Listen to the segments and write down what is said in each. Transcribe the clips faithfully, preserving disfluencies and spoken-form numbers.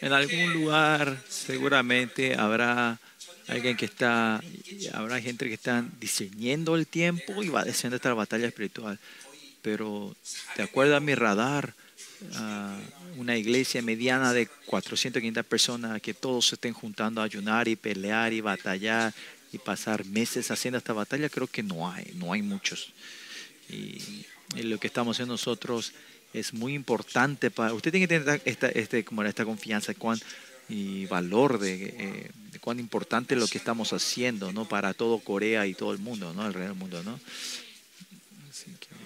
En algún lugar seguramente habrá alguien que está, habrá gente que está discerniendo el tiempo y va descendiendo esta batalla espiritual. Pero de acuerdo a mi radar, uh, una iglesia mediana de cuatrocientas, quinientas personas, que todos se estén juntando a ayunar y pelear y batallar y pasar meses haciendo esta batalla, creo que no hay, no hay muchos. Y, y lo que estamos haciendo nosotros es muy importante para usted. Tiene que tener esta, este, como esta confianza cuán, y valor de, eh, de cuán importante es lo que estamos haciendo, ¿no? Para todo Corea y todo el mundo, ¿no? Alrededor del mundo, ¿no? Así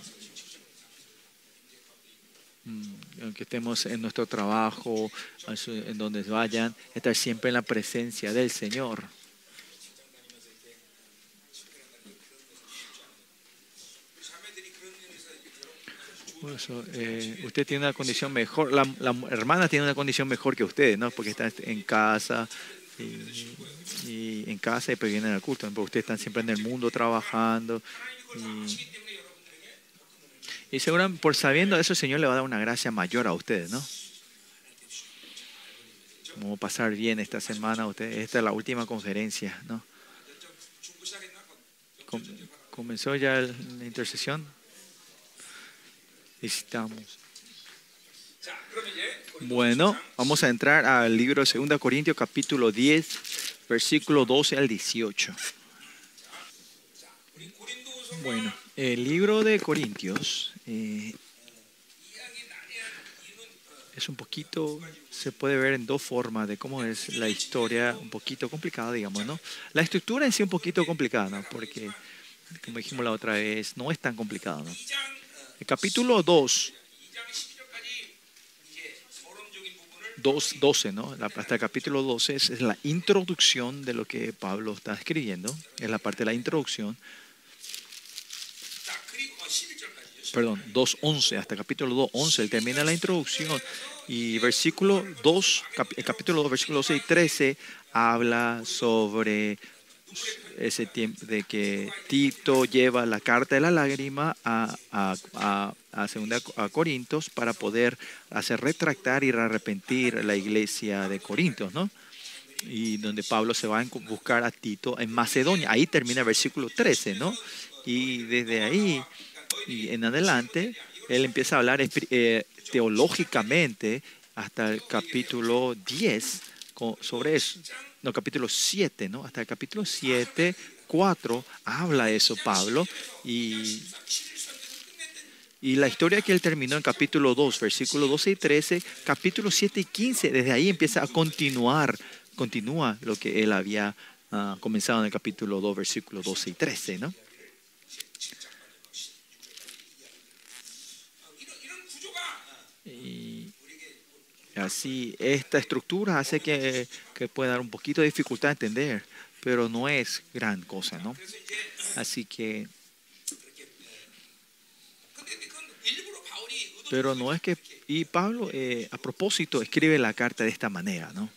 que, mm, aunque estemos en nuestro trabajo, en donde vayan, estar siempre en la presencia del Señor. Eso, eh, usted tiene una condición mejor, la, la hermana tiene una condición mejor que usted, ¿no? Porque está en casa y, y en casa y pues vienen al culto, ¿no? Porque ustedes están siempre en el mundo trabajando y, y seguramente por sabiendo eso el Señor le va a dar una gracia mayor a ustedes, ¿no? Vamos a pasar bien esta semana, ustedes, esta es la última conferencia, ¿no? Com ¿Comenzó ya el, la intercesión? Necesitamos. Bueno, vamos a entrar al libro de segunda Corintios, capítulo diez, versículo doce al dieciocho. Bueno, el libro de Corintios eh, es un poquito, se puede ver en dos formas de cómo es la historia, un poquito complicada, digamos, ¿no? La estructura en sí es un poquito complicada, ¿no? Porque, como dijimos la otra vez, no es tan complicado, ¿no? El capítulo dos, dos doce, ¿no? Hasta el capítulo doce es, es la introducción de lo que Pablo está escribiendo. Es la parte de la introducción. Perdón, dos once, hasta el capítulo dos once, él termina la introducción. Y versículo dos, cap, el capítulo dos, versículo doce y trece, habla sobre ese tiempo de que Tito lleva la carta de la lágrima a, a, a, a segunda a Corintios para poder hacer retractar y arrepentir la iglesia de Corintios, ¿no? Y donde Pablo se va a buscar a Tito en Macedonia. Ahí termina el versículo trece, ¿no? Y desde ahí y en adelante él empieza a hablar eh, teológicamente hasta el capítulo diez sobre eso. No, capítulo siete, ¿no? Hasta el capítulo siete, cuatro, habla eso Pablo. Y, y la historia que él terminó en capítulo dos, versículos doce y trece, capítulo siete y quince, desde ahí empieza a continuar, continúa lo que él había uh, comenzado en el capítulo dos, versículos doce y trece, ¿no? Y así, esta estructura hace que, que pueda dar un poquito de dificultad a entender, pero no es gran cosa, ¿no? Así que, pero no es que, y Pablo eh, a propósito escribe la carta de esta manera, ¿no?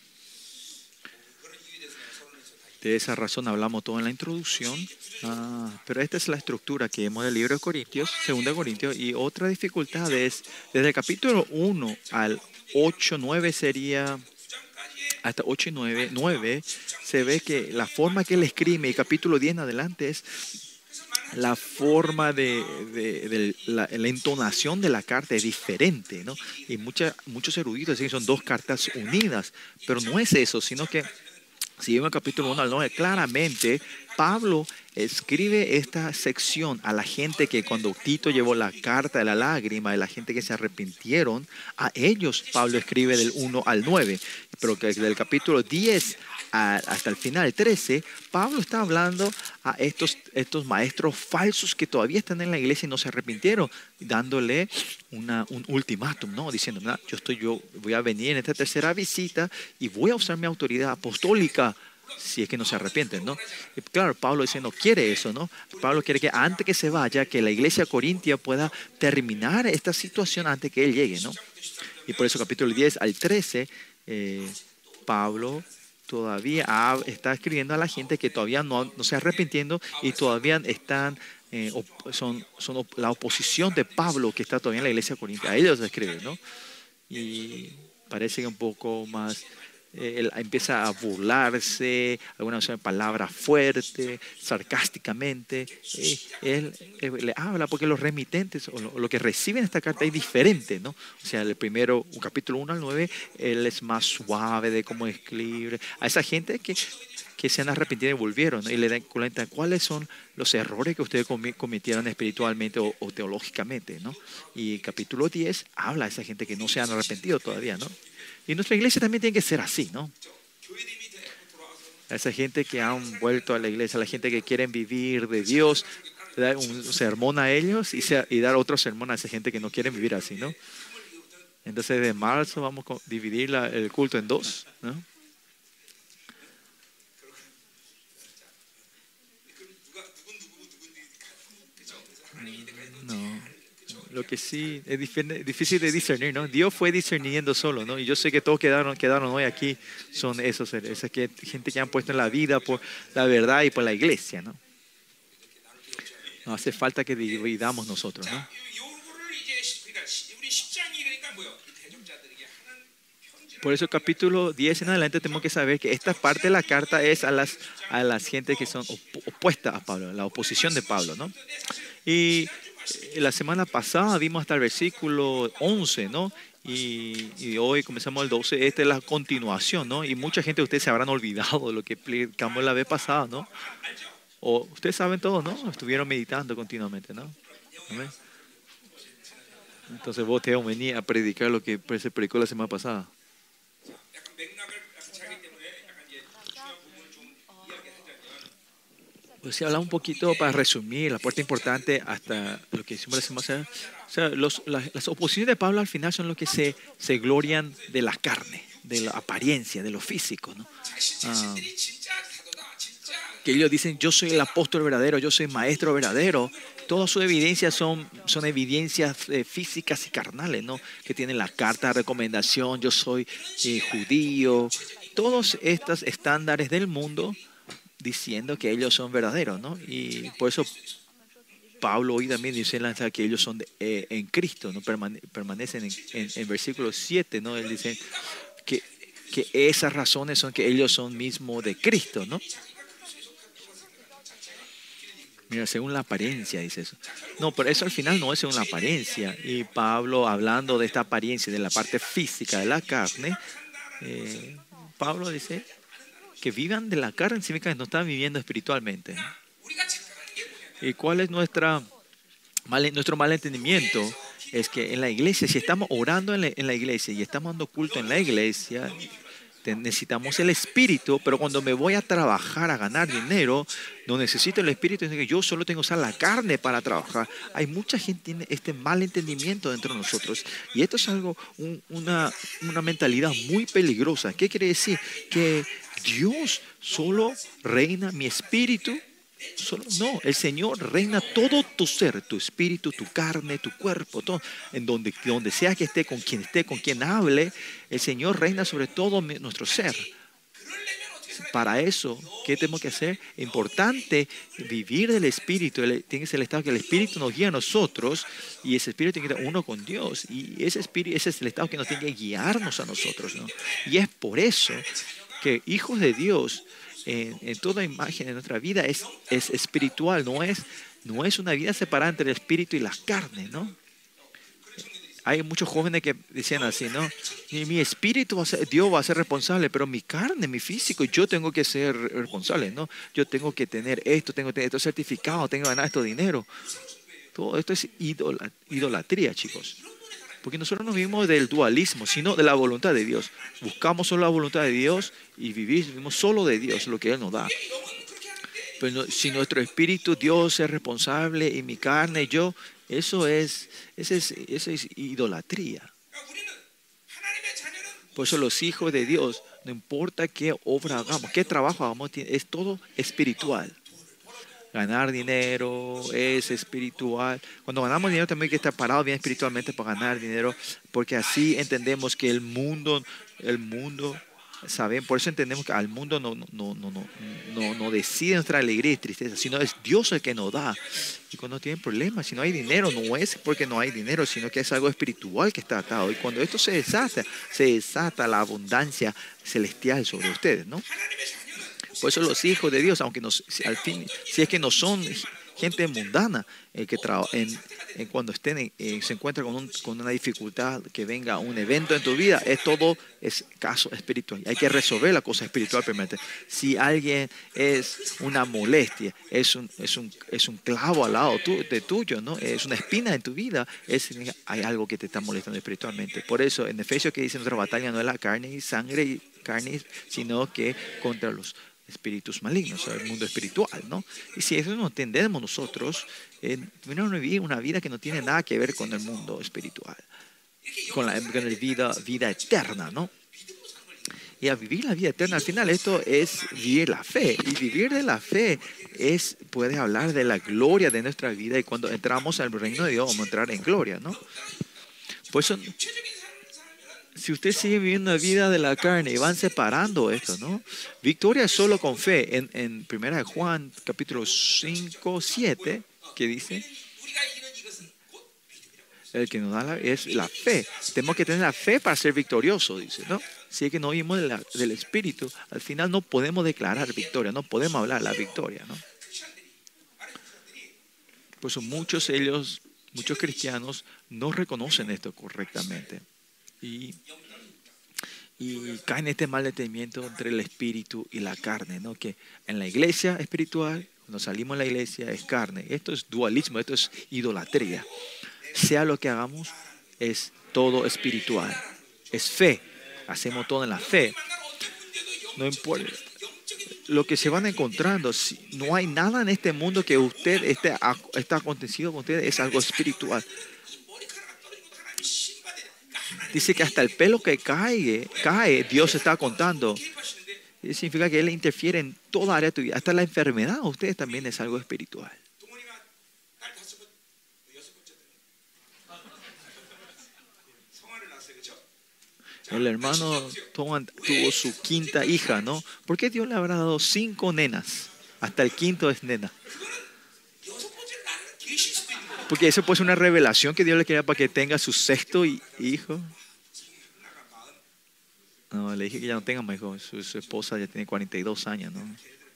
De esa razón hablamos todo en la introducción, ah, pero esta es la estructura que vemos del libro de Corintios, segunda Corintios, y otra dificultad es, desde el capítulo uno al ocho, nueve sería, hasta ocho y nueve, nueve, se ve que la forma que él escribe, y capítulo diez en adelante, es la forma de, de, de la, la entonación de la carta es diferente, ¿no? Y mucha, muchos eruditos dicen que son dos cartas unidas, pero no es eso, sino que si vemos el capítulo uno al nueve, claramente Pablo escribe esta sección a la gente que cuando Tito llevó la carta de la lágrima, de la gente que se arrepintieron, a ellos Pablo escribe del uno al nueve. Pero que del capítulo diez a, hasta el final, trece, Pablo está hablando a estos, estos maestros falsos que todavía están en la iglesia y no se arrepintieron, dándole una, un ultimátum, ¿no? Diciendo, nah, yo, estoy, yo voy a venir en esta tercera visita y voy a usar mi autoridad apostólica si es que no se arrepienten, ¿no? Y claro, Pablo dice, no quiere eso, ¿no? Pablo quiere que antes que se vaya, que la iglesia corintia pueda terminar esta situación antes que él llegue, ¿no? Y por eso capítulo diez al trece, eh, Pablo todavía ha, está escribiendo a la gente que todavía no, no se arrepintiendo y todavía están, eh, op, son, son op, la oposición de Pablo que está todavía en la iglesia corintia. A ellos escribe, ¿no? Y parece que un poco más, eh, él empieza a burlarse, algunas usan palabras fuertes, sarcásticamente. Eh, él, eh, le habla porque los remitentes o lo, lo que reciben esta carta es diferente, ¿no? O sea, el primero, un capítulo uno al nueve, él es más suave de cómo escribir. A esa gente que, que se han arrepentido y volvieron, ¿no? Y le dan cuenta cuáles son los errores que ustedes cometieron espiritualmente o, o teológicamente, ¿no? Y capítulo diez habla a esa gente que no se han arrepentido todavía, ¿no? Y nuestra iglesia también tiene que ser así, ¿no? A esa gente que han vuelto a la iglesia, a la gente que quieren vivir de Dios, dar un sermón a ellos y, sea, y dar otro sermón a esa gente que no quiere vivir así, ¿no? Entonces de marzo vamos a dividir la, el culto en dos, ¿no? No. Lo que sí es difícil de discernir, ¿no? Dios fue discerniendo solo, ¿no? Y yo sé que todos quedaron, quedaron hoy aquí, son esos, esa gente que han puesto en la vida por la verdad y por la iglesia, ¿no? No hace falta que dividamos nosotros, ¿no? Por eso capítulo diez en adelante tenemos que saber que esta parte de la carta es a las, a las gentes que son opuestas a Pablo, la oposición de Pablo, ¿no? Y la semana pasada vimos hasta el versículo once, ¿no? Y, y hoy comenzamos el doce. Esta es la continuación, ¿no? Y mucha gente de ustedes se habrán olvidado de lo que explicamos la vez pasada, ¿no? O ustedes saben todo, ¿no? Estuvieron meditando continuamente, ¿no? ¿Amén? Entonces vos te venís a predicar lo que se predicó la semana pasada. Pues si hablamos un poquito para resumir, la parte importante hasta lo que hicimos la semana pasada. O sea, los, las, las oposiciones de Pablo al final son los que se, se glorian de la carne, de la apariencia, de lo físico, ¿no? Ah, que ellos dicen, yo soy el apóstol verdadero, yo soy maestro verdadero. Todas sus evidencias son, son evidencias eh, físicas y carnales, ¿no? Que tienen la carta de recomendación, yo soy eh, judío. Todos estos estándares del mundo diciendo que ellos son verdaderos, ¿no? Y por eso Pablo hoy también dice que ellos son de, eh, en Cristo, ¿no? Permane permanecen en, en, en versículo siete, ¿no? Él dice que, que esas razones son que ellos son mismos de Cristo, ¿no? Mira, según la apariencia, dice eso. No, pero eso al final no es según la apariencia. Y Pablo, hablando de esta apariencia, de la parte física de la carne, eh, Pablo dice que vivan de la carne significa que no están viviendo espiritualmente. ¿Y cuál es nuestra, mal, nuestro malentendimiento? Es que en la iglesia, si estamos orando en la, en la iglesia y estamos dando culto en la iglesia, necesitamos el espíritu, pero cuando me voy a trabajar, a ganar dinero, no necesito el espíritu, es que yo solo tengo que usar la carne para trabajar. Hay mucha gente que tiene este mal entendimiento dentro de nosotros y esto es algo, un, una, una mentalidad muy peligrosa. ¿Qué quiere decir? Que Dios solo reina mi espíritu. Solo, no, el Señor reina todo tu ser, tu espíritu, tu carne, tu cuerpo, todo. En donde, donde sea que esté, con quien esté, con quien hable, el Señor reina sobre todo nuestro ser. Para eso, ¿qué tenemos que hacer? Importante vivir del Espíritu. Tiene que ser el estado que el Espíritu nos guía a nosotros y ese Espíritu tiene que estar uno con Dios. Y ese, espíritu, ese es el estado que nos tiene que guiarnos a nosotros, ¿no? Y es por eso que hijos de Dios, en, en toda imagen de nuestra vida, es, es espiritual, no es, no es una vida separada entre el Espíritu y la carne, ¿no? Hay muchos jóvenes que decían así, ¿no? Mi, mi espíritu, va a ser, Dios va a ser responsable, pero mi carne, mi físico, yo tengo que ser responsable, ¿no? Yo tengo que tener esto, tengo que tener esto certificado, tengo que ganar esto dinero. Todo esto es idolatría, chicos. Porque nosotros no vivimos del dualismo, sino de la voluntad de Dios. Buscamos solo la voluntad de Dios y vivir, vivimos solo de Dios, lo que Él nos da. Pero si nuestro espíritu, Dios es responsable y mi carne, yo... Eso es, eso es, eso es idolatría. Por eso los hijos de Dios, no importa qué obra hagamos, qué trabajo hagamos, es todo espiritual. Ganar dinero es espiritual. Cuando ganamos dinero también hay que estar parados bien espiritualmente para ganar dinero, porque así entendemos que el mundo, el mundo saben, por eso entendemos que al mundo no, no, no, no, no, no, no decide nuestra alegría y tristeza, sino es Dios el que nos da. Y cuando tienen problemas, si no hay dinero, no es porque no hay dinero, sino que es algo espiritual que está atado. Y cuando esto se desata, se desata la abundancia celestial sobre ustedes, ¿no? Por eso los hijos de Dios, aunque nos, al fin, si es que no son gente mundana, eh, que en, en cuando estén eh, se encuentran con, un, con una dificultad, que venga un evento en tu vida, es todo es caso espiritual. Hay que resolver la cosa espiritual primero. Si alguien es una molestia, es un, es un, es un clavo al lado tu, de tuyo, ¿no? Es una espina en tu vida, es, hay algo que te está molestando espiritualmente. Por eso en Efesios que dice nuestra batalla no es la carne y sangre y carne, sino que contra los espíritus malignos, el mundo espiritual, ¿no? Y si eso no entendemos nosotros, eh, una, vida, una vida que no tiene nada que ver con el mundo espiritual, con la, con la vida, vida eterna, ¿no? Y a vivir la vida eterna, al final esto es vivir la fe. Y vivir de la fe es, puede hablar de la gloria de nuestra vida. Y cuando entramos al reino de Dios, vamos a entrar en gloria, ¿no? Por eso, si usted sigue viviendo la vida de la carne y van separando esto, ¿no? Victoria es solo con fe. En, en primera de Juan, capítulo cinco, siete, que dice, el que nos da la, es la fe. Tenemos que tener la fe para ser victoriosos, dice, ¿no? Si es que no oímos de la, del Espíritu, al final no podemos declarar victoria, no podemos hablar la victoria, ¿no? Por eso muchos ellos, muchos cristianos, no reconocen esto correctamente. Y, y caen en este mal entendimiento entre el espíritu y la carne, ¿no? Que en la iglesia espiritual, cuando salimos de la iglesia, es carne. Esto es dualismo, esto es idolatría. Sea lo que hagamos, es todo espiritual. Es fe. Hacemos todo en la fe. No importa. Lo que se van encontrando, si no hay nada en este mundo que usted esté, está acontecido con usted, es algo espiritual. Dice que hasta el pelo que cae, cae, Dios está contando. Eso significa que Él interfiere en toda área de tu vida. Hasta la enfermedad a ustedes también es algo espiritual. El hermano tuvo su quinta hija, ¿no? ¿Por qué Dios le habrá dado cinco nenas? Hasta el quinto es nena. Porque eso puede ser una revelación que Dios le quería para que tenga su sexto hijo. No, le dije que ya no tenga más hijos. Su, su esposa ya tiene cuarenta y dos años, ¿no?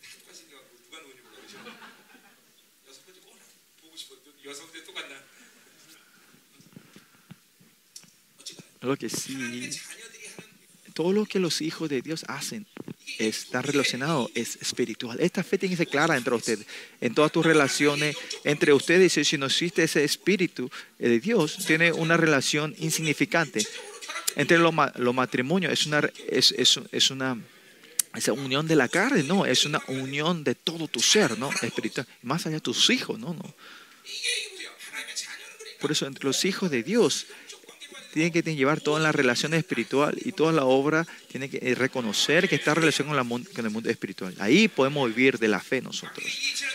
Lo que sí, todo lo que los hijos de Dios hacen está relacionado, es espiritual. Esta fe tiene que ser clara entre ustedes, en todas tus relaciones entre ustedes. Si no existe ese espíritu de Dios, tiene una relación insignificante. Entre los, los matrimonios es una, es, es, es una esa unión de la carne, no, es una unión de todo tu ser, ¿no? Espiritual, más allá de tus hijos, ¿no? no. Por eso entre los hijos de Dios tienen que llevar todas las relaciones espirituales y toda la obra tiene que reconocer que está relacionada con, la, con el mundo espiritual. Ahí podemos vivir de la fe nosotros.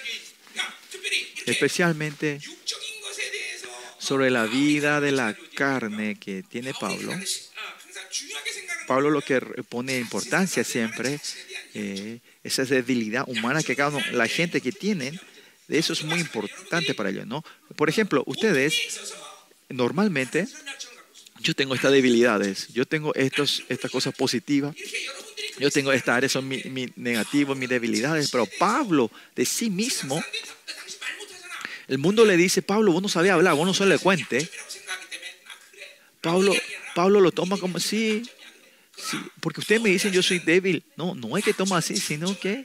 Especialmente sobre la vida de la carne que tiene Pablo. Pablo lo que pone importancia siempre eh, esa debilidad humana que cada uno, la gente que tienen, eso es muy importante para ellos, ¿no? Por ejemplo, ustedes normalmente, yo tengo estas debilidades, yo tengo estos, estas cosas positivas, yo tengo estas áreas, son mis mi negativos, mis debilidades, pero Pablo de sí mismo, el mundo le dice, Pablo, vos no sabés hablar, vos no sos elocuente. Pablo, Pablo lo toma como sí, sí, porque ustedes me dicen yo soy débil. No, no es que toma así, sino que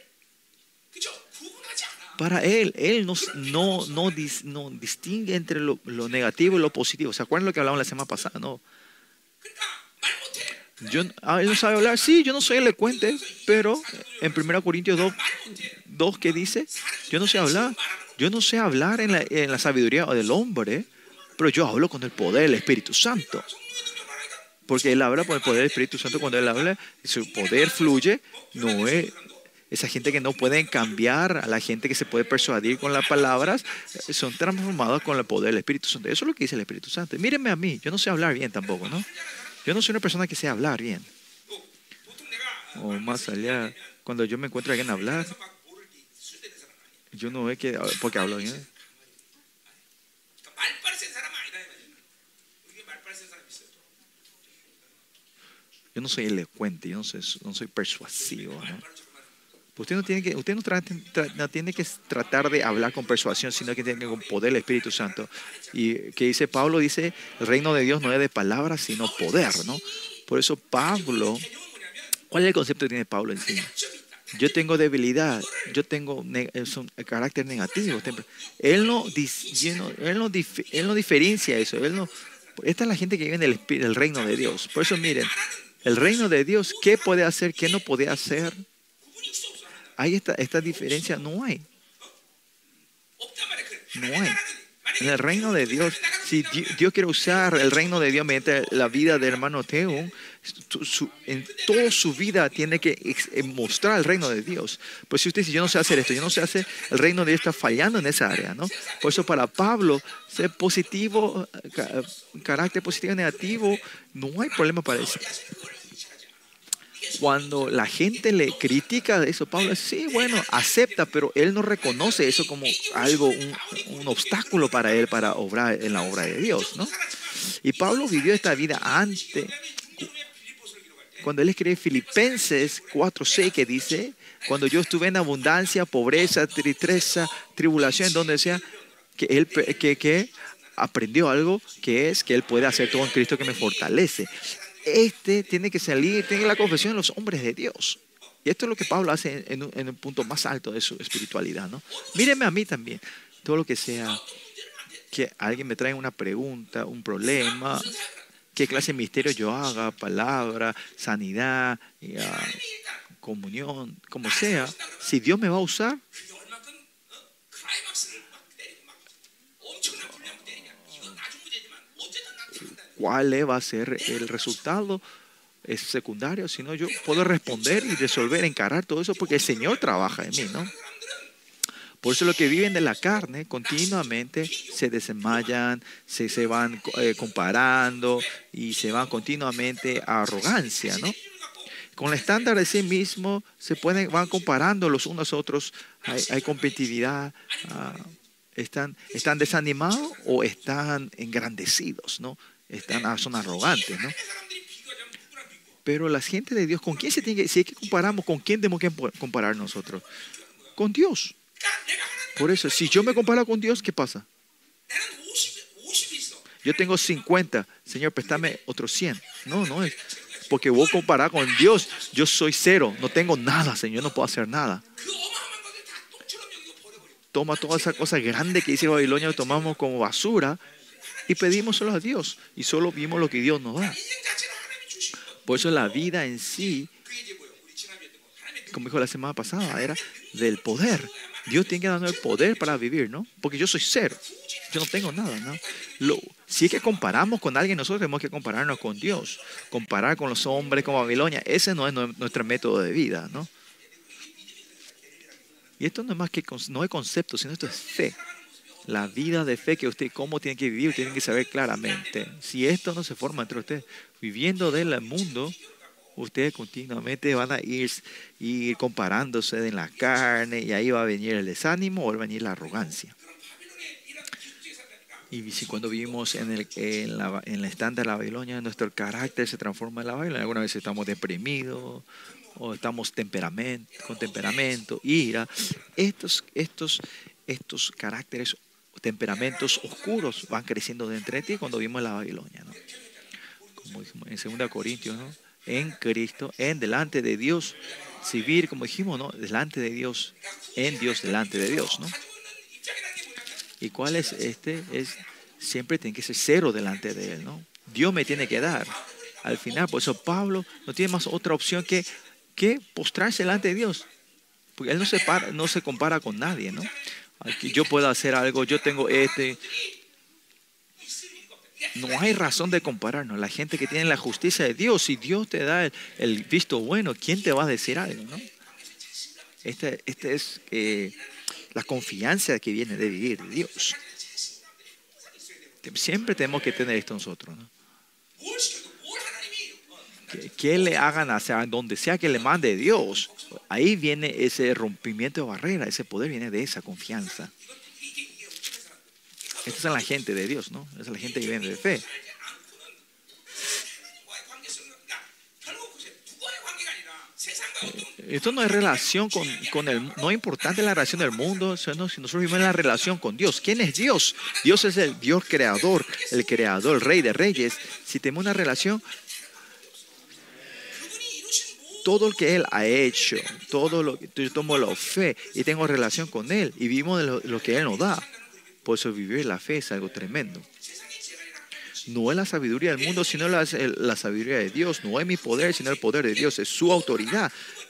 para él, él no, no, no, dis, no distingue entre lo, lo negativo y lo positivo. ¿Se acuerdan lo que hablamos la semana pasada? No. Yo, ah, él no sabe hablar. Sí, yo no soy elocuente, pero en primera Corintios dos, dos ¿qué dice? Yo no sé hablar. Yo no sé hablar en la, en la sabiduría del hombre, pero yo hablo con el poder del Espíritu Santo. Porque él habla por el poder del Espíritu Santo. Cuando él habla, su poder fluye. No es esa gente que no pueden cambiar, a la gente que se puede persuadir con las palabras, son transformados con el poder del Espíritu Santo. Eso es lo que dice el Espíritu Santo. Mírenme a mí, yo no sé hablar bien tampoco, ¿no? Yo no soy una persona que sé hablar bien. o más allá, cuando yo me encuentro a alguien hablar, yo no veo que, porque hablo bien. Yo no soy elocuente, yo no soy, no soy persuasivo, ¿no? Usted no tiene que, usted no, trate- tra- no tiene que tratar de hablar con persuasión, sino que tiene que con poder del Espíritu Santo. Y que dice Pablo, dice, el reino de Dios no es de palabras, sino poder, ¿no? Por eso Pablo, ¿cuál es el concepto que tiene Pablo en sí? Yo tengo debilidad, yo tengo ne- es un carácter negativo. tem- Él no, dis- yo no- él, no dif- él no diferencia eso. Él no, esta es la gente que vive en el, espí- el reino de Dios. Por eso miren, el reino de Dios, ¿qué puede hacer? ¿Qué no puede hacer? Ahí esta, esta diferencia no hay. No hay. En el reino de Dios, si Di- Dios quiere usar el reino de Dios mediante la vida del hermano Teo, su- su- en toda su vida tiene que ex- eh, mostrar el reino de Dios. Pues si usted dice, yo no sé hacer esto, yo no sé hacer, el reino de Dios está fallando en esa área, ¿no? Por eso para Pablo, ser positivo, ca- carácter positivo y negativo, no hay problema para eso. Cuando la gente le critica de eso, Pablo dice, sí, bueno, acepta, pero él no reconoce eso como algo, un, un obstáculo para él para obrar en la obra de Dios, ¿no? Y Pablo vivió esta vida antes, cuando él escribe Filipenses cuatro seis, que dice, cuando yo estuve en abundancia, pobreza, tristeza, tribulación, donde sea, que él que, que aprendió algo, que es que él puede hacer todo en Cristo que me fortalece. Este tiene que salir, tiene la confesión de los hombres de Dios. Y esto es lo que Pablo hace en un, en un punto más alto de su espiritualidad, ¿no? Míreme a mí también. Todo lo que sea que alguien me traiga una pregunta, un problema, qué clase de misterio yo haga, palabra, sanidad, ya, comunión, como sea, si Dios me va a usar, ¿cuál va a ser el resultado? Es secundario, sino yo puedo responder y resolver, encarar todo eso porque el Señor trabaja en mí, ¿no? Por eso los que viven de la carne continuamente se desmayan, se, se van eh, comparando y se van continuamente a arrogancia, ¿no? Con el estándar de sí mismo se pueden, van comparando los unos a otros, hay, hay competitividad, ah, están, están desanimados o están engrandecidos, ¿no? Están, ah, son arrogantes, ¿no? Pero la gente de Dios, ¿con quién se tiene que, si es que comparamos, con quién tenemos que comparar nosotros? Con Dios. Por eso, si yo me comparo con Dios, ¿qué pasa? Yo tengo cincuenta, Señor, préstame otros cien. No, no es. Porque voy a comparar con Dios. Yo soy cero, no tengo nada, Señor, no puedo hacer nada. Toma toda esa cosa grande que dice Babilonia, lo tomamos como basura y pedimos solo a Dios. Y solo vimos lo que Dios nos da. Por eso la vida en sí, como dijo la semana pasada, era del poder. Dios tiene que darnos el poder para vivir, ¿no? Porque yo soy cero. Yo no tengo nada, ¿no? Lo, si es que comparamos con alguien, nosotros tenemos que compararnos con Dios. Comparar con los hombres, con Babilonia. Ese no es nuestro método de vida, ¿no? Y esto no es más que, no es concepto, sino esto es fe. La vida de fe que usted, cómo tiene que vivir, tiene que saber claramente. Si esto no se forma entre ustedes, viviendo del mundo, ustedes continuamente van a ir, ir comparándose en la carne y ahí va a venir el desánimo o va a venir la arrogancia. Y si cuando vivimos en el, en la, en el estándar de la Babilonia, nuestro carácter se transforma en la Babilonia. Algunas veces estamos deprimidos o estamos temperamento, con temperamento, ira. Estos, estos, estos caracteres, temperamentos oscuros van creciendo dentro de ti cuando vimos la Babilonia, ¿no? Como dijimos en segunda Corintios, ¿no? En Cristo, en delante de Dios, vivir, como dijimos, ¿no? Delante de Dios, en Dios, delante de Dios, ¿no? ¿Y cuál es este? Es siempre tiene que ser cero delante de Él, ¿no? Dios me tiene que dar. Al final, por eso Pablo no tiene más otra opción que, que postrarse delante de Dios. Porque Él no se, para, no se compara con nadie, ¿no? Aquí yo puedo hacer algo, yo tengo este. No hay razón de compararnos. La gente que tiene la justicia de Dios, si Dios te da el, el visto bueno, ¿quién te va a decir algo, no? Este, este es eh, la confianza que viene de vivir de Dios. Siempre tenemos que tener esto nosotros, ¿no? que, que le hagan hacia donde sea que le mande Dios. Ahí viene ese rompimiento de barrera, ese poder viene de esa confianza. Esta es la gente de Dios, ¿no? Esa es la gente que viene de fe. Esto no es relación con, con el, no es importante la relación del mundo, sino si nosotros vivimos en la relación con Dios. ¿Quién es Dios? Dios es el Dios creador, el creador, el rey de reyes. Si tenemos una relación, todo lo que Él ha hecho, todo lo que yo tomo la fe y tengo relación con Él y vivimos de lo, lo que Él nos da. Por eso vivir la fe es algo tremendo. No es la sabiduría del mundo, sino la, la sabiduría de Dios. No es mi poder, sino el poder de Dios. Es su autoridad.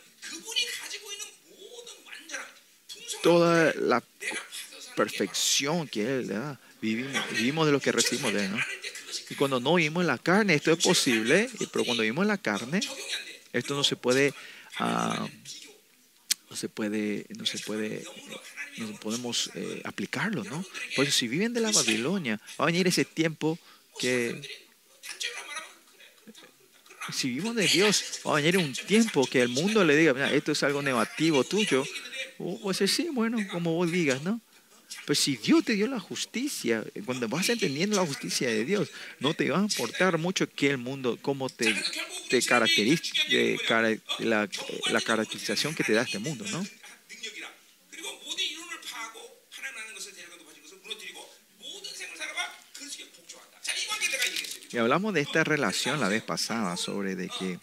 Toda la perfección que Él da, vivimos, vivimos de lo que recibimos de Él, ¿no? Y cuando no vivimos en la carne, esto es posible, pero cuando vivimos en la carne, esto no se puede, uh, no se puede, no se puede, no podemos eh, aplicarlo, ¿no? Por eso si viven de la Babilonia, va a venir ese tiempo que, si vivimos de Dios, va a venir un tiempo que el mundo le diga, mira, esto es algo negativo tuyo. O puede ser, sí, bueno, como vos digas, ¿no? Pero si Dios te dio la justicia, cuando vas entendiendo la justicia de Dios, no te va a importar mucho que el mundo, cómo te, te caracteriza, de, la, la caracterización que te da este mundo, ¿no? Y hablamos de esta relación la vez pasada, sobre de que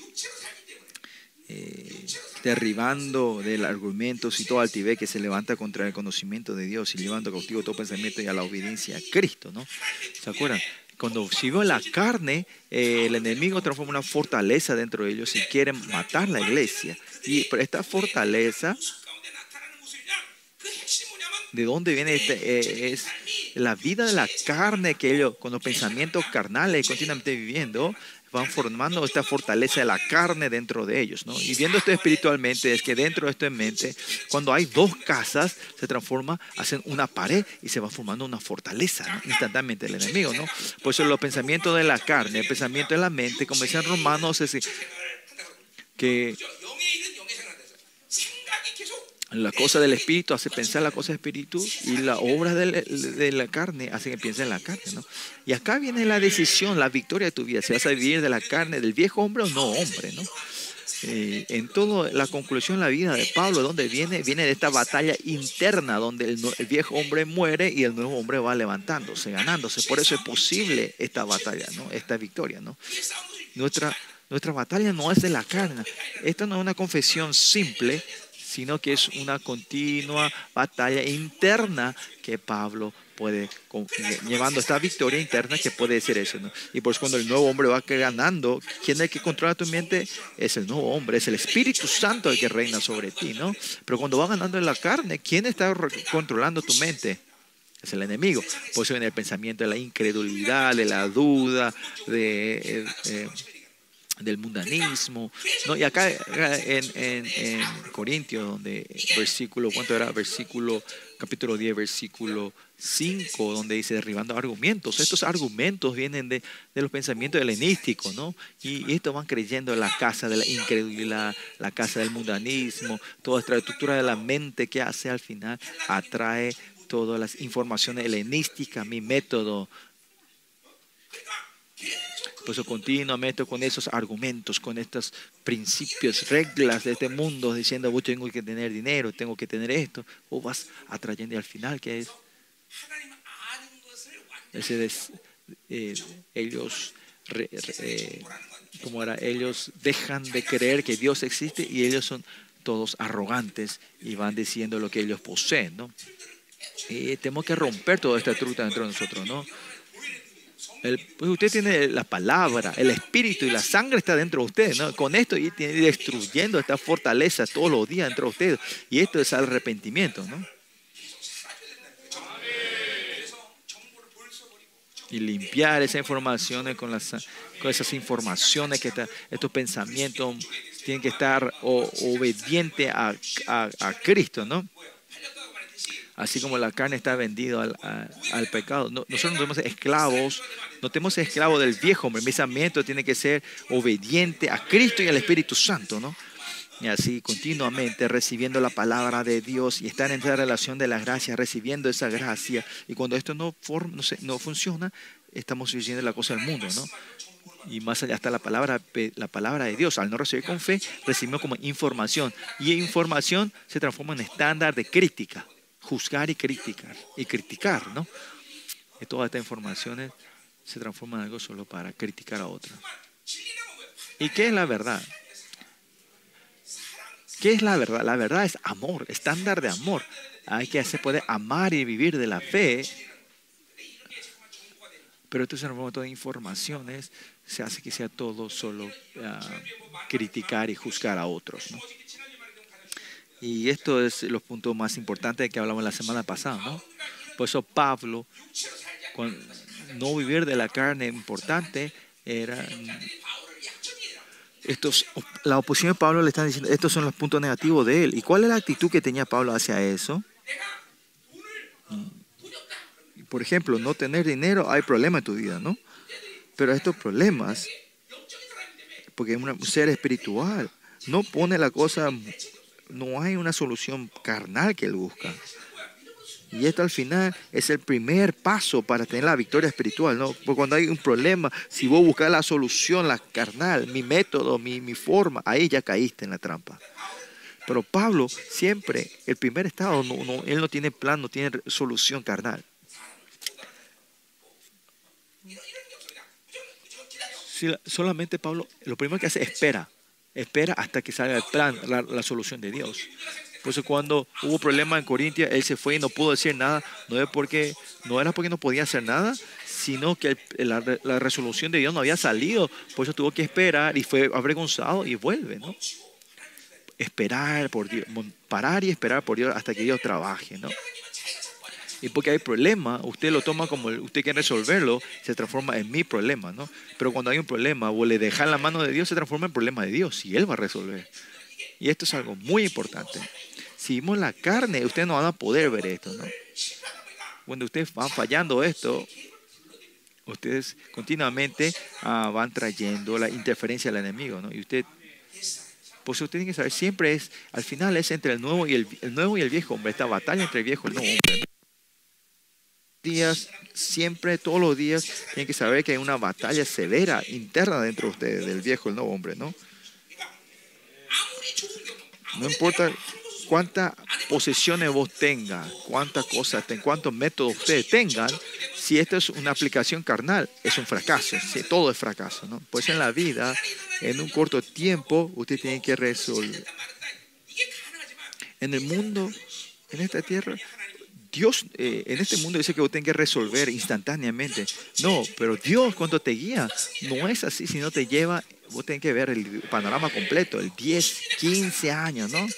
eh, derribando del argumento y todo altivez que se levanta contra el conocimiento de Dios y llevando cautivo todo pensamiento y a la obediencia a Cristo, ¿no? ¿Se acuerdan? Cuando siguió la carne, eh, el enemigo transforma una fortaleza dentro de ellos y quieren matar la iglesia. Y pero esta fortaleza, ¿de dónde viene? Este, eh, es la vida de la carne que ellos, con los pensamientos carnales continuamente viviendo, van formando esta fortaleza de la carne dentro de ellos, ¿no? Y viendo esto espiritualmente, es que dentro de esto en mente, cuando hay dos casas, se transforma, hacen una pared y se va formando una fortaleza, ¿no? Instantáneamente el enemigo, ¿no? Por eso los pensamientos de la carne, el pensamiento de la mente, como dicen Romanos, es que la cosa del espíritu hace pensar la cosa del espíritu y la obra de la, de la carne hace que piense en la carne, ¿no? Y acá viene la decisión, la victoria de tu vida, si vas a vivir de la carne, del viejo hombre o no hombre, ¿no? Eh, en toda la conclusión, la vida de Pablo, ¿dónde viene? Viene de esta batalla interna donde el, el viejo hombre muere y el nuevo hombre va levantándose, ganándose. Por eso es posible esta batalla, ¿no? Esta victoria, ¿no? Nuestra, nuestra batalla no es de la carne. Esta no es una confesión simple, sino que es una continua batalla interna que Pablo puede, llevando esta victoria interna que puede ser eso, ¿no? Y por eso cuando el nuevo hombre va ganando, ¿quién es el que controla tu mente? Es el nuevo hombre, es el Espíritu Santo el que reina sobre ti, ¿no? Pero cuando va ganando en la carne, ¿quién está controlando tu mente? Es el enemigo. Por eso viene el pensamiento de la incredulidad, de la duda, de... Eh, eh, del mundanismo, ¿no? Y acá en, en, en Corintios, donde versículo, ¿cuánto era? Versículo, capítulo diez, versículo cinco, donde dice derribando argumentos. Estos argumentos vienen de, de los pensamientos helenísticos, ¿no? Y, y estos van creyendo en la casa de la incredulidad, la casa del mundanismo, toda esta estructura de la mente que hace al final, atrae todas las informaciones helenísticas, mi método. Por eso continuamente con esos argumentos, con estos principios, reglas de este mundo, diciendo, yo tengo que tener dinero, tengo que tener esto, o vas atrayendo y al final, ¿qué es? Ese des, eh, ellos, re, re, eh, ¿cómo era? Ellos dejan de creer que Dios existe y ellos son todos arrogantes y van diciendo lo que ellos poseen, ¿no? Y tenemos que romper toda esta truta dentro de nosotros, ¿no? El, pues usted tiene la palabra, el espíritu y la sangre está dentro de usted, ¿no? Con esto y destruyendo esta fortaleza todos los días dentro de usted. Y esto es arrepentimiento, ¿no? Y limpiar esas informaciones con, las, con esas informaciones que está, estos pensamientos tienen que estar o, obedientes a, a, a Cristo, ¿no? Así como la carne está vendida al, a- al pecado. No- nosotros no somos esclavos, no tenemos esclavos del viejo hombre. El pensamiento tiene que ser obediente a Cristo y al Espíritu Santo, ¿no? Y así continuamente recibiendo la palabra de Dios y estar en esa relación de la gracia, recibiendo esa gracia. Y cuando esto no, form- no, se- no funciona, estamos viviendo la cosa del mundo, ¿no? Y más allá está la palabra, pe- la palabra de Dios. Al no recibir con fe, recibimos como información. Y información se transforma en estándar de crítica. Juzgar y criticar. Y criticar, ¿no? Y todas estas informaciones se transforman en algo solo para criticar a otros. ¿Y qué es la verdad? ¿Qué es la verdad? La verdad es amor, estándar de amor. Hay que se puede amar y vivir de la fe, pero esto se transforma todo en informaciones, se hace que sea todo solo ah, criticar y juzgar a otros, ¿no? Y esto es los puntos más importantes que hablamos la semana pasada, ¿no? Por eso Pablo, cuando no vivir de la carne importante, era estos, la oposición de Pablo le están diciendo, estos son los puntos negativos de él. ¿Y cuál es la actitud que tenía Pablo hacia eso? Por ejemplo, no tener dinero, hay problema en tu vida, ¿no? Pero estos problemas, porque es un ser espiritual, no pone la cosa, no hay una solución carnal que él busca. Y esto al final es el primer paso para tener la victoria espiritual, ¿no? Porque cuando hay un problema, si vos buscas la solución, la carnal, mi método, mi, mi forma, ahí ya caíste en la trampa. Pero Pablo siempre, el primer estado, no, no, él no tiene plan, no tiene solución carnal. Si la- solamente Pablo, lo primero que hace es espera, espera hasta que salga el plan, la, la solución de Dios. Por eso cuando hubo problema en Corintia, él se fue y no pudo decir nada, no, es porque, no era porque no podía hacer nada, sino que el- la, la resolución de Dios no había salido, por eso tuvo que esperar y fue avergonzado y vuelve, ¿no? Esperar por Dios, mon- parar y esperar por Dios hasta que Dios trabaje, ¿no? Y porque hay problema, usted lo toma como el- usted quiere resolverlo, se transforma en mi problema, ¿no? Pero cuando hay un problema o le deja en la mano de Dios, se transforma en problema de Dios y Él va a resolver. Y esto es algo muy importante. Si vimos la carne, ustedes no van a poder ver esto, ¿no? Cuando ustedes van fallando esto, ustedes continuamente ah, van trayendo la interferencia del enemigo, ¿no? Y usted, pues usted tiene que saber, siempre es, al final es entre el nuevo y el, el nuevo y el viejo hombre, esta batalla entre el viejo y el nuevo hombre, ¿no? Días, siempre, todos los días, tienen que saber que hay una batalla severa interna dentro de ustedes, del viejo y el nuevo hombre, ¿no? No importa cuántas posesiones vos tengas, cuántas cosas, ten- cuántos métodos ustedes tengan, si esto es una aplicación carnal, es un fracaso. Sí, todo es fracaso, ¿no? Pues en la vida, en un corto tiempo, usted tiene que resolver. En el mundo, en esta tierra, Dios, eh, en este mundo dice que vos tenés que resolver instantáneamente. No, pero Dios cuando te guía, no es así, sino te lleva, vos tenés que ver el panorama completo, el diez, quince años, ¿no?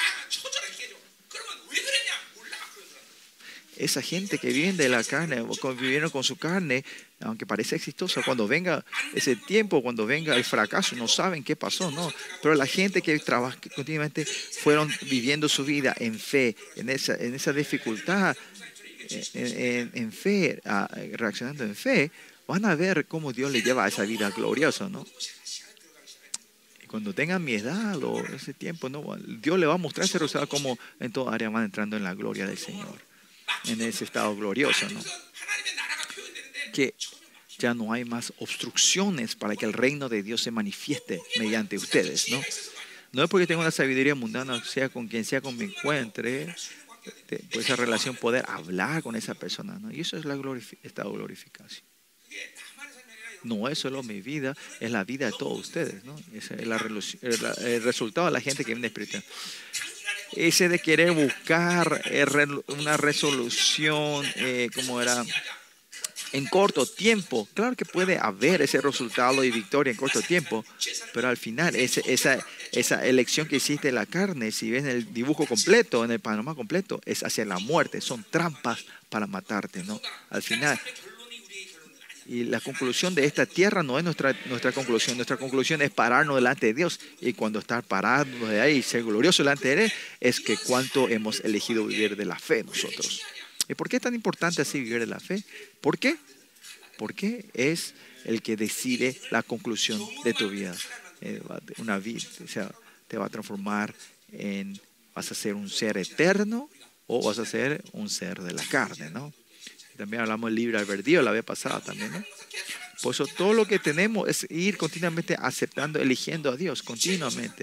Esa gente que vive de la carne, o convivieron con su carne, aunque parece exitosa, cuando venga ese tiempo, cuando venga el fracaso, no saben qué pasó, ¿no? Pero la gente que trabaja que continuamente fueron viviendo su vida en fe, en esa, en esa dificultad, en, en- en fe, ah, reaccionando en fe, van a ver cómo Dios le lleva a esa vida gloriosa, ¿no? Y cuando tengan mi edad o ese tiempo, ¿no? Dios le va a mostrar ese resultado como en toda área van entrando en la gloria del Señor, en ese estado glorioso, ¿no? Que ya no hay más obstrucciones para que el reino de Dios se manifieste mediante ustedes, ¿no? No es porque tenga una sabiduría mundana, sea con quien sea con me encuentre, de- por esa relación poder hablar con esa persona, ¿no? Y eso es la glorifi- estado de glorificación. No es solo mi vida, es la vida de todos ustedes, ¿no? Ese es la relu- el, el resultado de la gente que viene espiritual. Ese de querer buscar eh, re- una resolución, eh, como era, en corto tiempo, claro que puede haber ese resultado y victoria en corto tiempo, pero al final ese, esa, esa elección que hiciste de la carne, si ves en el dibujo completo, en el panorama completo, es hacia la muerte, son trampas para matarte, ¿no? Al final, y la conclusión de esta tierra no es nuestra, nuestra conclusión. Nuestra conclusión es pararnos delante de Dios. Y cuando estar parados de ahí y ser glorioso delante de Él, es que cuánto hemos elegido vivir de la fe nosotros. ¿Y por qué es tan importante así vivir de la fe? ¿Por qué? Porque es el que decide la conclusión de tu vida. Eh, una vida, o sea, te va a transformar en, vas a ser un ser eterno o vas a ser un ser de la carne, ¿no? También hablamos del libre albedrío la vez pasada también, ¿no? Por eso todo lo que tenemos es ir continuamente aceptando, eligiendo a Dios continuamente.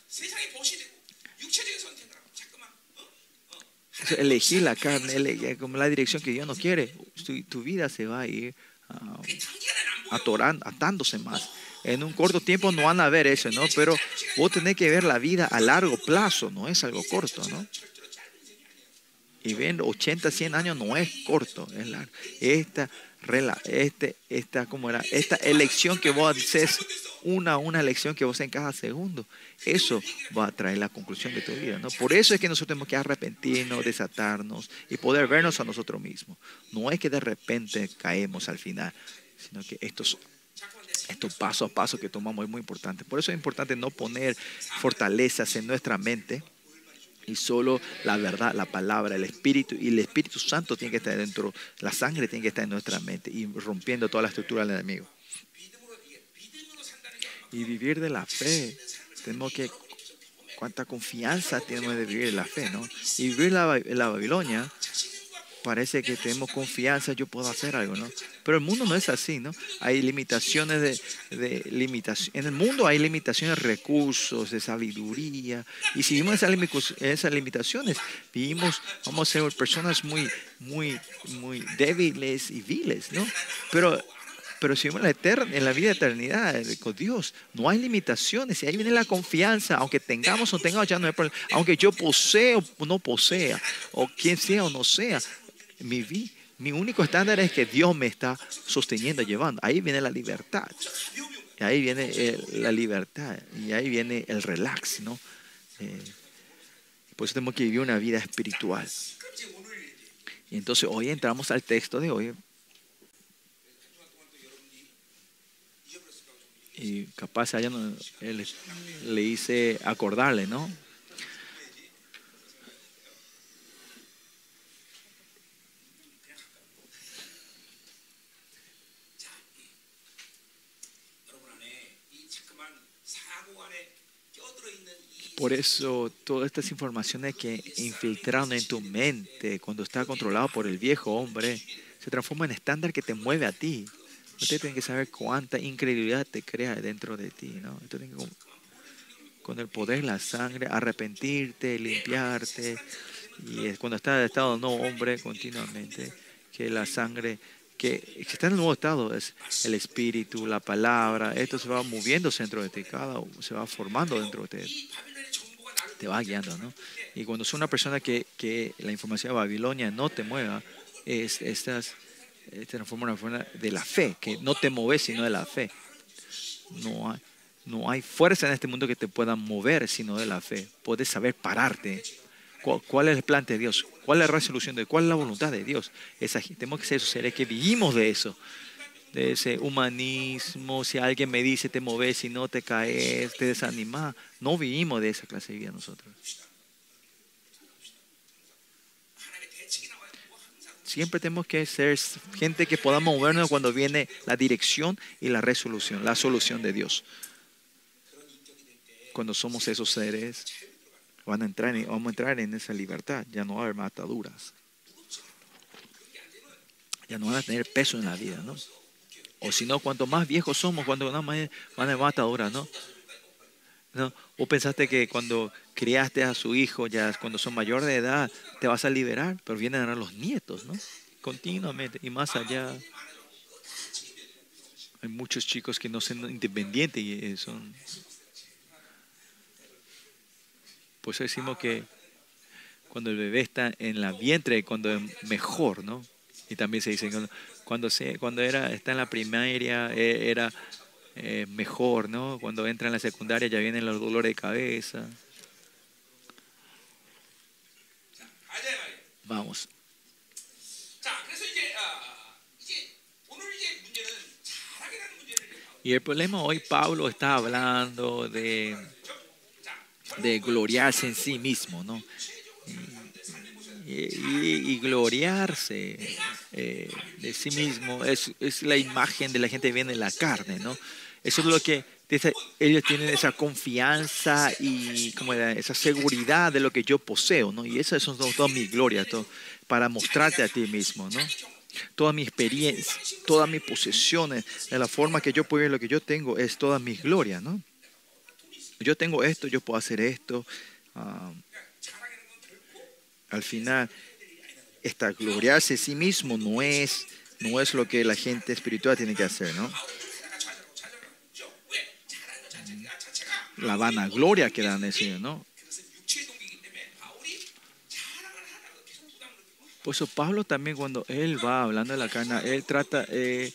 Entonces, elegir la carne, elegir, como la dirección que Dios no quiere, tu, tu vida se va a ir uh, atorando, atándose más. En un corto tiempo no van a ver eso, ¿no? Pero vos tenés que ver la vida a largo plazo, no es algo corto, ¿no? Y ven, ochenta, cien años no es corto, es largo. Esta, este, esta, ¿cómo era? Esta elección que vos haces, una, una elección que vos haces en cada segundo, eso va a traer la conclusión de tu vida, ¿no? Por eso es que nosotros tenemos que arrepentirnos, desatarnos y poder vernos a nosotros mismos. No es que de repente caemos al final, sino que estos, estos paso a paso que tomamos es muy importante. Por eso es importante no poner fortalezas en nuestra mente, y solo la verdad, la palabra, el Espíritu, y el Espíritu Santo tiene que estar dentro, la sangre tiene que estar en nuestra mente y rompiendo toda la estructura del enemigo. Y vivir de la fe, tenemos que, cuánta confianza tenemos de vivir de la fe, ¿no? Y vivir la, la Babilonia, parece que tenemos confianza, yo puedo hacer algo, ¿no? Pero el mundo no es así, ¿no? Hay limitaciones de, de limitación. En el mundo hay limitaciones de recursos, de sabiduría. Y si vivimos esas, esas limitaciones, vivimos, vamos a ser personas muy, muy, muy débiles y viles, ¿no? Pero, pero si vivimos en la, eterna, en la vida de eternidad con Dios, no hay limitaciones. Y ahí viene la confianza, aunque tengamos o tengamos, ya no hay problema. Aunque yo posea o no posea, o quien sea o no sea, mi vida. Mi único estándar es que Dios me está sosteniendo, llevando. Ahí viene la libertad. Y ahí viene el, la libertad. Y ahí viene el relax, ¿no? Eh, por eso tenemos que vivir una vida espiritual. Y entonces hoy entramos al texto de hoy. Y capaz allá no, él, le hice acordarle, ¿no? Por eso todas estas informaciones que infiltraron en tu mente cuando está controlado por el viejo hombre se transforma en estándar que te mueve a ti. Usted tiene que saber cuánta incredulidad te crea dentro de ti, ¿no? Usted tiene que, con el poder, la sangre, arrepentirte, limpiarte. Y es cuando está en el estado no hombre continuamente, que la sangre que está en el nuevo estado es el espíritu, la palabra, esto se va moviéndose dentro de ti, cada se va formando dentro de ti, te va guiando, ¿no? Y cuando es una persona que, que la información de Babilonia no te mueva, es, estas, te transforma en una forma de la fe, que no te mueves sino de la fe. No hay, no hay fuerza en este mundo que te pueda mover sino de la fe. Puedes saber pararte. ¿Cuál, cuál es el plan de Dios? ¿Cuál es la resolución de Dios? ¿Cuál es la voluntad de Dios? Esa, tenemos que ser esos seres que vivimos de eso, de ese humanismo. Si alguien me dice te moves, si no te caes, te desanimas, no vivimos de esa clase de vida nosotros. Siempre tenemos que ser gente que podamos movernos cuando viene la dirección y la resolución, la solución de Dios. Cuando somos esos seres, van a entrar en, vamos a entrar en esa libertad. Ya no va a haber más ataduras. Ya no van a tener peso en la vida, ¿no? O si no, cuanto más viejos somos, cuando no más van a haber más ataduras, ¿no? ¿No? Vos pensaste que cuando criaste a su hijo, ya cuando son mayor de edad, te vas a liberar, pero vienen a los nietos, ¿no? Continuamente y más allá. Hay muchos chicos que no son independientes y son. Por eso decimos que cuando el bebé está en la vientre, cuando es mejor, ¿no? Y también se dice cuando, cuando, se, cuando era, está en la primaria era eh, mejor, ¿no? Cuando entra en la secundaria ya vienen los dolores de cabeza. Vamos. Y el problema hoy, Pablo está hablando de, de gloriarse en sí mismo, ¿no? Y, y- y gloriarse eh, de sí mismo es, es la imagen de la gente que viene en la carne, ¿no? Eso es lo que dice, ellos tienen esa confianza y como era, esa seguridad de lo que yo poseo, ¿no? Y esas son todas mis glorias, todo, para mostrarte a ti mismo, ¿no? Toda mi experiencia, todas mis posesiones, de la forma que yo puedo ver lo que yo tengo, es todas mis glorias, ¿no? Yo tengo esto, yo puedo hacer esto. ah, Al final, esta gloriarse en sí mismo no es, no es lo que la gente espiritual tiene que hacer, ¿no? La vanagloria que dan eso, ¿no? Por eso Pablo también cuando él va hablando de la carne, él trata, eh,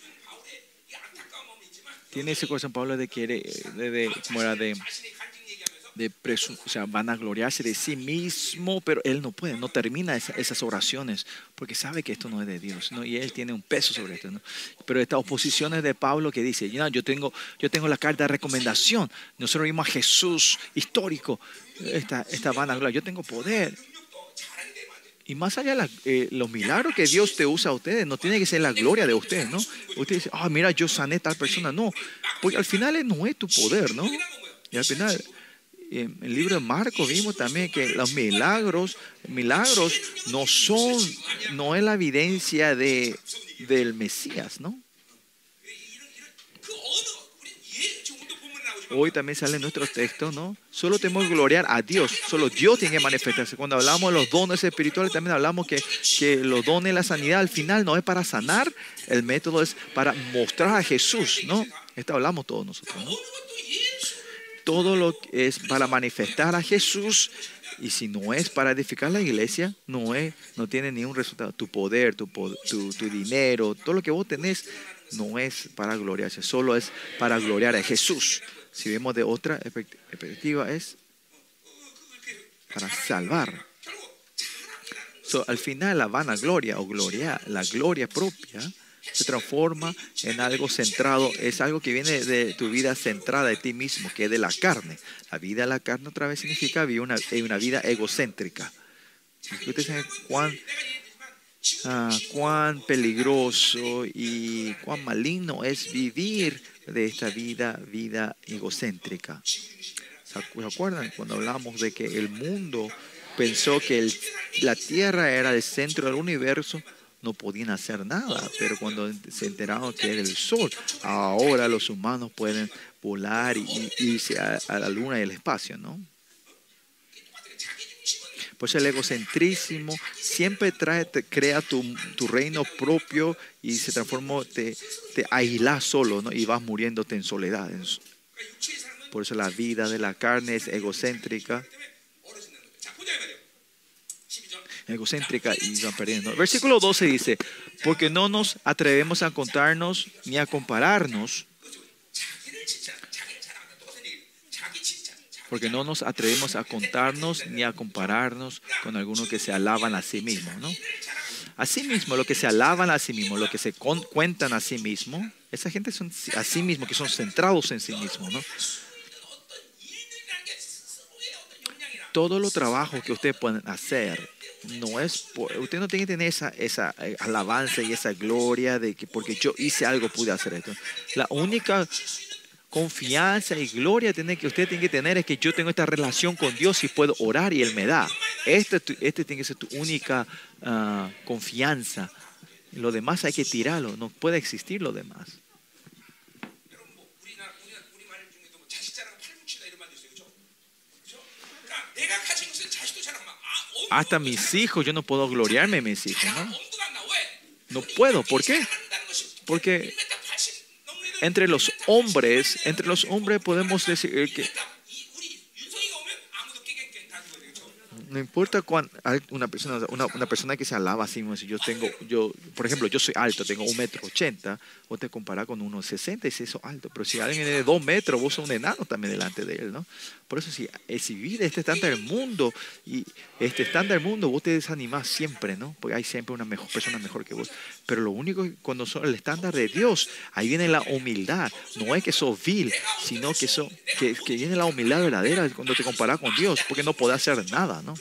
tiene ese corazón Pablo de que, de, de, como era de, de presu- o sea, van a gloriarse de sí mismo, pero él no puede, no termina esa- esas oraciones, porque sabe que esto no es de Dios, ¿no? Y él tiene un peso sobre esto, ¿no? Pero estas oposiciones de Pablo que dice, "Ya, yo tengo, yo tengo la carta de recomendación, nosotros vimos a Jesús histórico, esta, esta vanagloria, yo tengo poder. Y más allá de la- eh, los milagros que Dios te usa a ustedes, no tiene que ser la gloria de ustedes, ¿no? Usted dice, ah, mira, yo sané a tal persona. No, porque al final no es tu poder, ¿no? Y al final, en el libro de Marcos vimos también que los milagros, milagros no son, no es la evidencia de, del Mesías, ¿no? Hoy también sale en nuestro texto, ¿no? Solo tenemos que gloriar a Dios. Solo Dios tiene que manifestarse. Cuando hablamos de los dones espirituales, también hablamos que, que los dones de la sanidad al final no es para sanar, el método es para mostrar a Jesús, ¿no? Esto hablamos todos nosotros, ¿no? Todo lo que es para manifestar a Jesús. Y si no es para edificar la iglesia, no es, no tiene ningún resultado. Tu poder, tu, po- tu, tu dinero, todo lo que vos tenés, no es para gloriarse, solo es para gloriar a Jesús. Si vemos de otra perspect- perspectiva, es para salvar. So, al final, la vanagloria o gloria, la gloria propia, se transforma en algo centrado, es algo que viene de tu vida centrada de ti mismo, que es de la carne. La vida de la carne otra vez significa vivir una, una vida egocéntrica. Y ustedes saben cuán, ah, cuán peligroso y cuán maligno es vivir de esta vida, vida egocéntrica. ¿Se acuerdan cuando hablamos de que el mundo pensó que el- la Tierra era el centro del universo? No podían hacer nada, pero cuando se enteraron que era el Sol, ahora los humanos pueden volar y, y irse a, a la Luna y el espacio, ¿no? Pues el egocentrismo siempre trae, te crea tu, tu reino propio y se transforma, te, te aíslas solo, ¿no? Y vas muriéndote en soledad. en- Por eso la vida de la carne es egocéntrica, egocéntrica y van perdiendo. Versículo doce dice, porque no nos atrevemos a contarnos ni a compararnos, porque no nos atrevemos a contarnos ni a compararnos con algunos que se alaban a sí mismos, ¿no? Asimismo, lo que se alaban a sí mismos, lo que se con- cuentan a sí mismos, esa gente son a sí mismos, que son centrados en sí mismos, ¿no? Todo lo trabajo que ustedes pueden hacer, no es por- usted no tiene que tener esa, esa eh, alabanza y esa gloria de que porque yo hice algo pude hacer esto. La única confianza y gloria tiene que usted tiene que tener es que yo tengo esta relación con Dios y puedo orar y Él me da. Este, tu- este tiene que ser tu única ah, confianza. Lo demás hay que tirarlo, no puede existir lo demás. Hasta mis hijos, yo no puedo gloriarme en mis hijos, ¿no? No puedo, ¿por qué? Porque entre los hombres, entre los hombres podemos decir eh, que no importa cuán hay una persona, una, una persona que se alaba así, mismo, si yo tengo, yo, por ejemplo, yo soy alto, tengo un metro ochenta, o te compara con uno sesenta y si eso alto, pero si alguien es de dos metros, vos sos un enano también delante de él, ¿no? Por eso si, eh, si vive este estándar del mundo y este estándar del mundo, vos te desanimás siempre, ¿no? Porque hay siempre una mejor persona mejor que vos. Pero lo único que cuando son el estándar de Dios, ahí viene la humildad. No es que sos vil, sino que, so, que, que viene la humildad verdadera cuando te comparas con Dios, porque no podés hacer nada, ¿no?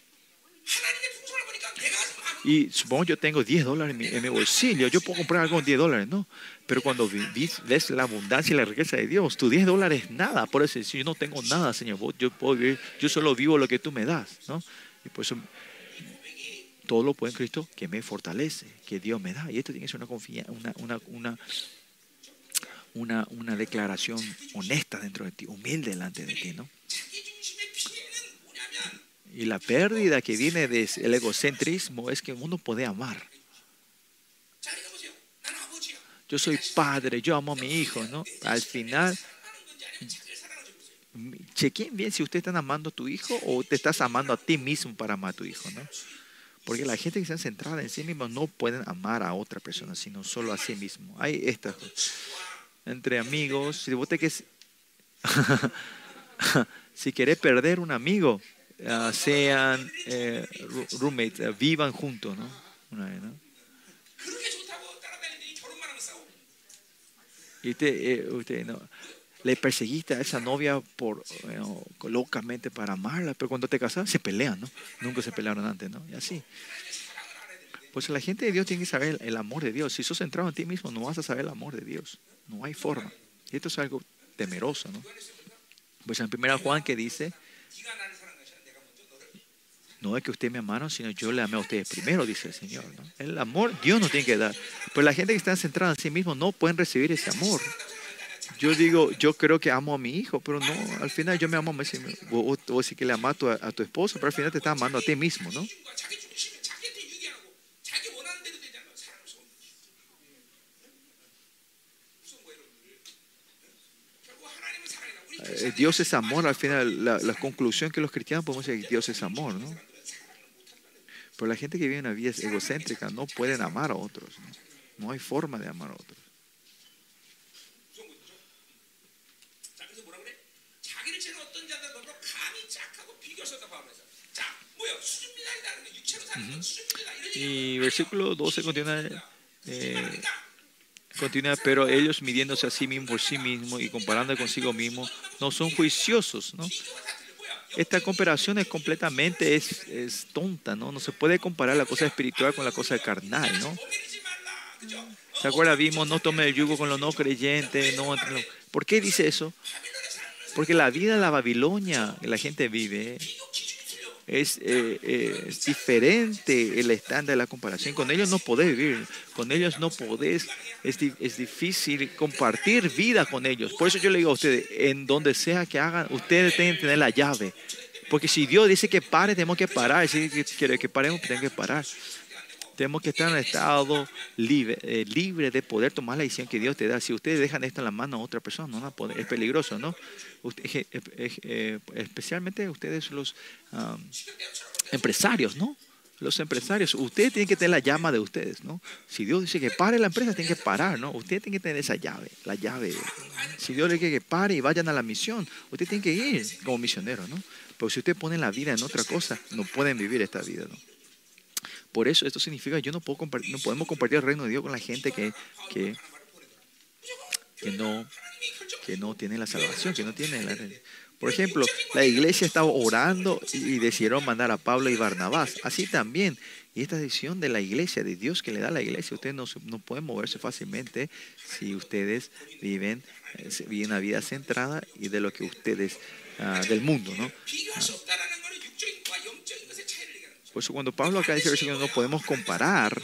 Y supongo yo tengo diez dólares en mi, en mi bolsillo, yo puedo comprar algo con diez dólares, ¿no? Pero cuando vi, ves la abundancia y la riqueza de Dios, tus diez dólares es nada. Por eso, si yo no tengo nada, Señor, yo, puedo vivir, yo solo vivo lo que tú me das, ¿no? Y por eso todo lo puedo en Cristo que me fortalece, que Dios me da. Y esto tiene que ser una, confianza, una, una, una, una, una declaración honesta dentro de ti, humilde delante de ti, ¿no? Y la pérdida que viene del egocentrismo es que uno puede amar. Yo soy padre, yo amo a mi hijo, ¿no? Al final, chequen bien si ustedes están amando a tu hijo o te estás amando a ti mismo para amar a tu hijo, ¿no? Porque la gente que está centrada en sí misma no pueden amar a otra persona, sino solo a sí mismo. Hay estas entre amigos, si vos te querés, si querés perder un amigo, uh, sean eh, roommates, uh, vivan juntos, ¿no? Una vez, ¿no? Y usted, eh, usted no, le perseguiste a esa novia por bueno, locamente para amarla, pero cuando te casas se pelean, ¿no? Nunca se pelearon antes, ¿no? Y así. Pues la gente de Dios tiene que saber el, el amor de Dios. Si sos centrado en ti mismo, no vas a saber el amor de Dios. No hay forma. Y esto es algo temeroso, ¿no? Pues en primera Juan que dice, no es que ustedes me amaron, sino yo le amé a ustedes primero, dice el Señor, ¿no? El amor Dios nos tiene que dar. Pero la gente que está centrada en sí mismo no pueden recibir ese amor. Yo digo, yo creo que amo a mi hijo, pero no, al final yo me amo a mí mismo. Vos, vos sí que le amas a tu, a tu esposo, pero al final te estás amando a ti mismo, ¿no? Eh, Dios es amor, al final la, la conclusión que los cristianos podemos decir que Dios es amor, ¿no? Pero la gente que vive una vida egocéntrica no pueden amar a otros, ¿no? No hay forma de amar a otros. Uh-huh. Y versículo doce continúa, eh, continúa, pero ellos midiéndose a sí mismos por sí mismos y comparando consigo mismos, no son juiciosos, ¿no? Esta comparación es completamente es, es tonta, ¿no? No se puede comparar la cosa espiritual con la cosa carnal, ¿no? ¿Se acuerda? Vimos, no tome el yugo con los no creyentes. No, no. ¿Por qué dice eso? Porque la vida en la Babilonia que la gente vive es, eh, eh, es diferente el estándar de la comparación. Con ellos no podés vivir, con ellos no podés, es, es difícil compartir vida con ellos. Por eso yo le digo a ustedes, en donde sea que hagan, ustedes tienen que tener la llave. Porque si Dios dice que pare, tenemos que parar. Si quiere que paremos, tenemos que parar. Tenemos que estar en un estado libre, eh, libre de poder tomar la decisión que Dios te da. Si ustedes dejan esto en la mano a otra persona, no, no, es peligroso, ¿no? Usted, eh, eh, eh, especialmente ustedes los um, empresarios, ¿no? Los empresarios, ustedes tienen que tener la llama de ustedes, ¿no? Si Dios dice que pare la empresa, tienen que parar, ¿no? Ustedes tienen que tener esa llave, la llave. Si Dios le dice que pare y vayan a la misión, ustedes tienen que ir como misioneros, ¿no? Pero si ustedes ponen la vida en otra cosa, no pueden vivir esta vida, ¿no? Por eso esto significa yo no puedo compartir, no podemos compartir el reino de Dios con la gente que, que, que, no, que no tiene la salvación, que no tiene la... Por ejemplo, la iglesia estaba orando y decidieron mandar a Pablo y Barnabás. Así también, y esta decisión de la iglesia, de Dios que le da a la iglesia, ustedes no, no pueden moverse fácilmente si ustedes viven, viven una vida centrada y de lo que ustedes, uh, del mundo, ¿no? Uh, Por eso cuando Pablo acá dice que no podemos comparar,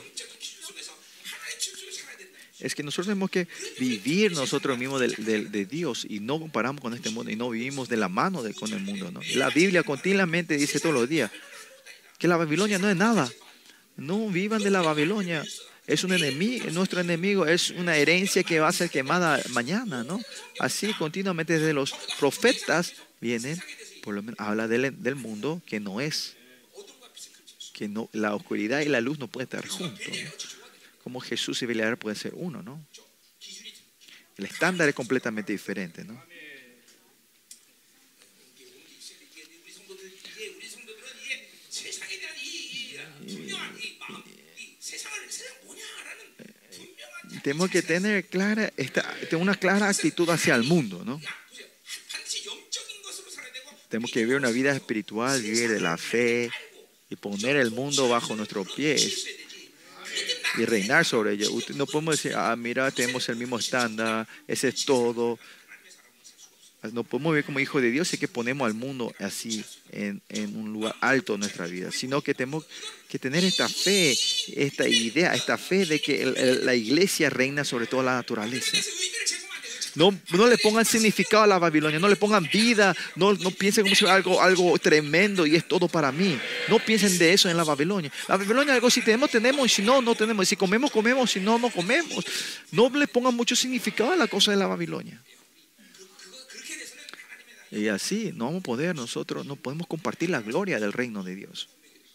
es que nosotros tenemos que vivir nosotros mismos de, de, de Dios y no comparamos con este mundo y no vivimos de la mano de, con el mundo, ¿no? La Biblia continuamente dice todos los días que la Babilonia no es nada. No vivan de la Babilonia. Es un enemigo, nuestro enemigo es una herencia que va a ser quemada mañana, ¿no? Así continuamente desde los profetas vienen, por lo menos habla del, del mundo que no es. Que no, la oscuridad y la luz no pueden estar juntos, ¿no? Como Jesús y Belial pueden ser uno, ¿no? El estándar es completamente diferente, ¿no? Y, y, tenemos que tener clara, esta, una clara actitud hacia el mundo, ¿no? Tenemos que vivir una vida espiritual, vivir de la fe y poner el mundo bajo nuestros pies y reinar sobre ello. No podemos decir, ah, mira, tenemos el mismo estándar, ese es todo. No podemos vivir como hijos de Dios y que ponemos al mundo así en, en un lugar alto en nuestra vida, sino que tenemos que tener esta fe, esta idea, esta fe de que el, el, la iglesia reina sobre toda la naturaleza. No, no le pongan significado a la Babilonia, no le pongan vida, no, no piensen como si fuera algo, algo tremendo y es todo para mí. No piensen de eso en la Babilonia. La Babilonia es algo, si tenemos, tenemos, y si no, no tenemos. Si comemos, comemos, si no, no comemos. No le pongan mucho significado a la cosa de la Babilonia. Y así no vamos a poder, nosotros no podemos compartir la gloria del reino de Dios.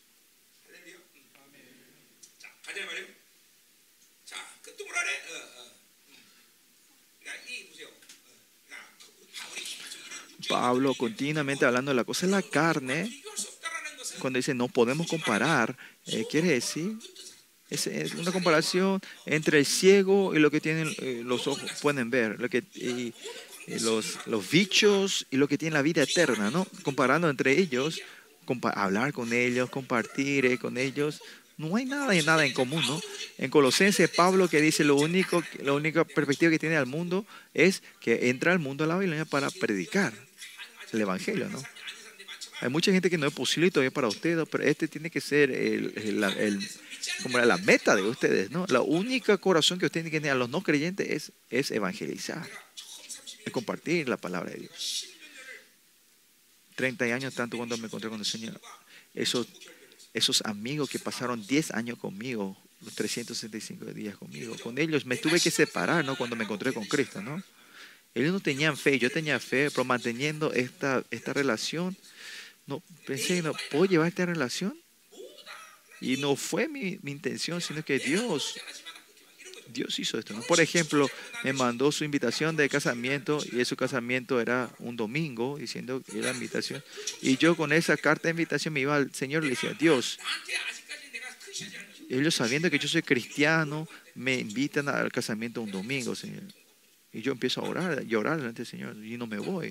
Pablo continuamente hablando de la cosa de la carne, cuando dice no podemos comparar, eh, quiere decir, es, es una comparación entre el ciego y lo que tienen eh, los ojos, pueden ver, lo que, y, y los, los bichos y lo que tiene la vida eterna, ¿no? Comparando entre ellos, compa hablar con ellos, compartir eh, con ellos. No hay nada y nada en común, ¿no? En Colosenses, Pablo que dice lo único, la única perspectiva que tiene al mundo es que entra al mundo de la Babilonia para predicar el evangelio, ¿no? Hay mucha gente que no es posible todavía para ustedes, pero este tiene que ser el, el, el, como la meta de ustedes, ¿no? La única corazón que ustedes tienen que tener a los no creyentes es, es evangelizar, es compartir la palabra de Dios. treinta años tanto cuando me encontré con el Señor. Esos, esos amigos que pasaron diez años conmigo, los trescientos sesenta y cinco días conmigo, con ellos me tuve que separar, ¿no? Cuando me encontré con Cristo, ¿no? Ellos no tenían fe, yo tenía fe, pero manteniendo esta, esta relación, no, pensé, no, ¿puedo llevar esta relación? Y no fue mi, mi intención, sino que Dios, Dios hizo esto, ¿no? Por ejemplo, me mandó su invitación de casamiento y su casamiento era un domingo, diciendo que era invitación. Y yo con esa carta de invitación me iba al Señor y le decía, Dios, ellos sabiendo que yo soy cristiano, me invitan al casamiento un domingo, Señor. Y yo empiezo a orar, a llorar delante del Señor y no me voy.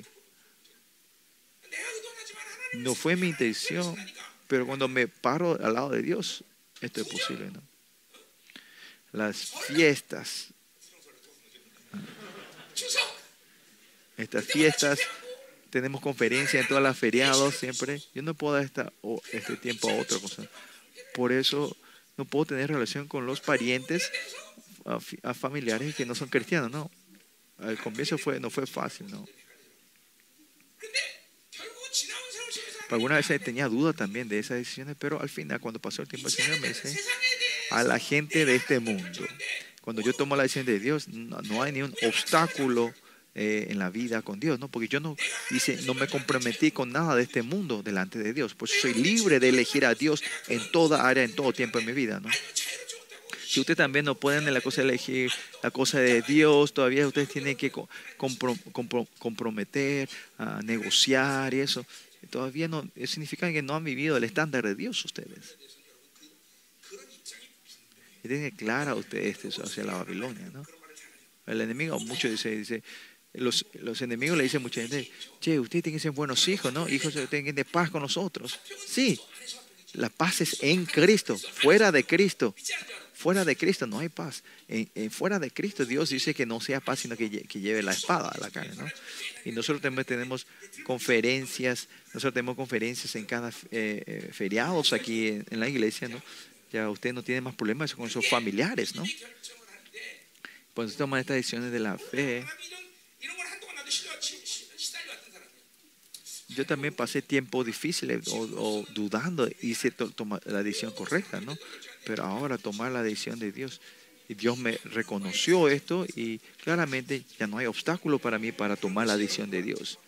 No fue mi intención, pero cuando me paro al lado de Dios, esto es posible, ¿no? Las fiestas, estas fiestas, tenemos conferencias en todas las feriados siempre. Yo no puedo dar esta, o este tiempo a otra cosa. Por eso no puedo tener relación con los parientes, a, a familiares que no son cristianos, ¿no? Al comienzo fue, no fue fácil, ¿no? Algunas veces tenía dudas también de esas decisiones, pero al final, cuando pasó el tiempo, el Señor me dice, a la gente de este mundo, cuando yo tomo la decisión de Dios, no, no hay ni un obstáculo eh, en la vida con Dios, ¿no? Porque yo no, dice, no me comprometí con nada de este mundo delante de Dios, pues soy libre de elegir a Dios en toda área, en todo tiempo en mi vida, ¿no? Si ustedes también no pueden en la cosa de elegir la cosa de Dios, todavía ustedes tienen que compro, compro, comprometer, uh, negociar y eso. Todavía no, significa que no han vivido el estándar de Dios ustedes. Y tienen clara ustedes esto hacia la Babilonia, ¿no? El enemigo, mucho dice, dice los, los enemigos le dicen a mucha gente, che, ustedes tienen que ser buenos hijos, ¿no? Hijos tienen que tener paz con nosotros. Sí, la paz es en Cristo, fuera de Cristo. Fuera de Cristo no hay paz. En, en fuera de Cristo Dios dice que no sea paz, sino que, que lleve la espada a la carne, ¿no? Y nosotros también tenemos conferencias, nosotros tenemos conferencias en cada eh, feriados aquí en, en la iglesia, ¿no? Ya usted no tiene más problemas con sus familiares, ¿no? Pues toman estas decisiones de la fe. Yo también pasé tiempos difíciles o, o dudando, hice to, toma, la decisión correcta, ¿no? Pero ahora tomar la decisión de Dios, y Dios me reconoció esto y claramente ya no hay obstáculo para mí para tomar la decisión de Dios.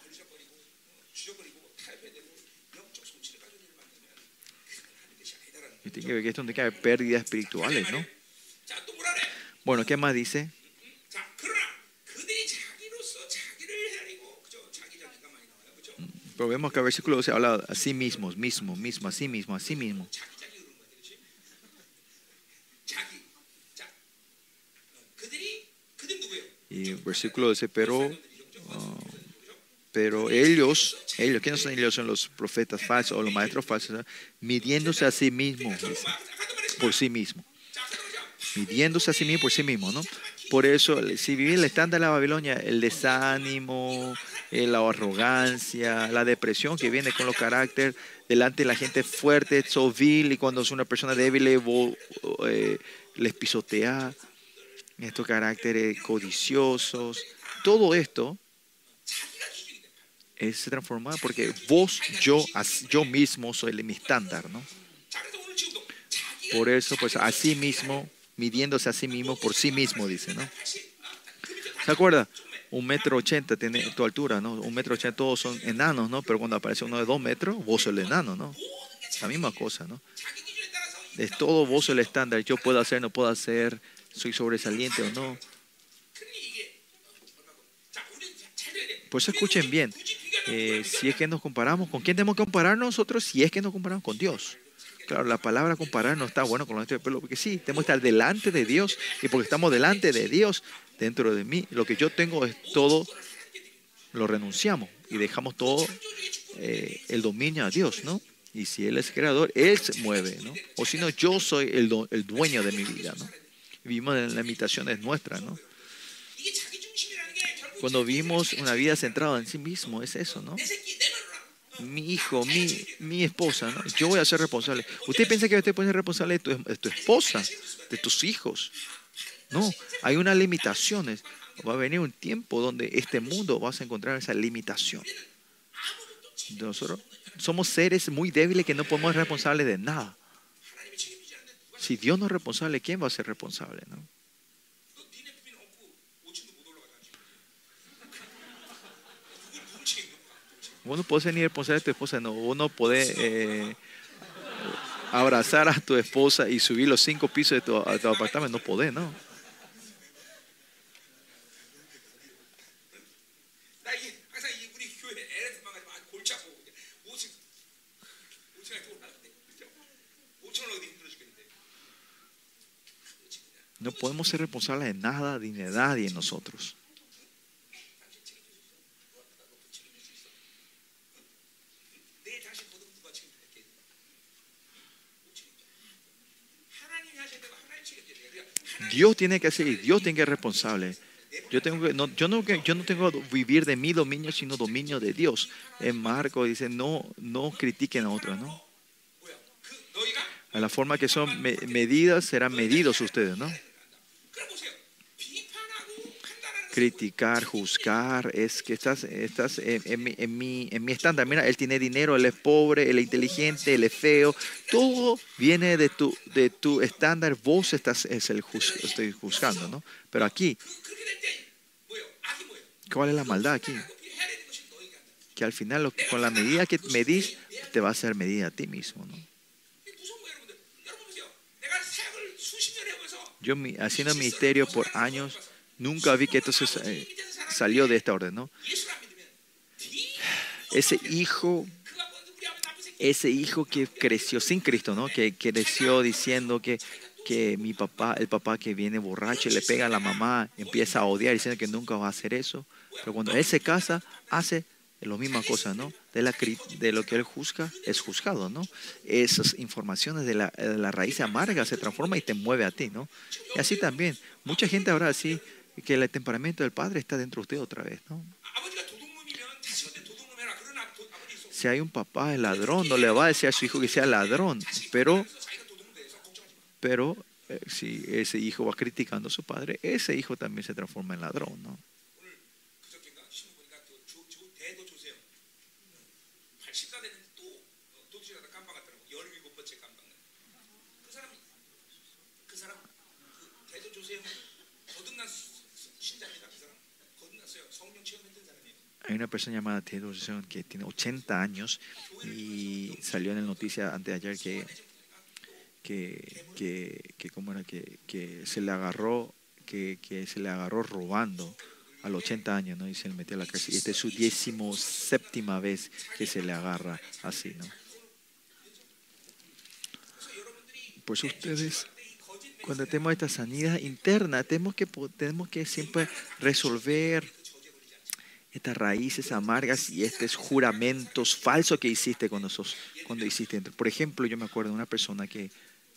Y tiene que ver que esto no tiene que haber pérdidas espirituales, ¿no? Bueno, ¿qué más dice? Pero vemos que el versículo se habla a sí mismos, mismo, mismo, a sí mismo, a sí mismo. Y el versículo dice, pero, uh, pero ellos, ellos, ¿quiénes son ellos? Son los profetas falsos o los maestros falsos, ¿no? Midiéndose a sí mismos, dice, por sí mismos. Midiéndose a sí mismo por sí mismo, ¿no? Por eso, si vivir el estándar de la Babilonia, el desánimo, eh, la arrogancia, la depresión que viene con los caracteres, delante de la gente fuerte, vil, y cuando es una persona débil, eh, les pisotea, estos caracteres codiciosos, todo esto es transformado porque vos, yo, yo mismo soy mi estándar, ¿no? Por eso, pues, a sí mismo, midiéndose a sí mismo por sí mismo, dice, ¿no? ¿Se acuerda? Un metro ochenta tiene tu altura, ¿no? Un metro ochenta, todos son enanos, ¿no? Pero cuando aparece uno de dos metros, vos sos el enano, ¿no? La misma cosa, ¿no? Es todo vos sos el estándar. Yo puedo hacer, no puedo hacer, soy sobresaliente o no. Por eso escuchen bien. Eh, si es que nos comparamos, ¿con quién tenemos que comparar nosotros? Si es que nos comparamos con Dios. Claro, la palabra comparar no está bueno con los de pelo, porque sí, tenemos que estar delante de Dios, y porque estamos delante de Dios, dentro de mí, lo que yo tengo es todo, lo renunciamos y dejamos todo eh, el dominio a Dios, ¿no? Y si Él es creador, Él se mueve, ¿no? O si no, yo soy el, do, el dueño de mi vida, ¿no? Vivimos en la imitación es nuestra, ¿no? Cuando vivimos una vida centrada en sí mismo, es eso, ¿no? Mi hijo, mi, mi esposa, ¿no? Yo voy a ser responsable. ¿Usted piensa que usted puede ser responsable de tu, de tu esposa, de tus hijos? No, hay unas limitaciones. Va a venir un tiempo donde este mundo vas a encontrar esa limitación. Nosotros somos seres muy débiles que no podemos ser responsables de nada. Si Dios no es responsable, ¿quién va a ser responsable, no? Uno puede ser ni responsable de tu esposa, no. Uno puede eh, abrazar a tu esposa y subir los cinco pisos de tu, de tu apartamento. No podés, ¿no? No podemos ser responsables de nada, ni de nadie en nosotros. Dios tiene que ser, Dios tiene que ser responsable. Yo, tengo que, no, yo, no, yo no tengo que vivir de mi dominio, sino dominio de Dios. En Marcos dice, no, no critiquen a otros, ¿no? A la forma que son me, medidas, serán medidos ustedes, ¿no? Criticar, juzgar, es que estás, estás en, en, mi, en, mi, en mi estándar. Mira, él tiene dinero, él es pobre, él es inteligente, él es feo. Todo viene de tu, de tu estándar. Vos estás, es el juz, estoy juzgando, ¿no? Pero aquí, ¿cuál es la maldad aquí? Que al final, lo, con la medida que medís, te va a hacer medida a ti mismo, ¿no? Yo haciendo ministerio por años, nunca vi que esto se, eh, salió de esta orden, ¿no? Ese hijo, ese hijo que creció sin Cristo, ¿no? Que creció diciendo que, que mi papá, el papá que viene borracho y le pega a la mamá, empieza a odiar diciendo que nunca va a hacer eso. Pero cuando él se casa, hace la misma cosa, ¿no? De, la, de lo que él juzga, es juzgado, ¿no? Esas informaciones de la, de la raíz amarga se transforma y te mueve a ti, ¿no? Y así también, mucha gente ahora así, que el temperamento del padre está dentro de usted otra vez, ¿no? Si hay un papá es ladrón, no le va a decir a su hijo que sea ladrón, pero, pero eh, si ese hijo va criticando a su padre, ese hijo también se transforma en ladrón, ¿no? Hay una persona llamada Theodore Johnson que tiene ochenta años y salió en la noticia anteayer que, que, que, que, ¿cómo era? que, que se le agarró, que, que se le agarró robando a los ochenta años, ¿no? Y se le metió a la cárcel. Y esta es su décimo séptima vez que se le agarra así, ¿no? Pues ustedes cuando tenemos esta sanidad interna, tenemos que, po- tenemos que siempre resolver estas raíces amargas y estos juramentos falsos que hiciste cuando, sos, cuando hiciste. Por ejemplo, yo me acuerdo de una persona que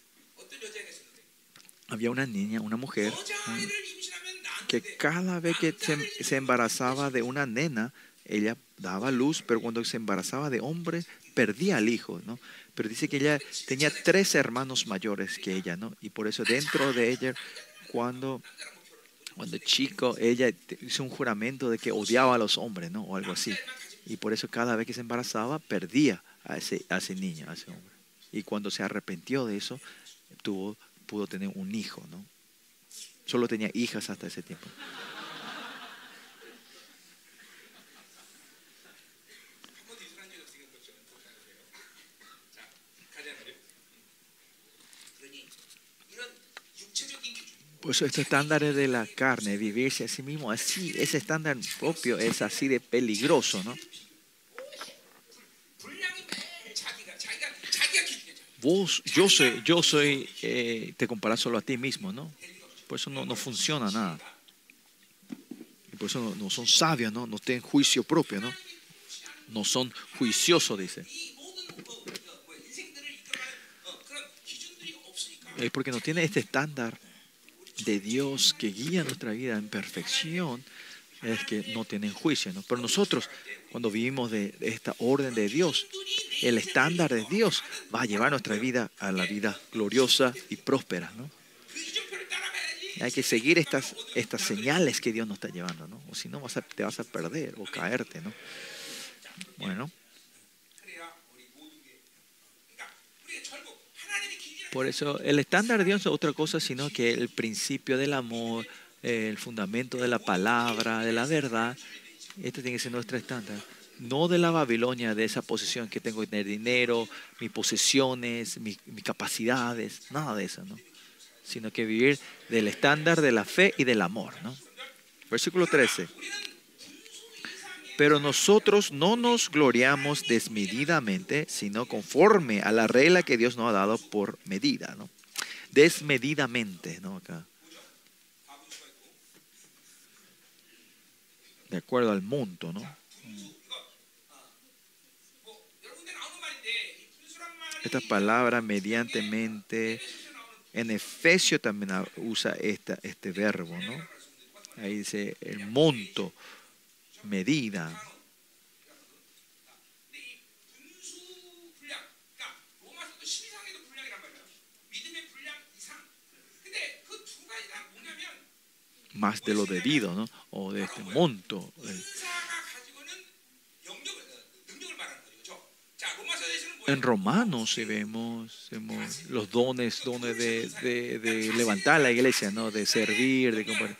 había una niña, una mujer, mm, que cada vez que se, se embarazaba de una nena, ella daba luz, pero cuando se embarazaba de hombre, perdía al hijo, ¿no? Pero dice que ella tenía tres hermanos mayores que ella, ¿no? Y por eso dentro de ella, cuando, cuando chico, ella te- hizo un juramento de que odiaba a los hombres, ¿no? O algo así. Y por eso cada vez que se embarazaba, perdía a ese, a ese niño, a ese hombre. Y cuando se arrepintió de eso, tuvo, pudo tener un hijo, ¿no? Solo tenía hijas hasta ese tiempo. Por eso estos estándares de la carne, vivirse a sí mismo, así, ese estándar propio es así de peligroso, ¿no? Vos, yo soy, yo soy, eh, te comparas solo a ti mismo, ¿no? Por eso no, no funciona nada. Y por eso no, no son sabios, ¿no? No tienen juicio propio, ¿no? No son juiciosos, dice. Es porque no tiene este estándar de Dios que guía nuestra vida en perfección, es que no tienen juicio, ¿no? Pero nosotros, cuando vivimos de esta orden de Dios, el estándar de Dios va a llevar nuestra vida a la vida gloriosa y próspera, ¿no? Y hay que seguir estas, estas señales que Dios nos está llevando, ¿no? O si no, vas a, te vas a perder o caerte, ¿no? Bueno, por eso el estándar de Dios no es otra cosa, sino que el principio del amor, eh, el fundamento de la palabra, de la verdad. Este tiene que ser nuestro estándar. No de la Babilonia, de esa posición que tengo que tener dinero, mis posesiones, mis, mis capacidades, nada de eso, ¿no? Sino que vivir del estándar de la fe y del amor, ¿no? Versículo trece. Pero nosotros no nos gloriamos desmedidamente, sino conforme a la regla que Dios nos ha dado por medida, ¿no? Desmedidamente, ¿no? Acá. De acuerdo al monto, ¿no? Esta palabra mediantemente, en Efesios también usa esta, este verbo, ¿no? Ahí dice el monto, medida. Más de lo debido, ¿no? O de este monto. En Romanos si vemos, vemos los dones, dones de, de, de levantar la iglesia, ¿no? De servir, de compartir.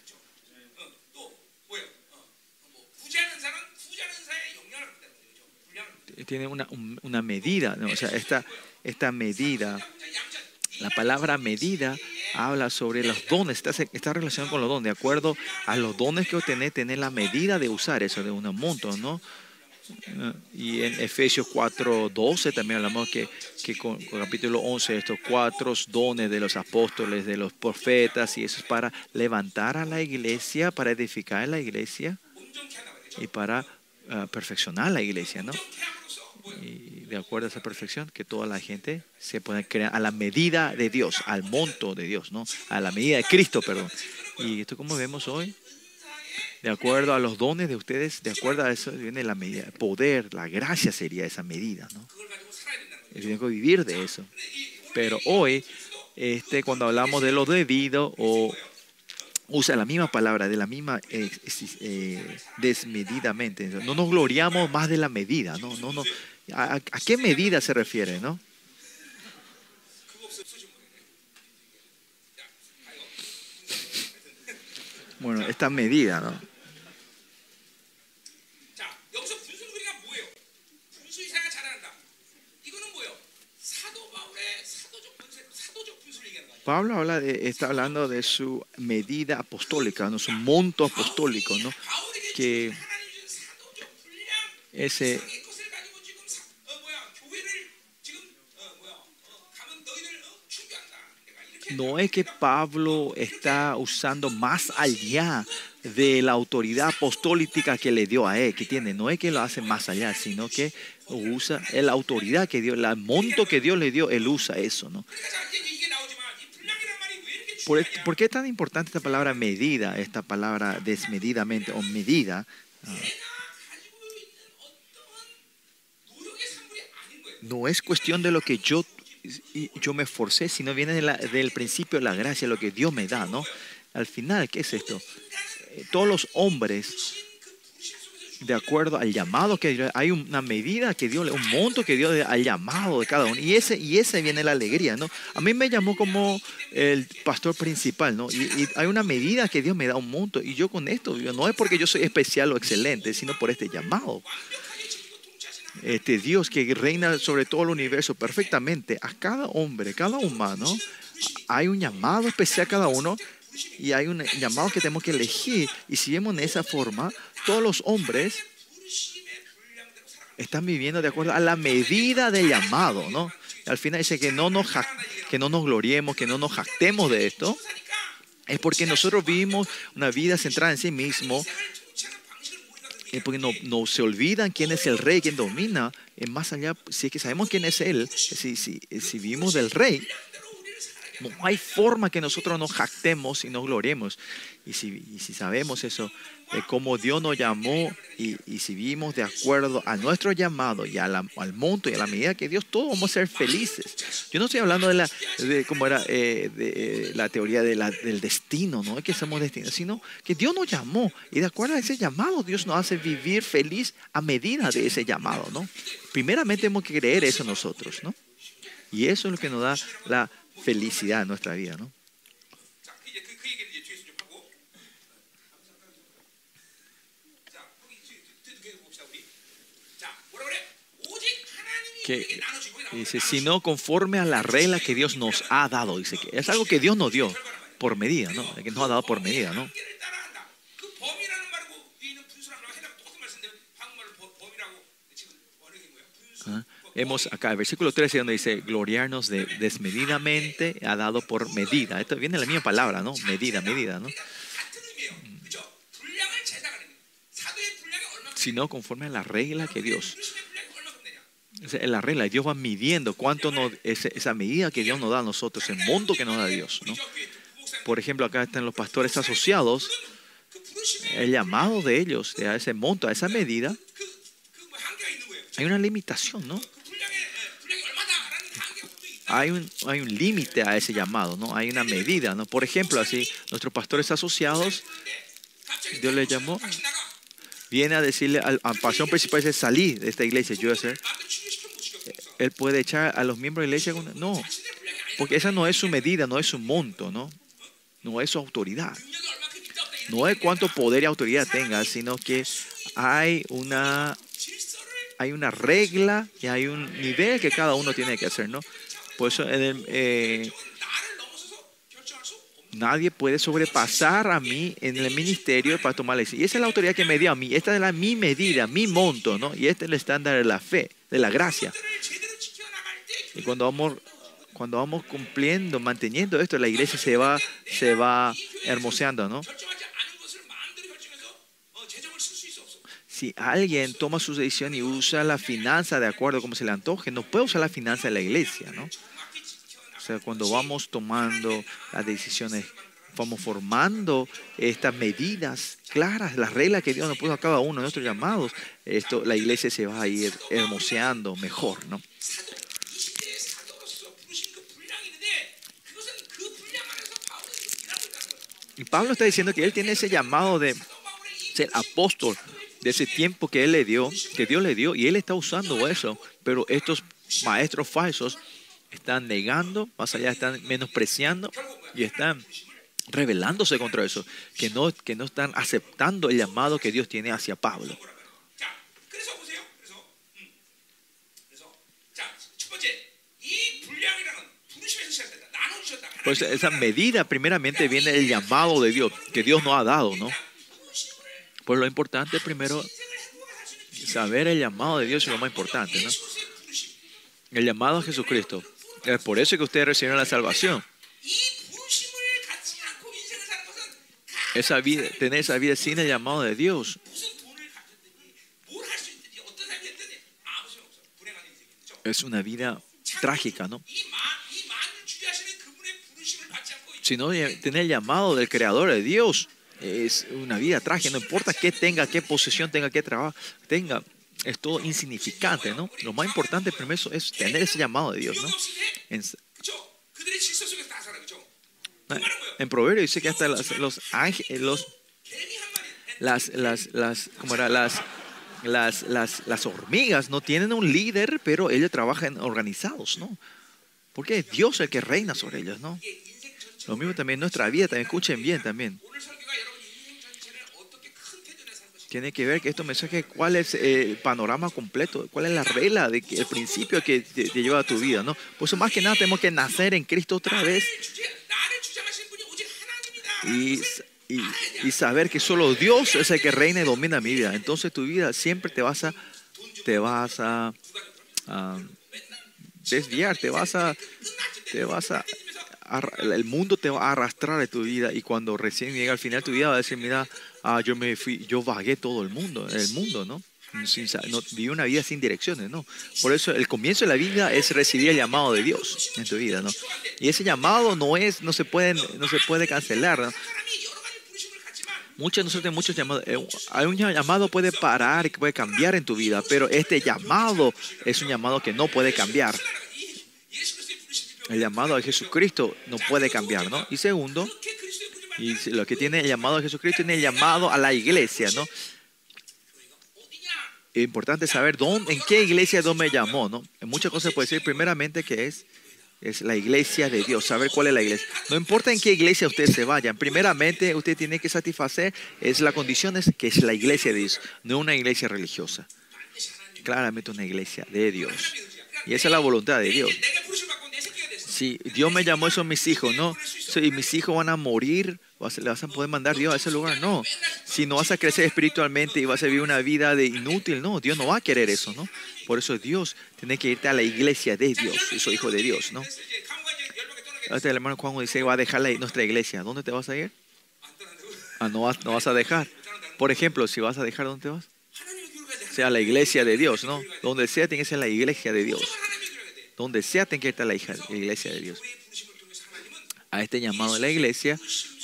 Tiene una, una medida, ¿no? O sea, esta, esta medida, la palabra medida habla sobre los dones, está, está relacionado con los dones. De acuerdo a los dones que obtenés, tenés la medida de usar eso, de un monto, ¿no? Y en Efesios cuatro doce también hablamos que, que con, con capítulo once, estos cuatro dones de los apóstoles, de los profetas, y eso es para levantar a la iglesia, para edificar a la iglesia y para uh, perfeccionar la iglesia, ¿no? Y de acuerdo a esa perfección, que toda la gente se pueda crear a la medida de Dios, al monto de Dios, ¿no? A la medida de Cristo, perdón. Y esto, como vemos hoy, de acuerdo a los dones de ustedes, de acuerdo a eso viene la medida, el poder, la gracia sería esa medida, ¿no? Tienen que vivir de eso. Pero hoy, este, cuando hablamos de lo debido o usa la misma palabra, de la misma eh, eh, desmedidamente, no nos gloriamos más de la medida, ¿no? No, no. ¿A, a qué medida se refiere, no? Bueno, esta medida, ¿no? Pablo habla de, está hablando de su medida apostólica, ¿no? Su monto apostólico, ¿no? Que ese, no es que Pablo está usando más allá de la autoridad apostólica que le dio a él, que tiene. No es que lo hace más allá, sino que usa la autoridad que dio, el monto que Dios le dio, él usa eso, ¿no? ¿Por, ¿Por qué es tan importante esta palabra medida, esta palabra desmedidamente o medida? Ah, no es cuestión de lo que yo, yo me esforcé, sino viene de la, del principio de la gracia, lo que Dios me da, ¿no? Al final, ¿qué es esto? Eh, Todos los hombres, de acuerdo al llamado que Dios, hay una medida que Dios, un monto que Dios al llamado de cada uno. Y ese, y ese viene la alegría, ¿no? A mí me llamó como el pastor principal, ¿no? Y, y hay una medida que Dios me da un monto. Y yo con esto, yo, no es porque yo soy especial o excelente, sino por este llamado. Este Dios que reina sobre todo el universo perfectamente. A cada hombre, cada humano, hay un llamado especial a cada uno. Y hay un llamado que tenemos que elegir. Y si vemos en esa forma, todos los hombres están viviendo de acuerdo a la medida del llamado, ¿no? Al final dice que no nos, que no nos gloriemos, que no nos jactemos de esto. Es porque nosotros vivimos una vida centrada en sí mismo. Es porque no, no se olvidan quién es el rey, quién domina. Es más allá, si es que sabemos quién es él, si, si, si vivimos del rey, no hay forma que nosotros nos jactemos y nos gloriemos. Y si, y si sabemos eso, de cómo Dios nos llamó y, y si vivimos de acuerdo a nuestro llamado y a la, al monto y a la medida que Dios, todos vamos a ser felices. Yo no estoy hablando de la, de cómo era, eh, de, eh, la teoría de la, del destino, no es que somos destinados, sino que Dios nos llamó y de acuerdo a ese llamado, Dios nos hace vivir feliz a medida de ese llamado, ¿no? Primeramente tenemos que creer eso nosotros, ¿no? Y eso es lo que nos da la felicidad en nuestra vida, ¿no? Que dice, sino conforme a la regla que Dios nos ha dado. Dice que es algo que Dios nos dio por medida, ¿no? Que nos ha dado por medida, ¿no? ¿Ah? Vemos acá el versículo trece donde dice gloriarnos de desmedidamente ha dado por medida. Esto viene de la misma palabra, ¿no? Medida, medida, ¿no? Sino conforme a la regla que Dios. La regla, Dios va midiendo cuánto nos, esa medida que Dios nos da a nosotros, el monto que nos da Dios, ¿no? Por ejemplo, acá están los pastores asociados, el llamado de ellos, a ese monto, a esa medida, hay una limitación, ¿no? Hay un, hay un límite a ese llamado, ¿no? Hay una medida, ¿no? Por ejemplo, así, nuestros pastores asociados, Dios les llamó, viene a decirle al, al pastor principal, dice, salí de esta iglesia, yo voy a hacer. Él puede echar a los miembros de la iglesia, no, porque esa no es su medida, no es su monto, ¿no? No es su autoridad. No es cuánto poder y autoridad tenga, sino que hay una, hay una regla y hay un nivel que cada uno tiene que hacer, ¿no? Por eso en el, eh, nadie puede sobrepasar a mí en el ministerio para tomar la decisión. Y esa es la autoridad que me dio a mí. Esta es la, mi medida, mi monto, ¿no? Y este es el estándar de la fe, de la gracia. Y cuando vamos, cuando vamos cumpliendo, manteniendo esto, la iglesia se va, se va hermoseando, ¿no? Si alguien toma su decisión y usa la finanza de acuerdo a como se le antoje, no puede usar la finanza de la iglesia, ¿no? O sea, cuando vamos tomando las decisiones, vamos formando estas medidas claras, las reglas que Dios nos puso a cada uno de nuestros llamados, esto, la iglesia se va a ir hermoseando mejor, ¿no? Y Pablo está diciendo que él tiene ese llamado de ser apóstol, de ese tiempo que él le dio, que Dios le dio, y él está usando eso, pero estos maestros falsos están negando, más allá están menospreciando y están rebelándose contra eso, que no, que no están aceptando el llamado que Dios tiene hacia Pablo. Pues esa medida primeramente viene del llamado de Dios, que Dios nos ha dado, ¿no? Pues lo importante primero, saber el llamado de Dios es lo más importante, ¿no? El llamado a Jesucristo. Es por eso que ustedes recibieron la salvación. esa vida, tener esa vida sin el llamado de Dios, es una vida trágica, ¿no? Si no tener el llamado del Creador de Dios, es una vida trágica. No importa qué tenga, qué posesión tenga, qué trabajo tenga, es todo insignificante, ¿no? Lo más importante primero es tener ese llamado de Dios, ¿no? En, en Proverbios dice que hasta los, los ángeles, los, las, las, las, ¿cómo era? Las, las, las, las hormigas no tienen un líder, pero ellos trabajan organizados, ¿no? Porque es Dios el que reina sobre ellos, ¿no? Lo mismo también en nuestra vida, también escuchen bien también. Tiene que ver que estos mensajes, cuál es el panorama completo, cuál es la regla, de que, el principio que te, te lleva a tu vida, ¿no? Por eso más que nada tenemos que nacer en Cristo otra vez y, y, y saber que solo Dios es el que reina y domina mi vida. Entonces tu vida siempre te vas a, te vas a, a desviar, te vas a, te vas a el mundo te va a arrastrar de tu vida y cuando recién llega al final de tu vida va a decir, mira, ah, yo me fui, yo vagué todo el mundo, el mundo, ¿no? Sin, no viví una vida sin direcciones, ¿no? Por eso el comienzo de la vida es recibir el llamado de Dios en tu vida, ¿no? Y ese llamado no es, no se puede, no se puede cancelar, ¿no? Muchos de nosotros tenemos muchos llamados. Hay un llamado puede parar, que puede cambiar en tu vida, pero este llamado es un llamado que no puede cambiar. El llamado a Jesucristo no puede cambiar, ¿no? Y segundo, y lo que tiene el llamado a Jesucristo tiene el llamado a la iglesia, ¿no? Es importante saber dónde, en qué iglesia Dios me llamó, ¿no? En muchas cosas puede decir primeramente que es, es la iglesia de Dios, saber cuál es la iglesia. No importa en qué iglesia ustedes se vayan, primeramente usted tiene que satisfacer, es la condición es que es la iglesia de Dios, no una iglesia religiosa. Claramente una iglesia de Dios. Y esa es la voluntad de Dios. Si Dios me llamó, esos mis hijos, ¿no? Si mis hijos van a morir, ¿le vas a poder mandar Dios a ese lugar? No. Si no vas a crecer espiritualmente y vas a vivir una vida de inútil, no. Dios no va a querer eso, ¿no? Por eso Dios tiene que irte a la iglesia de Dios. Y soy hijo de Dios, ¿no? Este el hermano Juan dice, va a dejar la, nuestra iglesia. ¿Dónde te vas a ir? Ah, no vas, no vas a dejar. Por ejemplo, si vas a dejar, ¿dónde te vas? O sea, la iglesia de Dios, ¿no? Donde sea, tiene que ser la iglesia de Dios. Donde sea, tiene que estar la iglesia de Dios. A este llamado de la iglesia,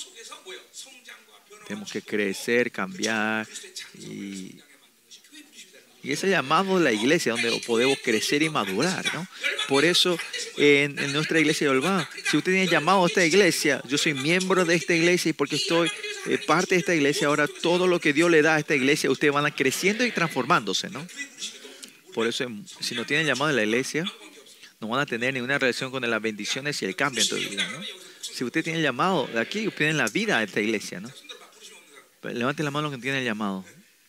tenemos que crecer, cambiar. Y, y ese llamado de la iglesia, donde podemos crecer y madurar, ¿no? Por eso, en, en nuestra iglesia de Olván, si usted tiene llamado a esta iglesia, yo soy miembro de esta iglesia y porque estoy eh, parte de esta iglesia, ahora todo lo que Dios le da a esta iglesia, ustedes van a creciendo y transformándose, ¿no? Por eso, si no tienen llamado de la iglesia, no van a tener ninguna relación con las bendiciones y el cambio en tu vida, ¿no? Si usted tiene el llamado de aquí, usted tiene la vida de esta iglesia, ¿no? Pero levante la mano los que tienen el llamado.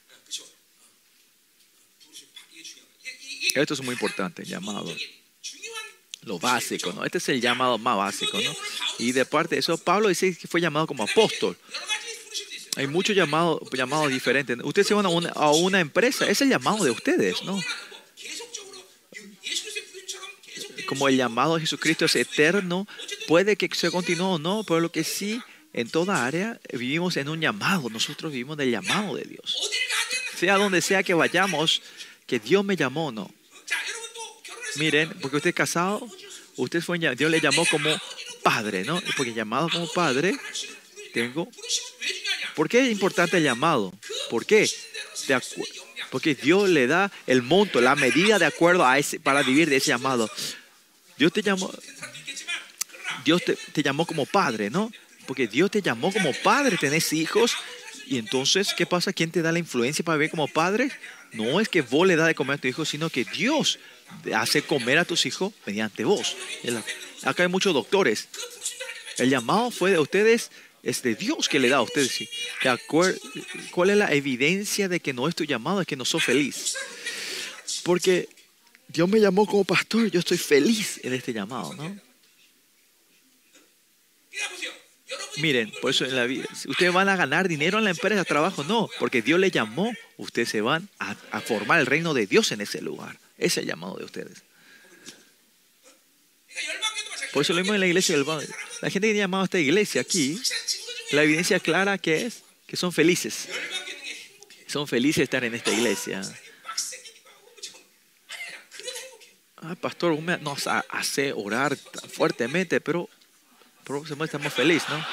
Esto es muy importante, el llamado. Lo básico, ¿no? Este es el llamado más básico, ¿no? Y de parte de eso, Pablo dice que fue llamado como apóstol. Hay muchos llamados, llamados diferentes. Ustedes se van a una, a una empresa, es el llamado de ustedes, ¿no? Como el llamado de Jesucristo es eterno, puede que se continúe o no, pero lo que sí, en toda área, vivimos en un llamado. Nosotros vivimos del llamado de Dios. Sea donde sea que vayamos, que Dios me llamó o no. Miren, porque usted es casado, usted fue, Dios le llamó como padre, ¿no? Porque llamado como padre, tengo... ¿Por qué es importante el llamado? ¿Por qué? De acu... Porque Dios le da el monto, la medida de acuerdo a ese, para vivir de ese llamado. Dios te llamó, Dios te, te llamó como padre, ¿no? Porque Dios te llamó como padre, tenés hijos. Y entonces, ¿qué pasa? ¿Quién te da la influencia para vivir como padre? No es que vos le das de comer a tu hijo, sino que Dios hace comer a tus hijos mediante vos. Acá hay muchos doctores. El llamado fue de ustedes, es de Dios que le da a ustedes. ¿De acuerdo? ¿Cuál es la evidencia de que no es tu llamado? Es que no sos feliz. Porque Dios me llamó como pastor, yo estoy feliz en este llamado, ¿no? Miren, por eso en la vida, ustedes van a ganar dinero en la empresa, trabajo, no, porque Dios les llamó, ustedes se van a, a formar el reino de Dios en ese lugar. Ese es el llamado de ustedes. Por eso lo mismo en la iglesia del Padre. La gente que tiene llamado a esta iglesia aquí, La evidencia clara que es que son felices. Son felices de estar en esta iglesia. Ah, pastor, usted nos hace orar fuertemente, pero, pero estamos felices, ¿no?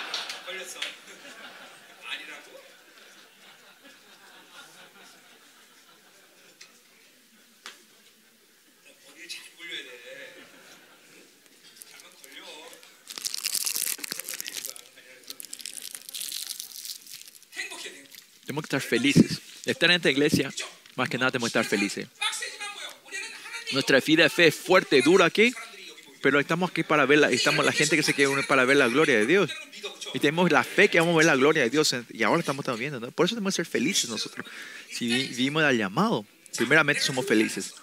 Tenemos que estar felices. Estar en esta iglesia, más que nada tenemos que estar felices. Nuestra vida de fe es fuerte, dura aquí, pero estamos aquí para ver la, estamos la gente que se quiere unir para ver la gloria de Dios. Y tenemos la fe que vamos a ver la gloria de Dios. Y ahora estamos viendo, ¿no? Por eso tenemos que ser felices nosotros. Si vivimos al llamado, primeramente somos felices.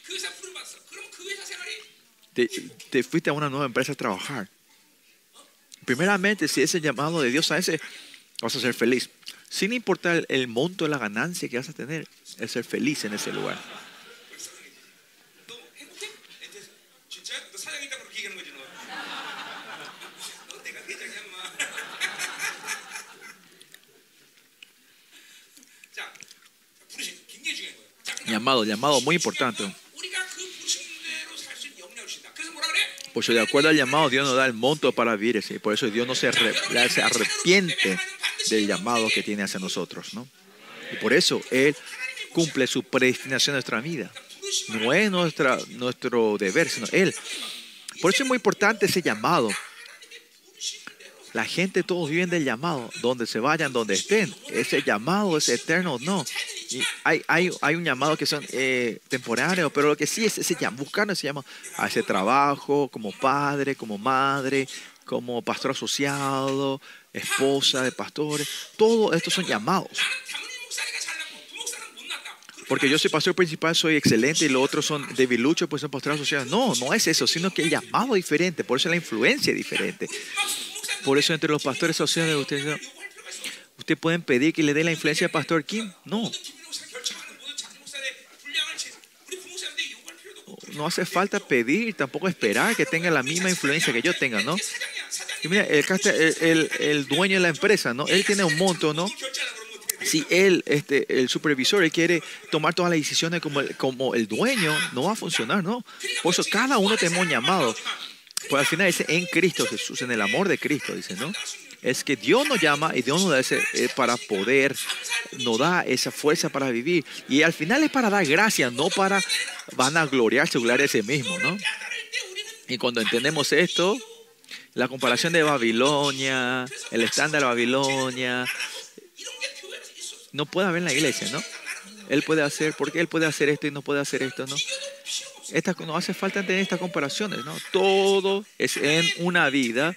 Te, te fuiste a una nueva empresa a trabajar. Primeramente, si ese llamado de Dios a ese, vas a ser feliz. Sin importar el monto de la ganancia que vas a tener, es ser feliz en ese lugar. Llamado, llamado muy importante. Pues de acuerdo al llamado, Dios nos da el monto para vivir ese. Por eso Dios no se, re, se arrepiente del llamado que tiene hacia nosotros, ¿no? Y por eso Él cumple su predestinación en nuestra vida. No es nuestra, nuestro deber, sino Él. Por eso es muy importante ese llamado. La gente, todos viven del llamado. Donde se vayan, donde estén. Ese llamado es eterno, no. Y hay, hay, hay un llamado que son eh, temporáneos, pero lo que sí es ese llamado, buscar ese llamado a ese trabajo, como padre, como madre, como pastor asociado, esposa de pastores. Todos estos son llamados. Porque yo soy pastor principal, soy excelente, y los otros son debiluchos, pues son pastores asociados. No, no es eso, sino que el llamado es diferente, por eso la influencia es diferente. Por eso entre los pastores asociados, ustedes, ustedes pueden pedir que le dé la influencia al pastor Kim. No. No hace falta pedir, tampoco esperar que tenga la misma influencia que yo tenga, ¿no? Y mira, el, el, el, el dueño de la empresa, ¿no? Él tiene un monto, ¿no? Si él, este, el supervisor, él quiere tomar todas las decisiones como el, como el dueño, no va a funcionar, ¿no? Por eso cada uno tenemos un llamado. Pues al final dice en Cristo Jesús, en el amor de Cristo, dice, ¿no? Es que Dios nos llama y Dios nos da ese eh, para poder, nos da esa fuerza para vivir. Y al final es para dar gracias, no para vanagloriarse, gloriar a ese mismo, ¿no? Y cuando entendemos esto, la comparación de Babilonia, el estándar de Babilonia, no puede haber en la iglesia, ¿no? Él puede hacer, ¿por qué él puede hacer esto y no puede hacer esto, no? Esta, no hace falta tener estas comparaciones, ¿no? Todo es en una vida.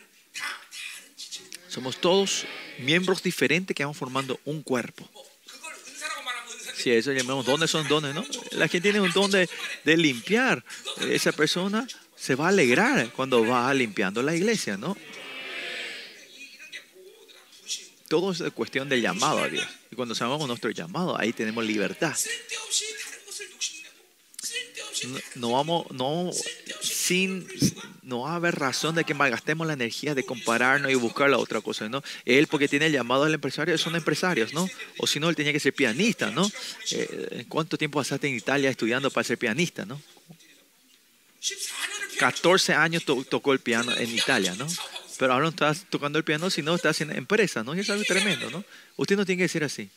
Somos todos miembros diferentes que van formando un cuerpo. Si eso llamamos dones, son dones, ¿no? La gente tiene un don de, de limpiar. Esa persona se va a alegrar cuando va limpiando la iglesia, ¿no? Todo es cuestión del llamado a Dios. Y cuando sabemos nuestro llamado, ahí tenemos libertad. No, no vamos, no, sin, no va a haber razón de que malgastemos la energía de compararnos y buscar la otra cosa, ¿no? Él, porque tiene el llamado del empresario, son empresarios, ¿no? O si no, él tenía que ser pianista, ¿no? Eh, ¿Cuánto tiempo pasaste en Italia estudiando para ser pianista, no? catorce años to tocó el piano en Italia, ¿no? Pero ahora no estás tocando el piano, sino estás en empresa, ¿no? Y es algo tremendo, ¿no? Usted no tiene que decir así.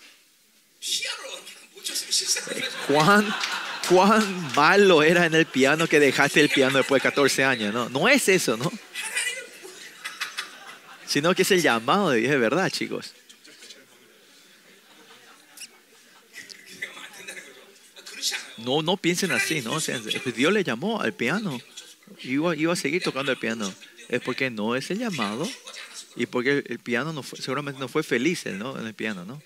¿Cuán, cuán malo era en el piano que dejaste el piano después de catorce años, ¿no? No es eso, ¿no? Sino que es el llamado de Dios, de verdad, chicos. No, no piensen así, ¿no? O sea, Dios le llamó al piano. Iba, iba a seguir tocando el piano. Es porque no es el llamado y porque el, el piano no fue, seguramente no fue feliz, ¿no? En el piano, ¿no?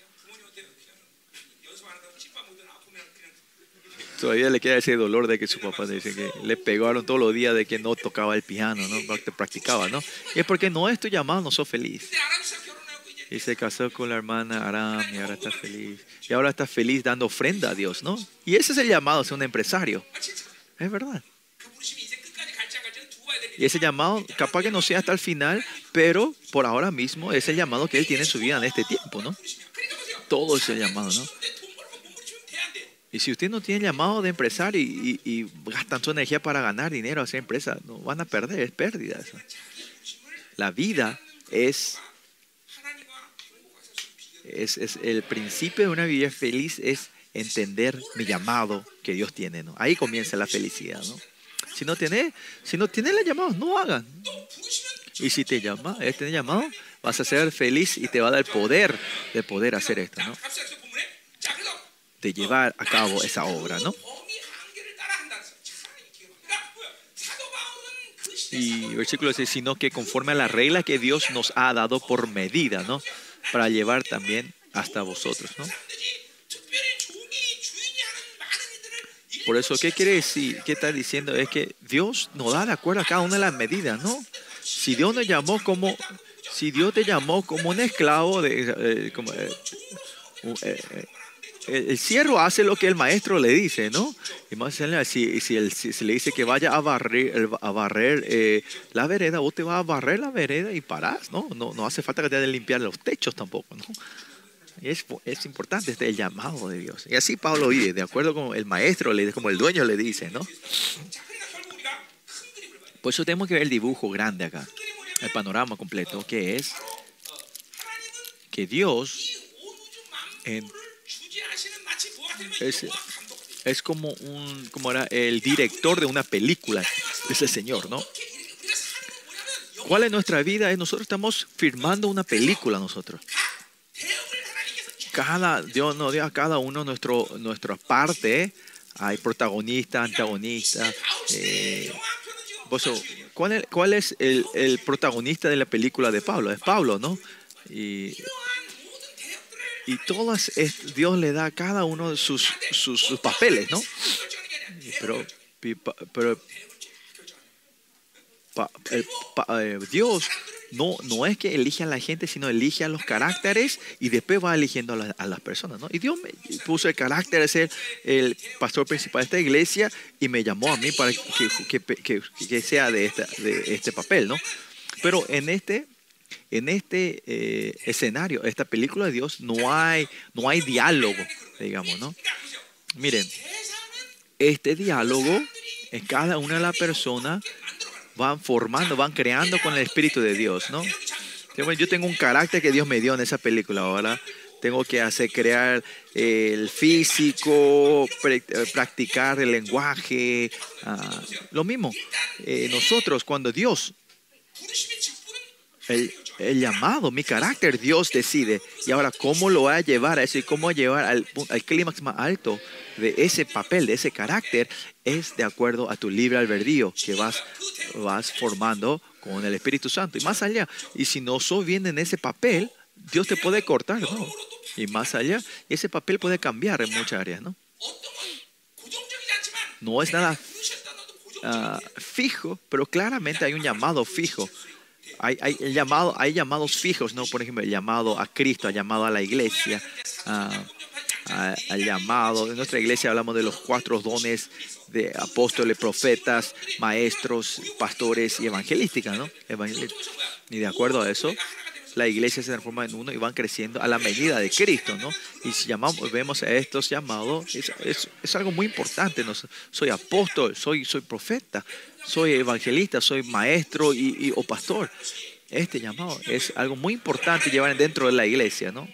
Todavía le queda ese dolor de que su papá dice que le pegaron todos los días de que no tocaba el piano, ¿no? Porque practicaba, ¿no? Y es porque no es tu llamado, no sos feliz. Y se casó con la hermana Aram y ahora está feliz. Y ahora está feliz dando ofrenda a Dios, ¿no? Y ese es el llamado, ser un empresario. Es verdad. Y ese llamado, capaz que no sea hasta el final, pero por ahora mismo es el llamado que Él tiene en su vida en este tiempo, ¿no? Todo es el llamado, ¿no? Y si usted no tiene llamado de empresario y, y, y gastan su energía para ganar dinero, hacer empresa, no van a perder, es pérdida eso. La vida es, es, es el principio de una vida feliz, es entender mi llamado que Dios tiene, ¿no? Ahí comienza la felicidad, ¿no? Si no tiene, si no tiene el llamado, no hagan. Y si te llama, este llamado, vas a ser feliz y te va a dar el poder de poder hacer esto, ¿no? De llevar a cabo esa obra, ¿no? Y versículo dice, sino que conforme a la regla que Dios nos ha dado por medida, ¿no? Para llevar también hasta vosotros, ¿no? Por eso, ¿qué quiere decir? ¿Qué está diciendo? Es que Dios nos da de acuerdo a cada una de las medidas, ¿no? Si Dios nos llamó como, si Dios te llamó como un esclavo, de, eh, como, eh, eh, el, el siervo hace lo que el maestro le dice, ¿no? Y más si, si, el, si se le dice que vaya a barrer, a barrer eh, la vereda, vos te vas a barrer la vereda y parás, ¿no? No, no hace falta que te haya de limpiar los techos tampoco, ¿no? Es, es importante este el llamado de Dios. Y así Pablo vive, de acuerdo con el maestro, le, como el dueño le dice, ¿no? Por eso tenemos que ver el dibujo grande acá, el panorama completo, que es que Dios en, es, es como un, como era el director de una película, ese señor, ¿no? ¿Cuál es nuestra vida? Es nosotros estamos firmando una película nosotros. Cada, Dios nos dio a cada uno nuestro, nuestra parte. Hay protagonista, antagonista. Eh, ¿cuál es, cuál es el, el protagonista de la película de Pablo? Es Pablo, ¿no? Y, y todas, es, Dios le da a cada uno sus, sus, sus papeles, ¿no? Pero, pero pa, el, pa, eh, Dios no, no es que elige a la gente, sino elige a los caracteres y después va eligiendo a, la, a las personas, ¿no? Y Dios me puso el carácter de ser el pastor principal de esta iglesia y me llamó a mí para que, que, que, que sea de, esta, de este papel, ¿no? Pero en este, en este eh, escenario, esta película de Dios, no hay, no hay diálogo, digamos, ¿no? Miren, este diálogo en cada una de las personas van formando, van creando con el Espíritu de Dios, ¿no? Yo tengo un carácter que Dios me dio en esa película. Ahora tengo que hacer crear el físico, practicar el lenguaje. Uh, lo mismo, eh, nosotros cuando Dios, el, el llamado, mi carácter, Dios decide. Y ahora, ¿cómo lo va a llevar a eso? Y cómo llevar al, al clímax más alto de ese papel, de ese carácter, es de acuerdo a tu libre albedrío que vas, vas formando con el Espíritu Santo. Y más allá, y si no sos bien en ese papel, Dios te puede cortar, ¿no? Y más allá, ese papel puede cambiar en muchas áreas, ¿no? No es nada uh, fijo, pero claramente hay un llamado fijo. Hay, hay, el llamado, hay llamados fijos, ¿no? Por ejemplo, el llamado a Cristo, el llamado a la iglesia, uh, al llamado. En nuestra iglesia hablamos de los cuatro dones de apóstoles, profetas, maestros, pastores y evangelísticas, ¿no? Y de acuerdo a eso, la iglesia se transforma en uno y van creciendo a la medida de Cristo, ¿no? Y si llamamos, vemos a estos llamados, es, es, es algo muy importante, ¿no? Soy apóstol, soy, soy profeta, soy evangelista, soy maestro y, y, o pastor. Este llamado es algo muy importante llevar dentro de la iglesia, ¿no?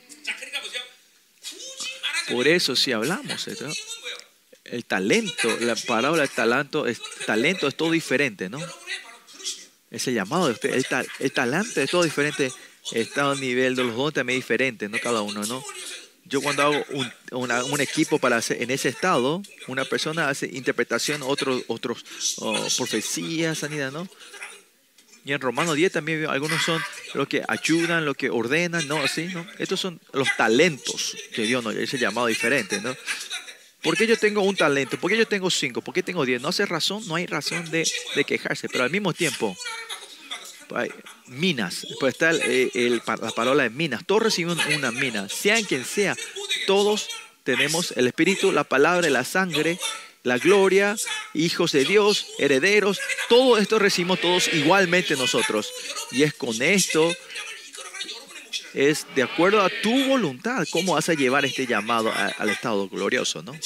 Por eso si hablamos, ¿no? El talento, la palabra del talento es, talento es todo diferente, ¿no? Es el llamado de usted. El, ta, el talento es todo diferente. Está a un nivel de los dones también diferente, ¿no? Cada uno, ¿no? Yo cuando hago un, una, un equipo para hacer, en ese estado, una persona hace interpretación, otros, otros oh, profecías, sanidad, ¿no? Y en Romanos diez también algunos son los que ayudan, los que ordenan, ¿no? Así, ¿no? Estos son los talentos que Dios nos ese llamado diferente, ¿no? ¿Por qué yo tengo un talento? ¿Por qué yo tengo cinco? ¿Por qué tengo diez? No hace razón, no hay razón de, de quejarse, pero al mismo tiempo, hay minas, pues está el, el, la palabra de minas, todos reciben una mina, sean quien sea, todos tenemos el espíritu, la palabra, la sangre, la gloria, hijos de Dios, herederos, todo esto recibimos todos igualmente nosotros. Y es con esto, es de acuerdo a tu voluntad, cómo vas a llevar este llamado a, al estado glorioso, ¿no?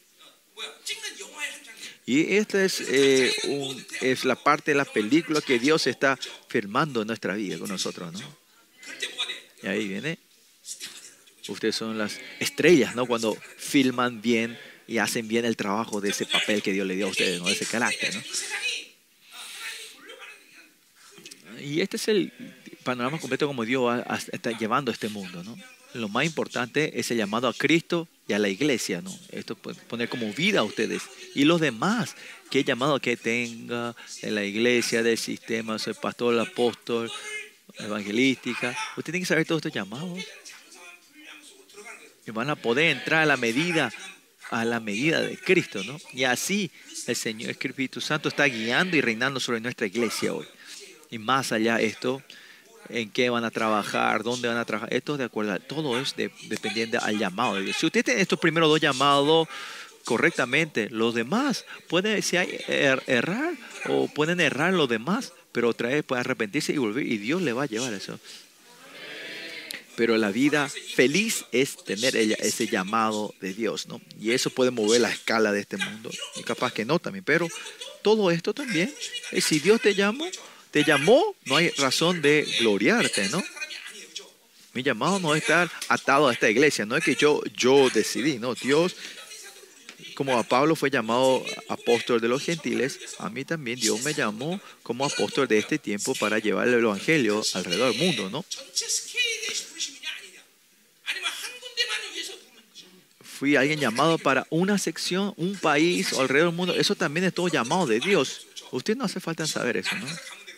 Y esta es, eh, un, es la parte de la película que Dios está firmando en nuestra vida con nosotros, ¿no? Y ahí viene. Ustedes son las estrellas, ¿no? Cuando filman bien y hacen bien el trabajo de ese papel que Dios le dio a ustedes, ¿no? De ese carácter, ¿no? Y este es el panorama completo como Dios va a, está llevando a este mundo, ¿no? Lo más importante es el llamado a Cristo y a la iglesia, ¿no? Esto puede poner como vida a ustedes. Y los demás, que llamado que tenga en la iglesia, del sistema, soy pastor, apóstol, evangelística. Ustedes tienen que saber todos estos llamados. Y van a poder entrar a la medida, a la medida de Cristo, ¿no? Y así el Señor Espíritu Santo está guiando y reinando sobre nuestra iglesia hoy. Y más allá de esto, en qué van a trabajar, dónde van a trabajar, esto es de acuerdo, todo es de, dependiente al llamado de Dios. Si usted tiene estos primeros dos llamados correctamente, los demás pueden si hay, er, errar o pueden errar los demás, pero otra vez puede arrepentirse y volver y Dios le va a llevar eso. Pero la vida feliz es tener ella, ese llamado de Dios, ¿no? Y eso puede mover la escala de este mundo. Y capaz que no también, pero todo esto también, es si Dios te llamó, te llamó, no hay razón de gloriarte, ¿no? Mi llamado no es estar atado a esta iglesia, no es que yo, yo decidí, no. Dios, como a Pablo fue llamado apóstol de los gentiles, a mí también Dios me llamó como apóstol de este tiempo para llevar el evangelio alrededor del mundo, ¿no? Fui alguien llamado para una sección, un país o alrededor del mundo. Eso también es todo llamado de Dios. Usted no hace falta saber eso, ¿no?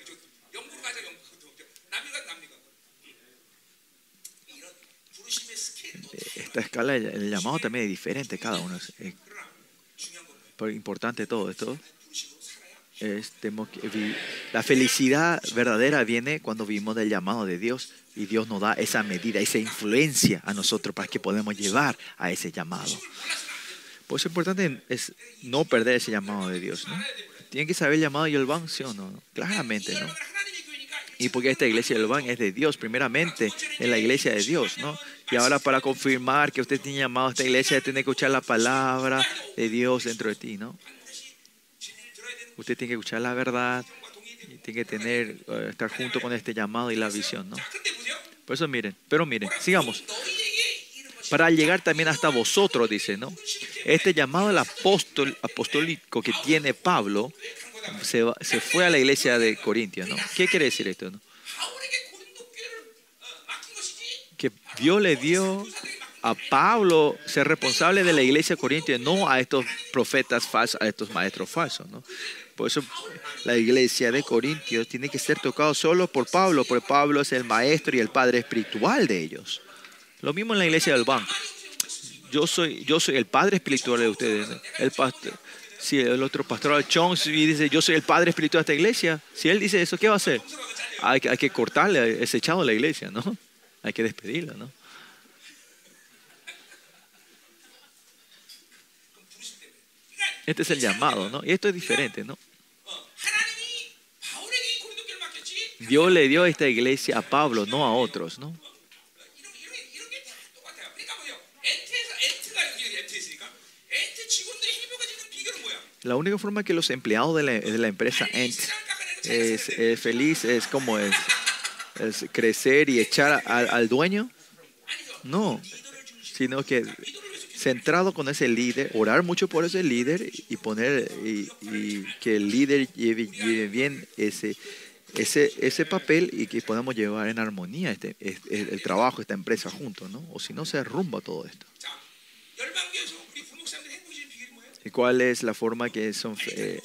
Esta escala, el llamado también es diferente cada uno. Es, es, pero importante todo esto. Es, la felicidad verdadera viene cuando vivimos del llamado de Dios y Dios nos da esa medida, esa influencia a nosotros para que podamos llevar a ese llamado. Por eso es importante es no perder ese llamado de Dios, ¿no? Tienen que saber el llamado y el ban, ¿sí o no? Claramente, ¿no? Y porque esta iglesia del ban es de Dios, primeramente es la iglesia de Dios, ¿no? Y ahora para confirmar que usted tiene llamado a esta iglesia, tiene que escuchar la palabra de Dios dentro de ti, ¿no? Usted tiene que escuchar la verdad y tiene que tener, uh, estar junto con este llamado y la visión, ¿no? Por eso miren, pero miren, sigamos. Para llegar también hasta vosotros, dice, ¿no? Este llamado al apóstol, apostólico que tiene Pablo se, va, se fue a la iglesia de Corintios, ¿no? ¿Qué quiere decir esto, no? Que Dios le dio a Pablo ser responsable de la iglesia de Corintios, no a estos profetas falsos, a estos maestros falsos, ¿no? Por eso la iglesia de Corintios tiene que ser tocada solo por Pablo, porque Pablo es el maestro y el padre espiritual de ellos. Lo mismo en la iglesia del banco. Yo soy, yo soy el padre espiritual de ustedes, ¿no? El pastor, si el otro pastor Jones dice, yo soy el padre espiritual de esta iglesia, si él dice eso, ¿qué va a hacer? Hay que, hay que cortarle ese echado a la iglesia, ¿no? Hay que despedirla, ¿no? Este es el llamado, ¿no? Y esto es diferente, ¿no? Dios le dio a esta iglesia a Pablo, no a otros, ¿no? La única forma que los empleados de la, de la empresa Ent es, es feliz es como es, es crecer y echar al, al dueño. No, sino que centrado con ese líder, orar mucho por ese líder y poner y, y que el líder lleve, lleve bien ese, ese, ese papel y que podamos llevar en armonía este, este, el trabajo, esta empresa juntos, ¿no? O si no se derrumba todo esto. ¿Y cuál es la forma que son eh,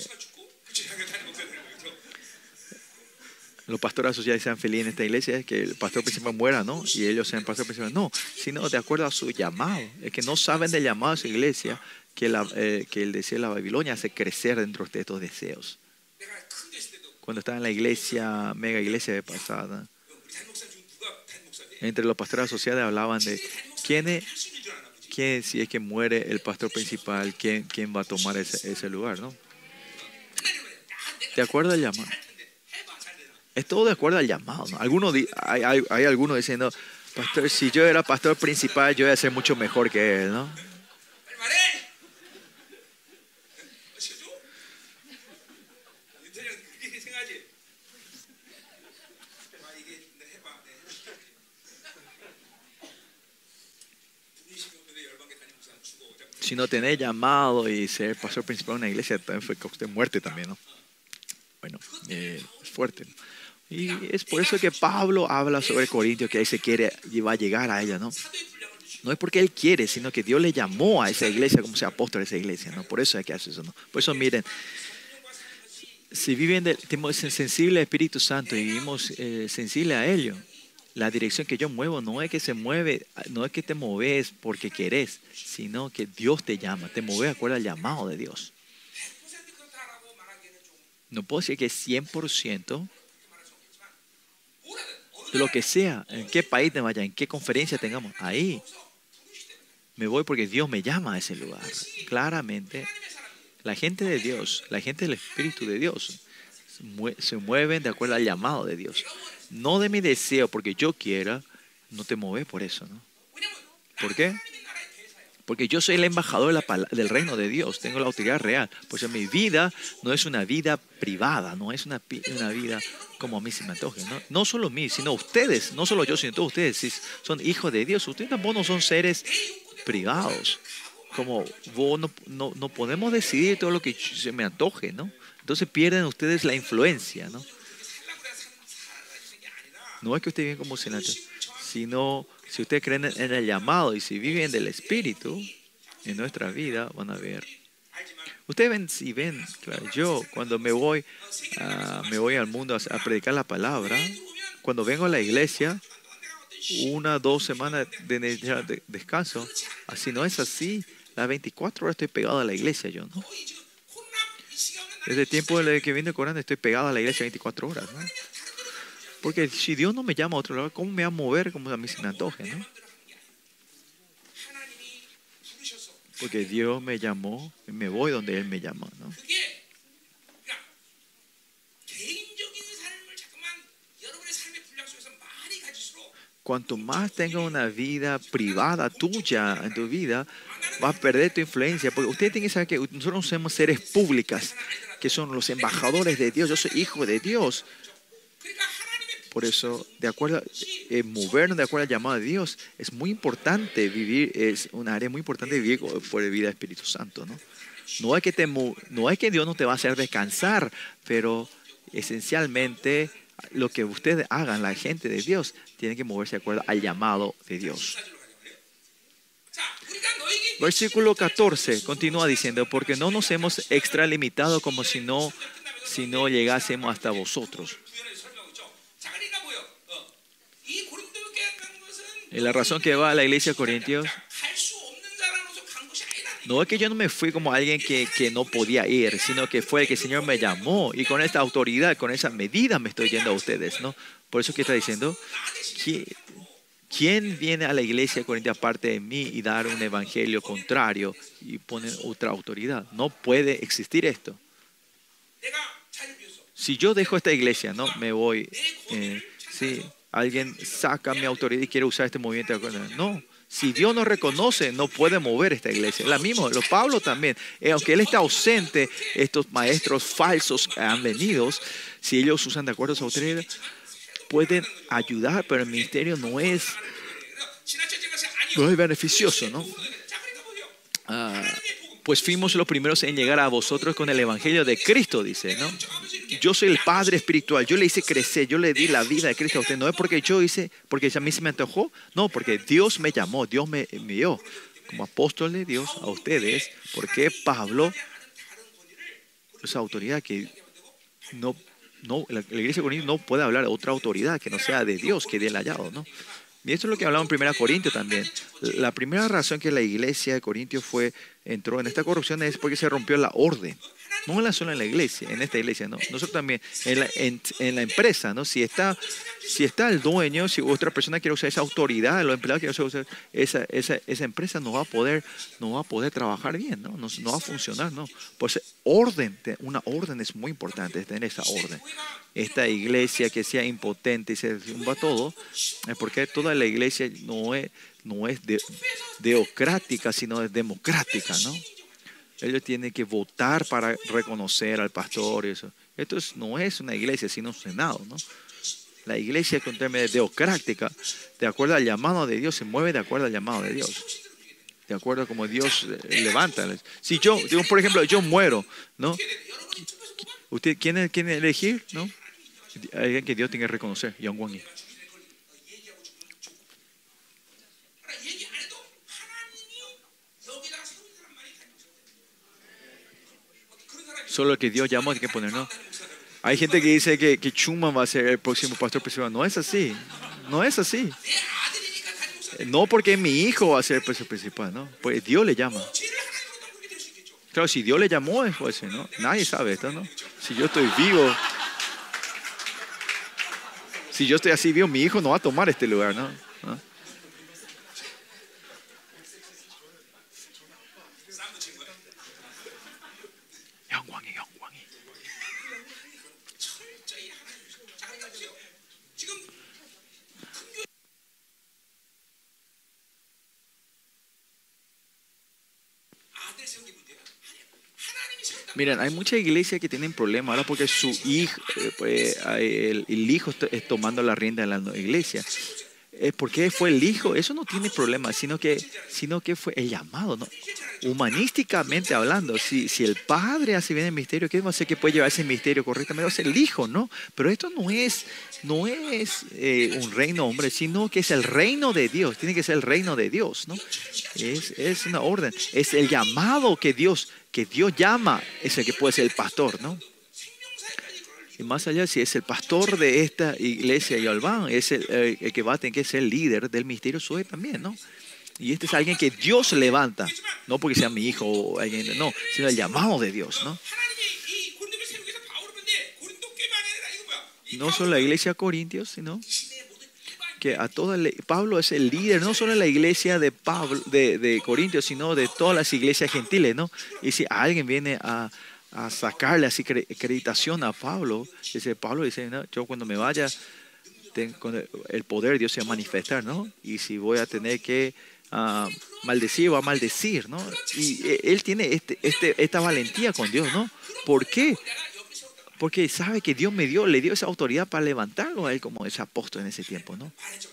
los pastores asociados sean felices en esta iglesia? Es que el pastor principal muera, ¿no? Y ellos sean pastor principal. No, sino de acuerdo a su llamado. Es que no saben del llamado de su iglesia, que, la, eh, que el deseo de la Babilonia hace crecer dentro de estos deseos. Cuando estaba en la iglesia, mega iglesia de pasada, entre los pastores asociados hablaban de quiénes ¿quién, si es que muere el pastor principal, quién, quién va a tomar ese, ese lugar, ¿no? De acuerdo al llamado. Es todo de acuerdo al llamado, ¿no? Algunos di- hay, hay, hay algunos diciendo, pastor, si yo era pastor principal, yo voy a ser mucho mejor que él, ¿no? Si no tenés llamado y ser pastor principal de una iglesia, también fue causa de muerte también, ¿no? Bueno, eh, es fuerte, ¿no? Y es por eso que Pablo habla sobre Corintios, que ahí se quiere y va a llegar a ella, ¿no? No es porque él quiere, sino que Dios le llamó a esa iglesia como sea apóstol de esa iglesia, ¿no? Por eso es que hace eso, ¿no? Por eso miren, si viven de, tenemos sensible al Espíritu Santo y vivimos eh, sensible a ello, la dirección que yo muevo no es que se mueve, no es que te mueves porque querés, sino que Dios te llama, te mueves de acuerdo al llamado de Dios. No puedo decir que es cien por ciento de lo que sea, en qué país te vaya, en qué conferencia tengamos, ahí me voy porque Dios me llama a ese lugar. Claramente, la gente de Dios, la gente del Espíritu de Dios, se mueven de acuerdo al llamado de Dios. No de mi deseo, porque yo quiera, no te mueves por eso, ¿no? ¿Por qué? Porque yo soy el embajador de la pala- del reino de Dios, tengo la autoridad real. Por eso mi vida no es una vida privada, no es una, pi- una vida como a mí se me antoje, ¿no? No solo mí, sino ustedes, no solo yo, sino todos ustedes, si son hijos de Dios, ustedes tampoco no son seres privados. Como vos no, no, no podemos decidir todo lo que se me antoje, ¿no? Entonces pierden ustedes la influencia, ¿no? No es que ustedes viven como senadores, sino si ustedes creen en el llamado y si viven del Espíritu en nuestra vida, van a ver. Ustedes ven, si ven, claro, yo cuando me voy, a, me voy al mundo a, a predicar la palabra, cuando vengo a la iglesia, una, dos semanas de, necesidad de descanso, así no es así. Las veinticuatro horas estoy pegado a la iglesia yo, ¿no? Desde el tiempo de que vine Corán estoy pegado a la iglesia veinticuatro horas, ¿no? Porque si Dios no me llama a otro lado, ¿cómo me va a mover como a mí se me antoje, ¿no? Porque Dios me llamó y me voy donde Él me llama, ¿no? Cuanto más tengas una vida privada tuya en tu vida, vas a perder tu influencia. Porque ustedes tienen que saber que nosotros no somos seres públicas, que son los embajadores de Dios. Yo soy hijo de Dios. Por eso, de acuerdo, eh, movernos de acuerdo al llamado de Dios, es muy importante vivir, es un área muy importante vivir por la vida del Espíritu Santo, ¿no? No es que te, no es que Dios no te va a hacer descansar, pero esencialmente lo que ustedes hagan, la gente de Dios, tiene que moverse de acuerdo al llamado de Dios. Versículo catorce continúa diciendo, porque no nos hemos extralimitado como si no, si no llegásemos hasta vosotros. Y la razón que va a la iglesia de Corintios no es que yo no me fui como alguien que, que no podía ir, sino que fue el que el Señor me llamó y con esta autoridad, con esa medida me estoy yendo a ustedes, ¿no? Por eso que está diciendo, ¿quién viene a la iglesia de Corintios aparte de mí y dar un evangelio contrario y poner otra autoridad? No puede existir esto. Si yo dejo esta iglesia, ¿no? Me voy, eh, sí. Alguien saca mi autoridad y quiere usar este movimiento. No, si Dios no reconoce, no puede mover esta iglesia. La misma, los Pablo también. Eh, aunque él está ausente, estos maestros falsos que han venido, si ellos usan de acuerdo a su autoridad, pueden ayudar, pero el ministerio no es, no es beneficioso, ¿no? Ah, pues fuimos los primeros en llegar a vosotros con el evangelio de Cristo, dice, ¿no? Yo soy el padre espiritual, yo le hice crecer, yo le di la vida de Cristo a usted. No es porque yo hice, porque a mí se me antojó, no, porque Dios me llamó, Dios me envió como apóstol de Dios a ustedes, porque Pablo, esa autoridad que no, no la, la iglesia de Corintios no puede hablar de otra autoridad que no sea de Dios, que dé el hallado, ¿no? Y esto es lo que hablamos en primera Corintios también. La primera razón que la iglesia de Corintios fue, entró en esta corrupción es porque se rompió la orden. No la solo en la iglesia, en esta iglesia, no. Nosotros también, en la, en, en la empresa, ¿no? Si está, si está el dueño, si otra persona quiere usar esa autoridad, los empleados quieren usar esa, esa, esa empresa, no va a poder, no va a poder trabajar bien, ¿no? No, no va a funcionar, ¿no? Pues orden, una orden es muy importante, tener esa orden. Esta iglesia que sea impotente y se derrumba todo, es porque toda la iglesia no es, no es de, teocrática, sino es democrática, ¿no? Ellos tienen que votar para reconocer al pastor y eso. Esto es, no es una iglesia, sino un senado, ¿no? La iglesia con términos teocrática, de acuerdo al llamado de Dios, se mueve de acuerdo al llamado de Dios. De acuerdo a como Dios levanta. Si yo, digo, por ejemplo, yo muero, ¿no? ¿Usted quién quiere elegir? ¿No? Alguien que Dios tenga que reconocer, Yang Wang. Solo el que Dios llamó hay que poner, ¿no? Hay gente que dice que, que Truman va a ser el próximo pastor principal. No es así. No es así. No porque mi hijo va a ser el pastor principal, ¿no? Pues Dios le llama. Claro, si Dios le llamó, es pues, ¿no? Nadie sabe esto, ¿no? Si yo estoy vivo, si yo estoy así vivo, mi hijo no va a tomar este lugar, ¿no? ¿No? Miren, hay muchas iglesias que tienen problemas ahora porque su hijo, eh, pues, el, el hijo está es tomando la rienda de la iglesia. Eh, ¿Por qué fue el hijo? Eso no tiene problema, sino que, sino que fue el llamado, ¿no? Humanísticamente hablando, si, si el padre hace bien el misterio, ¿qué va a hacer que puede llevar ese misterio correctamente? Va a ser el hijo, ¿no? Pero esto no es, no es eh, un reino hombre, sino que es el reino de Dios. Tiene que ser el reino de Dios, ¿no? Es, es una orden. Es el llamado que Dios, que Dios llama, es el que puede ser el pastor, ¿no? Y más allá, si es el pastor de esta iglesia y Albán, es el, el, el que va a tener que ser el líder del misterio Zoe también, ¿no? Y este es alguien que Dios levanta, no porque sea mi hijo o alguien, no, sino el llamado de Dios, ¿no? No solo la iglesia de Corintios, sino que a toda la, Pablo es el líder, no solo en la iglesia de Pablo, de, de Corintios, sino de todas las iglesias gentiles, ¿no? Y si alguien viene a a sacarle así acreditación a Pablo, dice Pablo dice, no, yo cuando me vaya ten, con el, el poder de Dios se va a manifestar, ¿no? Y si voy a tener que uh, maldecir, va a maldecir, ¿no? Y él tiene este, este, esta valentía con Dios, ¿no? ¿Por qué? Porque sabe que Dios me dio, le dio esa autoridad para levantarlo a él como ese apóstol en ese tiempo, ¿no?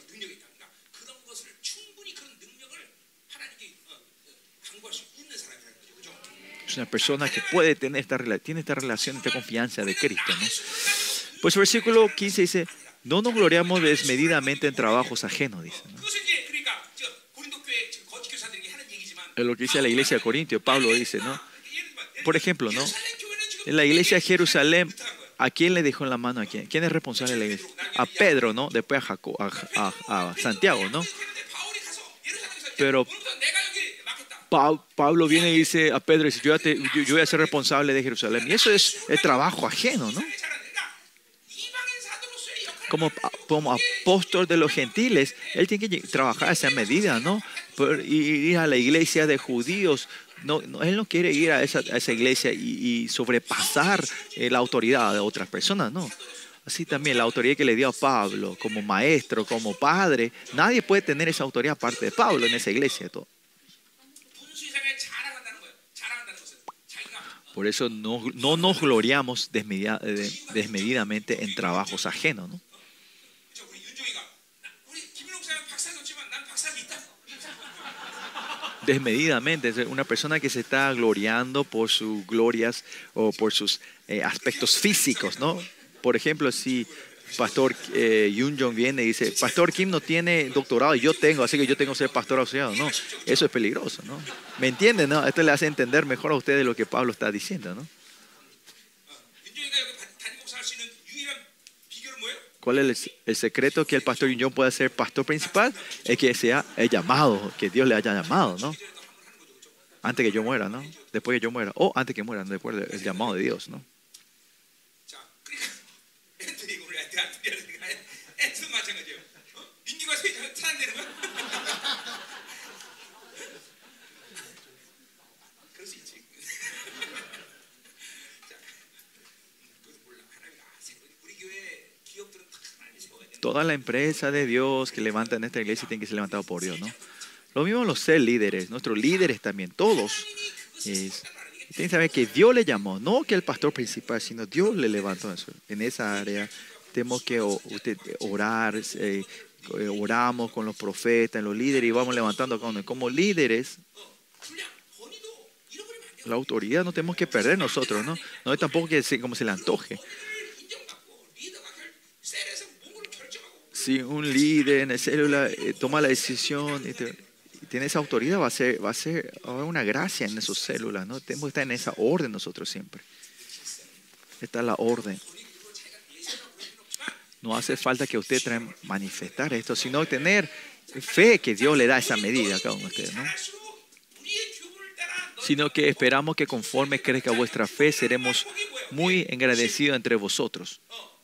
Es una persona que puede tener esta, tiene esta relación, esta confianza de Cristo, ¿no? Pues el versículo quince dice, no nos gloriamos desmedidamente en trabajos ajenos, dice, ¿no? Es lo que dice la iglesia de Corintios, Pablo dice, ¿no? Por ejemplo, ¿no? En la iglesia de Jerusalén, ¿a quién le dejó en la mano a quién? ¿Quién es responsable de la iglesia? A Pedro, ¿no? Después a, Jacob, a, a, a Santiago, ¿no? Pero Pablo viene y dice a Pedro, dice, yo, te, yo, yo voy a ser responsable de Jerusalén. Y eso es el trabajo ajeno, ¿no? Como, como apóstol de los gentiles, él tiene que trabajar a esa medida, ¿no? Por, y ir a la iglesia de judíos. No, no, él no quiere ir a esa, a esa iglesia y, y sobrepasar eh, la autoridad de otras personas, ¿no? Así también la autoridad que le dio a Pablo como maestro, como padre, nadie puede tener esa autoridad aparte de Pablo en esa iglesia. Todo. Por eso no, no nos gloriamos desmedida, desmedidamente en trabajos ajenos, ¿no? Desmedidamente, es una persona que se está gloriando por sus glorias o por sus eh, aspectos físicos, ¿no? Por ejemplo, si Pastor eh, Yun Jong viene y dice, Pastor Kim no tiene doctorado y yo tengo, así que yo tengo que ser pastor asociado. No, eso es peligroso, ¿no? ¿Me entienden? ¿No? Esto le hace entender mejor a ustedes lo que Pablo está diciendo, ¿no? ¿Cuál es el, el secreto que el pastor Yun Jong pueda ser pastor principal? Es que sea el llamado, que Dios le haya llamado, ¿no? antes que yo muera, ¿no? Después que yo muera. O antes que muera, ¿no? Después del llamado de Dios, ¿no? Toda la empresa de Dios que levanta en esta iglesia tiene que ser levantado por Dios, ¿no? Lo mismo los ser líderes, nuestros líderes también, todos. Es, tienen que saber que Dios le llamó, no que el pastor principal, sino Dios le levantó eso. En esa área tenemos que usted, orar, eh, oramos con los profetas, los líderes y vamos levantando como, como líderes. La autoridad no tenemos que perder nosotros, ¿no? No es tampoco que se, como se le antoje. Si un líder en la célula eh, toma la decisión y, te, y tiene esa autoridad, va a ser, va a ser va a haber una gracia en sus células, ¿no? Tenemos que estar en esa orden nosotros siempre. Esta es la orden. No hace falta que usted trae manifestar esto, sino tener fe que Dios le da esa medida a cada uno de ustedes, ¿no? Sino que esperamos que conforme crezca vuestra fe, seremos muy agradecidos entre vosotros.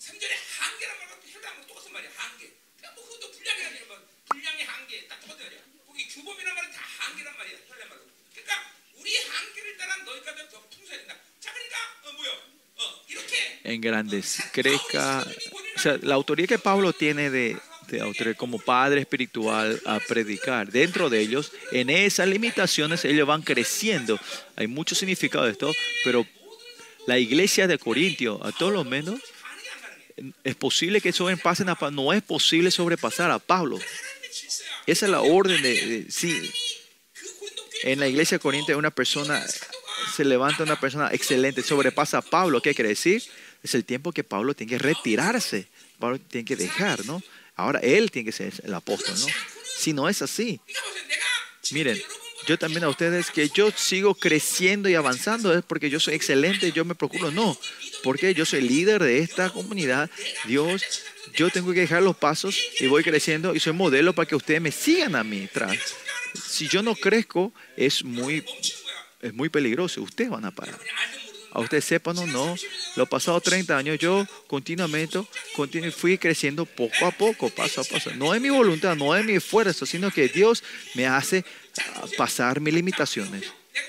En grandes, crezca. O sea, la autoridad que Pablo tiene de, de autoridad como padre espiritual a predicar, dentro de ellos, en esas limitaciones, ellos van creciendo. Hay mucho significado de esto, pero la iglesia de Corintio, a todos los menos, es posible que sobrepasen a Pablo. No es posible sobrepasar a Pablo. Esa es la orden de, de sí. En la iglesia de Corintio, una persona se levanta, una persona excelente, sobrepasa a Pablo. ¿Qué quiere decir? Es el tiempo que Pablo tiene que retirarse. Pablo tiene que dejar, ¿no? Ahora él tiene que ser el apóstol, ¿no? Si no es así. Miren, yo también a ustedes que yo sigo creciendo y avanzando es porque yo soy excelente, yo me procuro. No, porque yo soy líder de esta comunidad. Dios, yo tengo que dejar los pasos y voy creciendo y soy modelo para que ustedes me sigan a mí atrás. Si yo no crezco, es muy, es muy peligroso. Ustedes van a parar. A ustedes sepan o no, los pasados treinta años yo continuamente continu, fui creciendo poco a poco, paso a paso. No es mi voluntad, no es mi esfuerzo, sino que Dios me hace pasar mis limitaciones.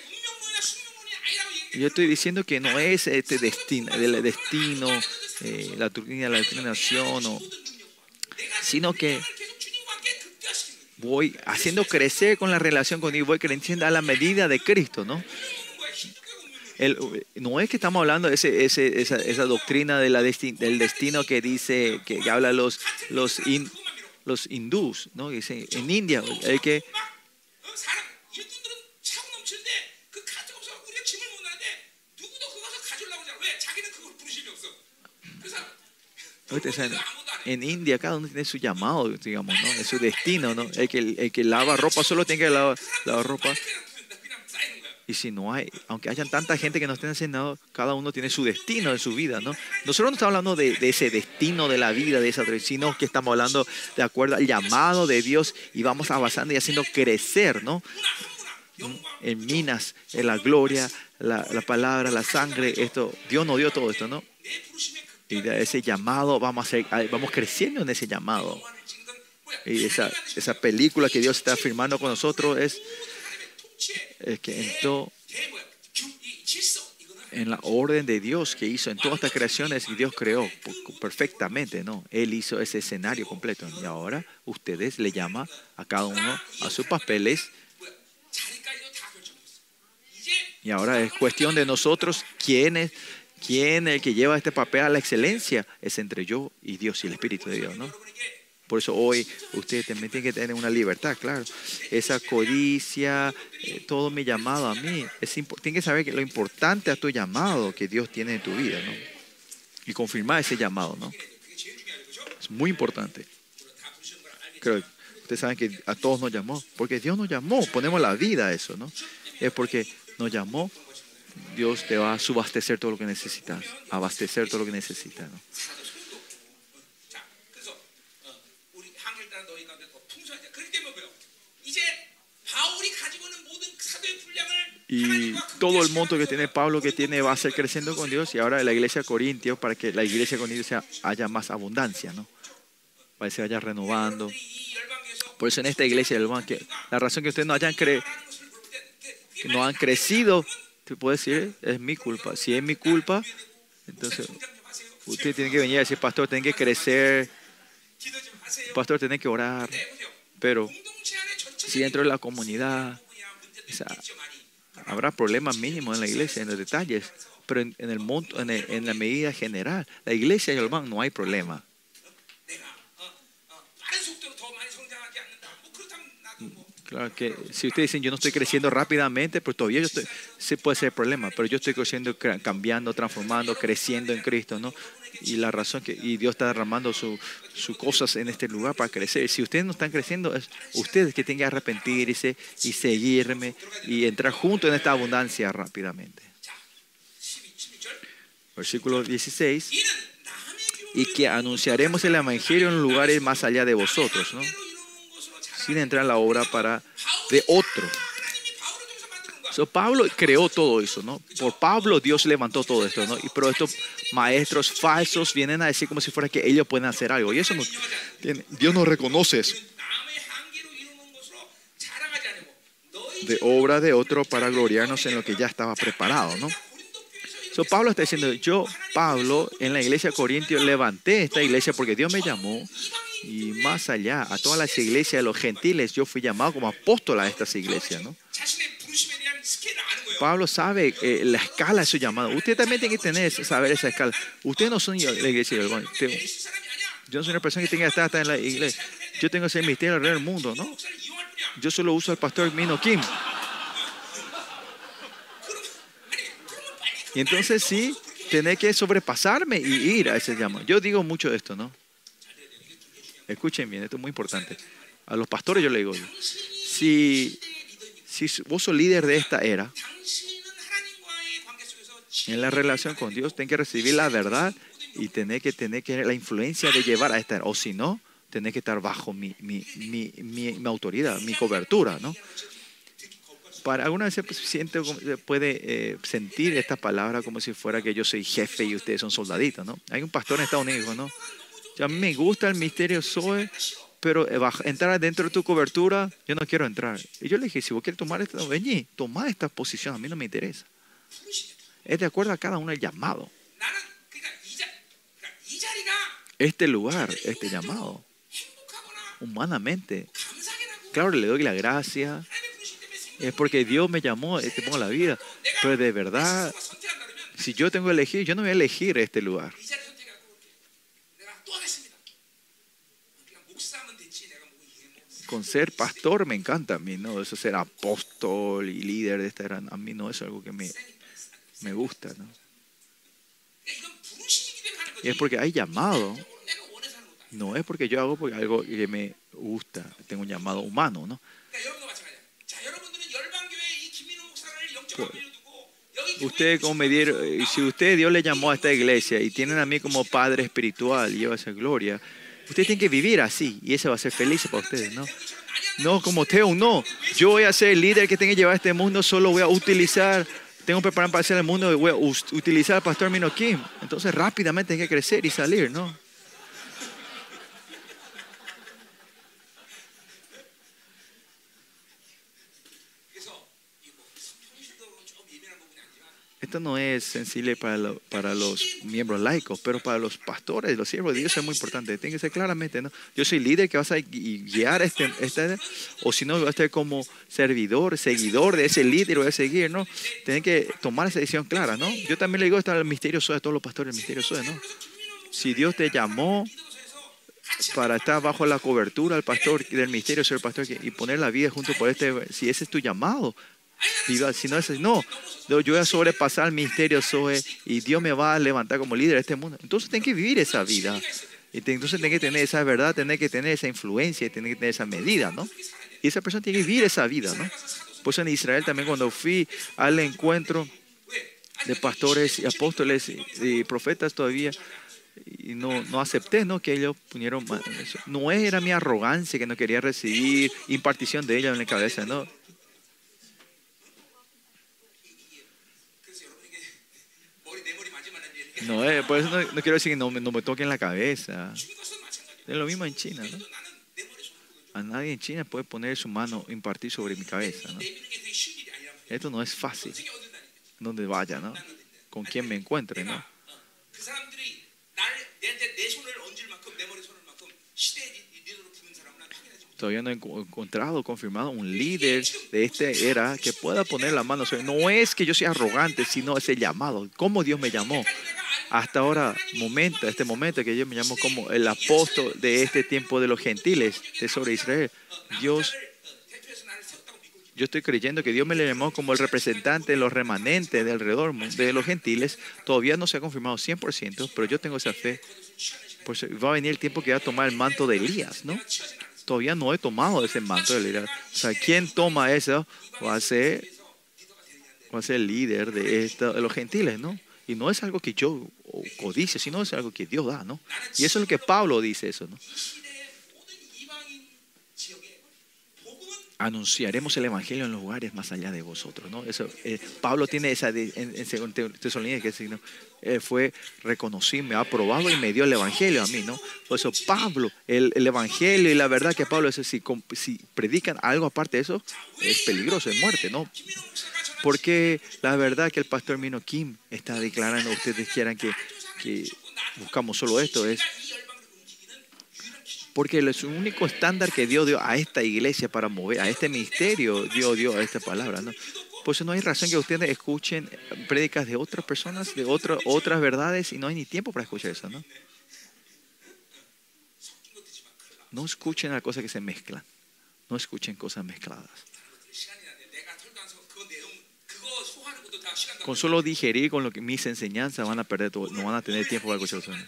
Yo estoy diciendo que no es este destino, el destino, eh, la doctrina, la declinación, o, sino que voy haciendo crecer con la relación con Dios, voy creciendo a la medida de Cristo, ¿no? El, no es que estamos hablando de ese, ese, esa, esa doctrina de la desti, del destino que dice, que, que habla los, los, in, los hindús, ¿no? Dice, en India, el que en India cada uno tiene su llamado, digamos, ¿no? Es su destino, ¿no? El que, el que lava ropa solo tiene que lavar, lavar ropa. Y si no hay, aunque hayan tanta gente que no estén haciendo nada, cada uno tiene su destino de su vida, ¿no? Nosotros no estamos hablando de, de ese destino de la vida, de esa, sino que estamos hablando de acuerdo al llamado de Dios y vamos avanzando y haciendo crecer, ¿no? En minas, en la gloria, la, la palabra, la sangre, esto, Dios nos dio todo esto, ¿no? Y de ese llamado vamos, a ser, vamos creciendo en ese llamado. Y esa, esa película que Dios está firmando con nosotros es, es que en, todo, en la orden de Dios que hizo en todas estas creaciones, y Dios creó perfectamente, ¿no? Él hizo ese escenario completo. Y ahora ustedes le llaman a cada uno a sus papeles. Y ahora es cuestión de nosotros quién es, quién es el que lleva este papel a la excelencia. Es entre yo y Dios y el Espíritu de Dios, ¿no? Por eso hoy ustedes también tienen que tener una libertad, claro. Esa codicia, eh, todo mi llamado a mí. Es tienen que saber que lo importante a tu llamado que Dios tiene en tu vida, ¿no? Y confirmar ese llamado, ¿no? Es muy importante. Creo que ustedes saben que a todos nos llamó. Porque Dios nos llamó. Ponemos la vida a eso, ¿no? Es porque nos llamó. Dios te va a subastecer todo lo que necesitas. Abastecer todo lo que necesitas, ¿no? Y todo el monto que tiene Pablo, que tiene, va a ser creciendo con Dios. Y ahora la iglesia de Corintios, para que la iglesia de Corintios sea, haya más abundancia, ¿no? Para que se vaya renovando. Por eso en esta iglesia, que la razón que ustedes no hayan cre que no han crecido, te puedo decir, es mi culpa. Si es mi culpa, entonces usted tiene que venir a decir, pastor, tiene que crecer, pastor, tiene que orar. Pero si dentro de la comunidad, o sea, habrá problemas mínimos en la iglesia, en los detalles, pero en, en el monto, en, el, en la medida general, la iglesia, hermano, no hay problema. Claro que si ustedes dicen yo no estoy creciendo rápidamente, pues todavía yo estoy, sí puede ser problema, pero yo estoy creciendo, cambiando, transformando, creciendo en Cristo, ¿no? Y la razón que y Dios está derramando sus su cosas en este lugar para crecer. Si ustedes no están creciendo, es ustedes que tienen que arrepentirse y seguirme y entrar juntos en esta abundancia rápidamente. Versículo dieciséis. Y que anunciaremos el evangelio en lugares más allá de vosotros, ¿no? Sin entrar en la obra para de otro. So, Pablo creó todo eso, ¿no? Por Pablo Dios levantó todo esto, ¿no? Y pero estos maestros falsos vienen a decir como si fuera que ellos pueden hacer algo. Y eso no, Dios no reconoce eso. De obra de otro para gloriarnos en lo que ya estaba preparado, ¿no? So, Pablo está diciendo, yo, Pablo, en la iglesia de Corintios levanté esta iglesia porque Dios me llamó. Y más allá, a todas las iglesias de los gentiles, yo fui llamado como apóstol a estas iglesias, ¿no? Pablo sabe eh, la escala de su llamado. Usted también tiene que tener, saber esa escala. Ustedes no son la iglesia. Yo no soy una persona que tenga que estar hasta en la iglesia. Yo tengo ese misterio alrededor del mundo, ¿no? Yo solo uso al pastor Mino Kim. Y entonces sí, tener que sobrepasarme y ir a ese llamado. Yo digo mucho de esto, ¿no? Escuchen bien, esto es muy importante. A los pastores yo le digo, si, si vos sos líder de esta era, en la relación con Dios, tenés que recibir la verdad y tenés que tener que la influencia de llevar a esta era. O si no, tenés que estar bajo mi, mi, mi, mi, mi autoridad, mi cobertura, ¿no? Para alguna vez se siente, puede eh, sentir esta palabra como si fuera que yo soy jefe y ustedes son soldaditos, ¿no? Hay un pastor en Estados Unidos, ¿no? A mí me gusta el misterio Zoe, pero entrar dentro de tu cobertura, yo no quiero entrar. Y yo le dije, si vos quieres tomar esta, vení, toma esta posición, a mí no me interesa. Es de acuerdo a cada uno el llamado. Este lugar, este llamado, humanamente, claro, le doy la gracia, es porque Dios me llamó, te pongo la vida, pero de verdad, si yo tengo que elegir, yo no voy a elegir este lugar. Con ser pastor me encanta a mí, ¿no? Eso ser apóstol y líder de esta era, a mí no es algo que me, me gusta, ¿no? Y es porque hay llamado, no es porque yo hago porque algo que me gusta, tengo un llamado humano, ¿no? Pues, usted como me dieron, si usted Dios le llamó a esta iglesia y tienen a mí como padre espiritual y lleva esa gloria, ustedes tienen que vivir así y eso va a ser feliz para ustedes, ¿no? No como Teo, no. Yo voy a ser el líder que tenga que llevar este mundo, solo voy a utilizar, tengo que preparar para hacer el mundo y voy a utilizar al pastor Mino Kim. Entonces rápidamente hay que crecer y salir, ¿no? Esto no es sensible para, lo, para los miembros laicos, pero para los pastores, los siervos de Dios es muy importante. Tiene que ser claramente, ¿no? Yo soy líder que vas a guiar este, este o si no, vas a estar como servidor, seguidor de ese líder, voy a seguir, ¿no? Tienen que tomar esa decisión clara, ¿no? Yo también le digo esto al misterio Zoe, a todos los pastores del misterio Zoe, ¿no? Si Dios te llamó para estar bajo la cobertura del pastor, del misterio Zoe, el pastor, y poner la vida junto por este, si ese es tu llamado, viva, si no es, no, yo voy a sobrepasar el misterio Zoe y Dios me va a levantar como líder de este mundo. Entonces tengo que vivir esa vida. Y te, entonces tengo que tener esa verdad, tener que tener esa influencia, tener que tener esa medida, ¿no? Y esa persona tiene que vivir esa vida, ¿no? Por eso en Israel también cuando fui al encuentro de pastores y apóstoles y, y profetas todavía, y no, no acepté, ¿no? Que ellos pusieron eso. No era mi arrogancia que no quería recibir impartición de ellos en la cabeza, ¿no? No, eh, por eso no, no quiero decir que no, me- no me toquen la cabeza. Es lo mismo en China, ¿no? A nadie en China puede poner su mano, impartir sobre mi cabeza, ¿no? Esto no es fácil. Donde vaya, ¿no? Con quién me encuentre, ¿no? Todavía no he encontrado, confirmado un líder de esta era que pueda poner la mano sobre. No es que yo sea arrogante, sino ese llamado. ¿Cómo Dios me llamó? Hasta ahora, momento, este momento que Dios me llamó como el apóstol de este tiempo de los gentiles, de sobre Israel. Dios, yo estoy creyendo que Dios me le llamó como el representante de los remanentes de alrededor de los gentiles. Todavía no se ha confirmado cien por ciento, pero yo tengo esa fe. Pues va a venir el tiempo que va a tomar el manto de Elías, ¿no? Todavía no he tomado ese manto de Elías. O sea, ¿quién toma eso? Va a ser, va a ser el líder de, esta, de los gentiles, ¿no? Y no es algo que yo codice, sino es algo que Dios da, ¿no? Y eso es lo que Pablo dice, eso, ¿no? Anunciaremos el evangelio en los lugares más allá de vosotros, ¿no? Eso, eh, Pablo tiene esa de, en, en segundo Tesalonicenses que signo, eh, fue reconocido, me ha aprobado y me dio el evangelio a mí, ¿no? Por eso Pablo, el, el evangelio y la verdad que Pablo dice, si, si predican algo aparte de eso, es peligroso, es muerte, ¿no? Porque la verdad que el pastor Mino Kim está declarando, ustedes quieran que, que buscamos solo esto, es porque el único estándar que Dios dio a esta iglesia para mover, a este ministerio, Dios dio a esta palabra, ¿no? Por eso no hay razón que ustedes escuchen prédicas de otras personas, de otro, otras verdades, y no hay ni tiempo para escuchar eso, ¿no? No escuchen las cosas que se mezclan. No escuchen cosas mezcladas. Con solo digerir con lo que mis enseñanzas van a perder todo, no van a tener tiempo para escuchar eso, ¿no?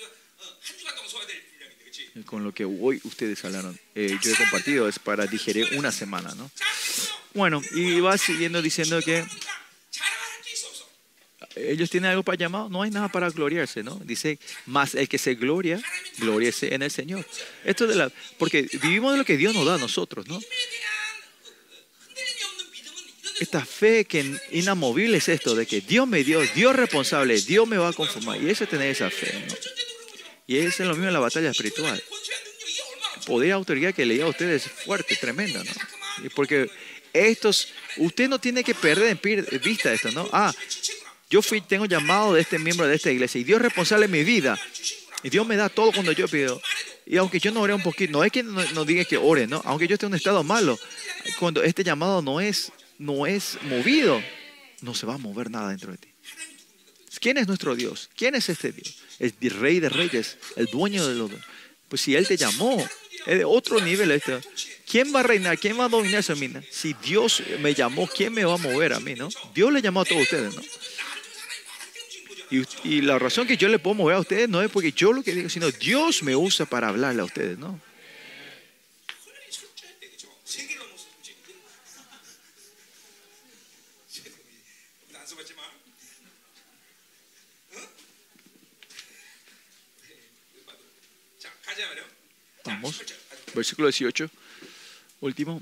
Con lo que hoy ustedes hablaron, eh, yo he compartido, es para digerir una semana, ¿no? Bueno, y va siguiendo diciendo que ellos tienen algo para llamado, no hay nada para gloriarse, ¿no? Dice, más el que se gloria, gloriese en el Señor. Esto de la, porque vivimos de lo que Dios nos da a nosotros, ¿no? Esta fe que inamovible es esto, de que Dios me dio, Dios responsable, Dios me va a conformar. Y eso es tener esa fe, ¿no? Y eso es lo mismo en la batalla espiritual. El poder y autoridad que le da a ustedes es fuerte, tremenda, ¿no? Y porque estos, usted no tiene que perder en vista esto, ¿no? Ah, yo fui, tengo llamado de este miembro de esta iglesia y Dios es responsable de mi vida. Y Dios me da todo cuando yo pido. Y aunque yo no ore un poquito, no es que no, no diga que ore, ¿no? Aunque yo esté en un estado malo, cuando este llamado no es, no es movido, no se va a mover nada dentro de ti. ¿Quién es nuestro Dios? ¿Quién es este Dios? El Rey de Reyes, el dueño de los... Pues si Él te llamó, es de otro nivel esto. ¿Quién va a reinar? ¿Quién va a dominar esa mina? Si Dios me llamó, ¿quién me va a mover a mí, no? Dios le llamó a todos ustedes, ¿no? Y, y la razón que yo le puedo mover a ustedes no es porque yo lo que digo, sino Dios me usa para hablarle a ustedes, ¿no? Vamos, versículo dieciocho, último.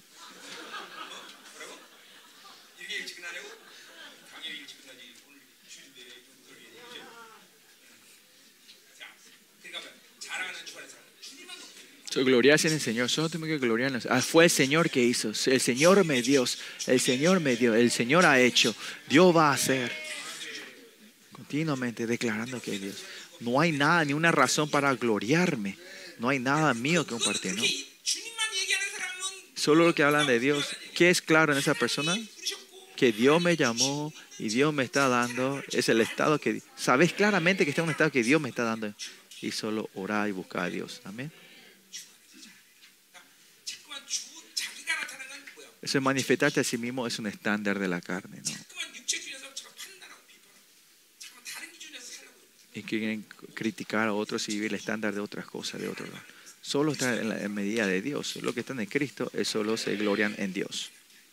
So, gloriarse en el Señor, solo tengo que gloriarnos. Ah, fue el Señor que hizo, el Señor me dio, el Señor me dio, el Señor ha hecho, Dios va a hacer. Continuamente declarando que es Dios. No hay nada, ni una razón para gloriarme. No hay nada mío que compartir, ¿no? Solo lo que hablan de Dios. ¿Qué es claro en esa persona? Que Dios me llamó y Dios me está dando. Es el estado que... Sabes claramente que está en un estado que Dios me está dando. Y solo orar y buscar a Dios. Amén. Eso es manifestarte a sí mismo, es un estándar de la carne, ¿no? Y quieren criticar a otros y vivir el estándar de otras cosas, de otros. Solo está en la en medida de Dios. Lo que están en Cristo es solo se glorian en Dios.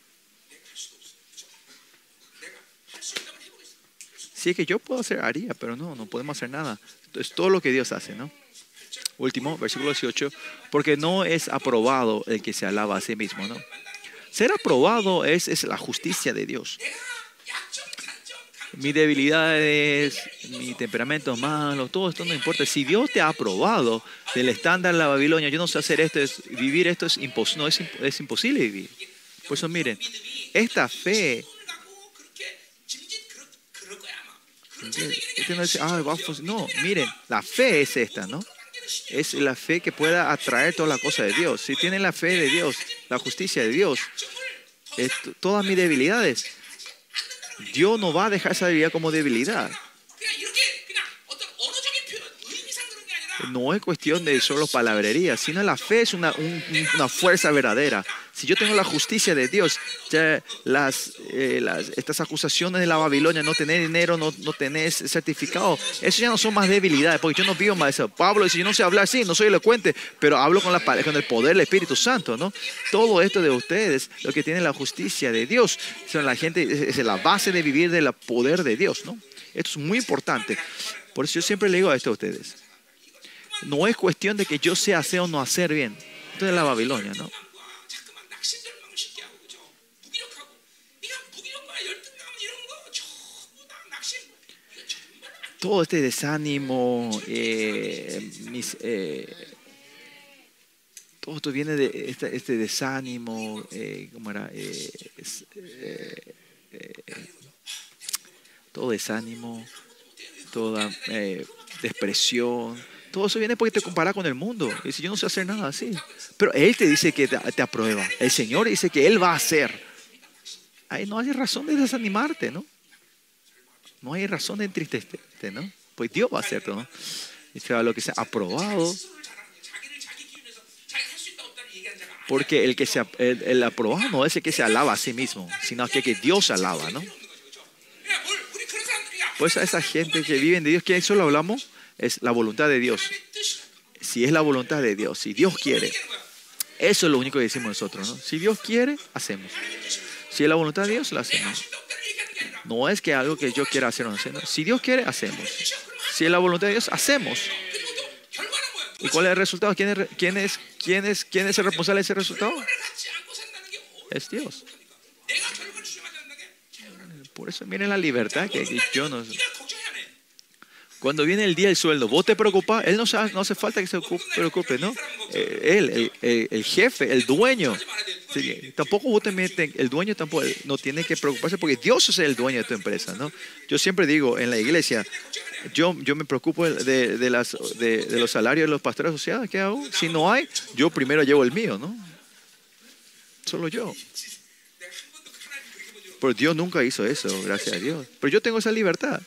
Si es que yo puedo hacer, haría, pero no, no podemos hacer nada. Es todo lo que Dios hace, ¿no? Último, versículo dieciocho. Porque no es aprobado el que se alaba a sí mismo, ¿no? Ser aprobado es, es la justicia de Dios. mis debilidades, mi temperamento malo, todo esto no importa. Si Dios te ha aprobado del estándar de la Babilonia, yo no sé hacer esto, es, vivir esto es, impos, no, es, es imposible vivir. Por eso miren, esta fe, este no, dice, ah, va a no, miren, la fe es esta, ¿no? Es la fe que pueda atraer toda la cosa de Dios. Si tienen la fe de Dios, la justicia de Dios, es, todas mis debilidades, Dios no va a dejar esa debilidad como debilidad. No es cuestión de solo palabrería, sino la fe es una, un, una fuerza verdadera. Si yo tengo la justicia de Dios, ya las, eh, las, estas acusaciones de la Babilonia, no tener dinero, no, no tener certificado, eso ya no son más debilidades, porque yo no vivo más eso. Pablo dice, yo no sé hablar, sí, no soy elocuente, pero hablo con, la, con el poder del Espíritu Santo, ¿no? Todo esto de ustedes, lo que tienen la justicia de Dios, son la gente, es, es la base de vivir del poder de Dios, ¿no? Esto es muy importante. Por eso yo siempre le digo a esto a ustedes. No es cuestión de que yo sé hacer o no hacer bien. Esto es la Babilonia, ¿no? Todo este desánimo, eh, mis, eh, todo esto viene de este, este desánimo, eh, ¿cómo era? Eh, es, eh, eh, todo desánimo, toda eh, depresión. Todo eso viene porque te comparas con el mundo. Y dice, yo no sé hacer nada así. Pero Él te dice que te, te aprueba. El Señor dice que Él va a hacer. Ahí no hay razón de desanimarte, ¿no? No hay razón de entristecerte, ¿no? Pues Dios va a hacer todo, ¿no? Dice, a lo que sea aprobado. Porque el que se, el, el aprobado no es el que se alaba a sí mismo, sino que, que Dios alaba, ¿no? Pues a esa gente que vive de Dios, que eso lo hablamos, es la voluntad de Dios. Si es la voluntad de Dios, si Dios quiere, eso es lo único que decimos nosotros, ¿no? Si Dios quiere, hacemos. Si es la voluntad de Dios, lo hacemos. No es que algo que yo quiera hacer o no hacer, ¿no? Si Dios quiere, hacemos. Si es la voluntad de Dios, hacemos. ¿Y cuál es el resultado? ¿Quién es, quién es, quién es, quién es el responsable de ese resultado? Es Dios. Por eso miren la libertad que, que yo no... Cuando viene el día del sueldo, vos te preocupás, él no, sabe, no hace falta que se preocupe, ¿no? Eh, él, el, el, el jefe, el dueño, sí, tampoco vos te metes, el dueño tampoco no tiene que preocuparse porque Dios es el dueño de tu empresa, ¿no? Yo siempre digo en la iglesia, yo, yo me preocupo de, de, las, de, de los salarios de los pastores asociados, ¿qué hago? Si no hay, yo primero llevo el mío, ¿no? Solo yo. Pero Dios nunca hizo eso, gracias a Dios. Pero yo tengo esa libertad.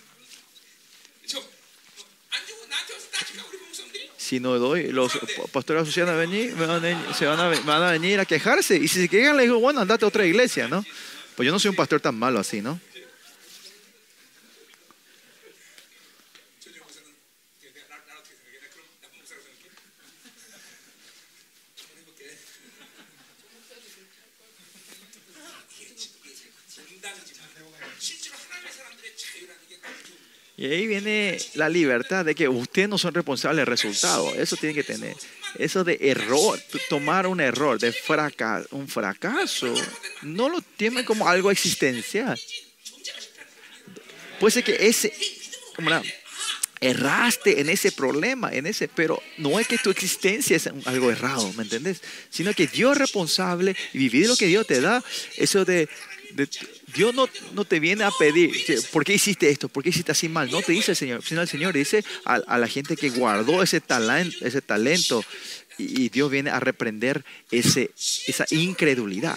Si no doy, los pastores asociados van a venir, van a venir, se van a, van a venir a quejarse. Y si se quejan, le digo, bueno, andate a otra iglesia, ¿no? Pues yo no soy un pastor tan malo así, ¿no? Y ahí viene la libertad de que ustedes no son responsables del resultado. Eso tiene que tener. Eso de error, tomar un error, de fracaso, un fracaso, no lo tienen como algo existencial. Puede ser que ese, como la, erraste en ese problema, en ese, pero no es que tu existencia es algo errado, ¿me entendés? Sino que Dios es responsable y vivir lo que Dios te da, eso de... De, Dios no, no te viene a pedir, ¿por qué hiciste esto? ¿Por qué hiciste así mal? No te dice el Señor, sino el Señor dice a, a la gente que guardó ese talento, ese talento y, y Dios viene a reprender ese, esa incredulidad.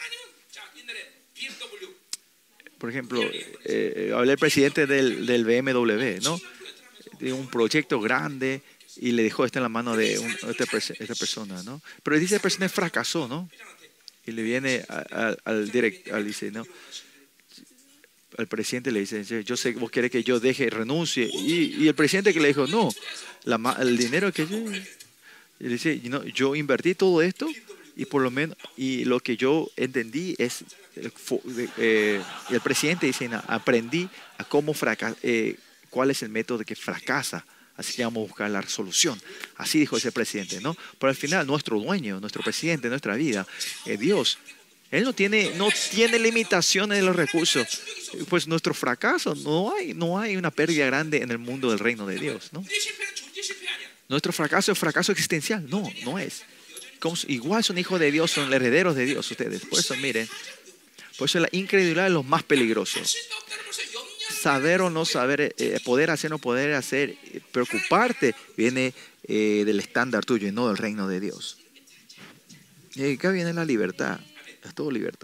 Por ejemplo, eh, hablé al presidente del, del B M W, ¿no? De un proyecto grande y le dejó esto en la mano de un, esta, esta persona, ¿no? Pero dice la persona fracasó, ¿no? Y le viene a, a, al director, al, dice, ¿no? Al presidente le dice, yo sé que vos querés que yo deje, renuncie. Y, y el presidente que le dijo, no, la, el dinero que yo... Y le dice, no, yo invertí todo esto y por lo menos, y lo que yo entendí es, eh, el presidente dice, no, aprendí a cómo fracasar, eh, cuál es el método que fracasa. Así que vamos a buscar la solución. Así dijo ese presidente, ¿no? Pero al final, nuestro dueño, nuestro presidente, nuestra vida, eh, Dios, Él no tiene, no tiene limitaciones en los recursos. Pues nuestro fracaso, no hay, no hay una pérdida grande en el mundo del reino de Dios, ¿no? Nuestro fracaso es fracaso existencial. No, no es. Como, igual son hijos de Dios, son herederos de Dios ustedes. Por eso, miren, por eso la incredulidad es lo más peligroso. Saber o no saber, eh, poder hacer o no poder hacer, eh, preocuparte, viene eh, del estándar tuyo y no del reino de Dios. Y acá viene la libertad. Es todo libertad.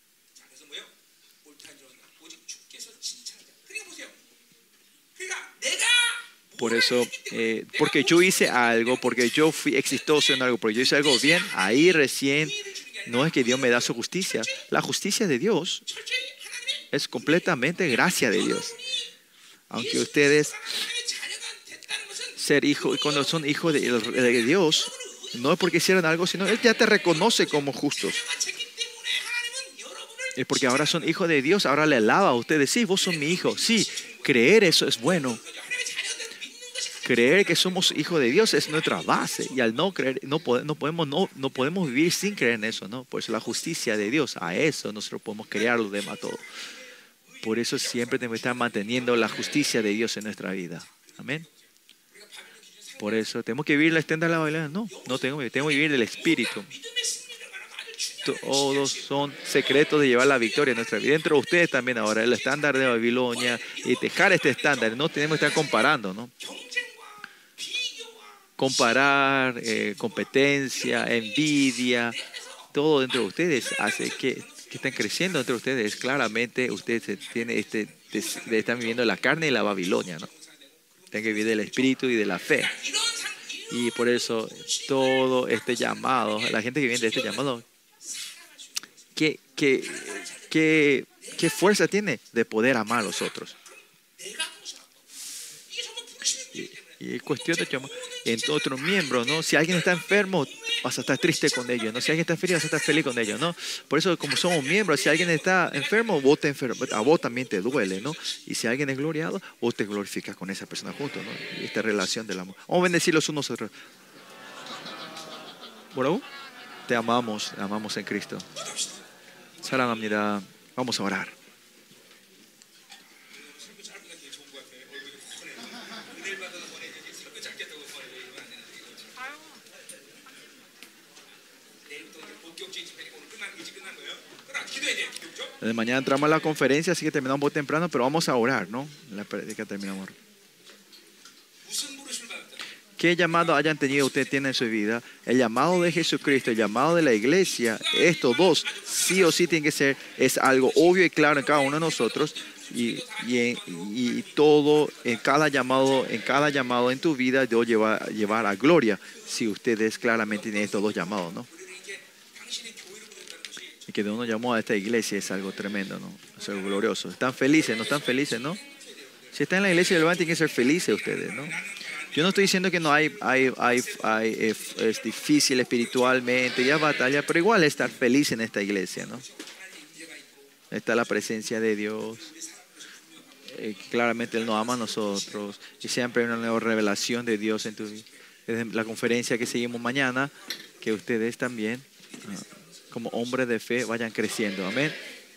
Por eso, eh, porque yo hice algo, porque yo fui exitoso en algo, porque yo hice algo bien, ahí recién no es que Dios me da su justicia. La justicia de Dios es completamente gracia de Dios. Aunque ustedes ser hijos, cuando son hijos de, de Dios, no es porque hicieron algo, sino Él ya te reconoce como justos. Es porque ahora son hijos de Dios, ahora le alaba a ustedes. Sí, vos sos mi hijo. Sí, creer eso es bueno. Creer que somos hijos de Dios es nuestra base. Y al no creer, no, podemos, no, podemos, no, no podemos vivir sin creer en eso, ¿no? Por eso la justicia de Dios, a eso nosotros podemos crear lo demás todo. Por eso siempre tenemos que estar manteniendo la justicia de Dios en nuestra vida. Amén. Por eso, ¿tenemos que vivir la estándar de la Babilonia? No, no tengo que, tengo que vivir del Espíritu. Todos son secretos de llevar la victoria en nuestra vida. Dentro de ustedes también ahora, el estándar de Babilonia y dejar este estándar. No tenemos que estar comparando, ¿no? Comparar, eh, competencia, envidia, todo dentro de ustedes hace que, que estén creciendo dentro de ustedes. Claramente ustedes tienen este, están viviendo la carne y la Babilonia, ¿no? Tienen que vivir del espíritu y de la fe. Y por eso todo este llamado, la gente que viene de este llamado, ¿qué, qué, qué, qué fuerza tiene de poder amar a los otros? Y, y es cuestión de que en otros miembros, ¿no? Si alguien está enfermo, vas a estar triste con ellos, ¿no? Si alguien está feliz, vas a estar feliz con ellos, ¿no? Por eso, como somos miembros, si alguien está enfermo, vos te enfermo, a vos también te duele, ¿no? Y si alguien es gloriado, vos te glorificas con esa persona juntos, ¿no? Y esta relación del amor. Vamos a bendecir los unos a otros. ¿Bueno? Te amamos, te amamos en Cristo. 사랑합니다. Vamos a orar. De mañana entramos a la conferencia, así que terminamos muy temprano, pero vamos a orar, ¿no? La prédica terminamos. ¿Qué llamado hayan tenido usted tiene en su vida? El llamado de Jesucristo, el llamado de la iglesia, estos dos sí o sí tienen que ser, es algo obvio y claro en cada uno de nosotros. Y, y, y todo, en cada llamado, en cada llamado en tu vida, Dios lleva llevar a gloria, si ustedes claramente tienen estos dos llamados, ¿no? Y que Dios nos llamó a esta iglesia es algo tremendo, ¿no? Es algo glorioso. ¿Están felices? ¿No están felices, no? Si están en la iglesia del Levante, tienen que ser felices ustedes, ¿no? Yo no estoy diciendo que no hay, hay, hay, hay es, es difícil espiritualmente, ya batalla, pero igual estar feliz en esta iglesia, ¿no? Está la presencia de Dios. Eh, claramente Él nos ama a nosotros y siempre hay una nueva revelación de Dios en tu vida. Desde la conferencia que seguimos mañana, que ustedes también, uh, como hombres de fe, vayan creciendo. Amén.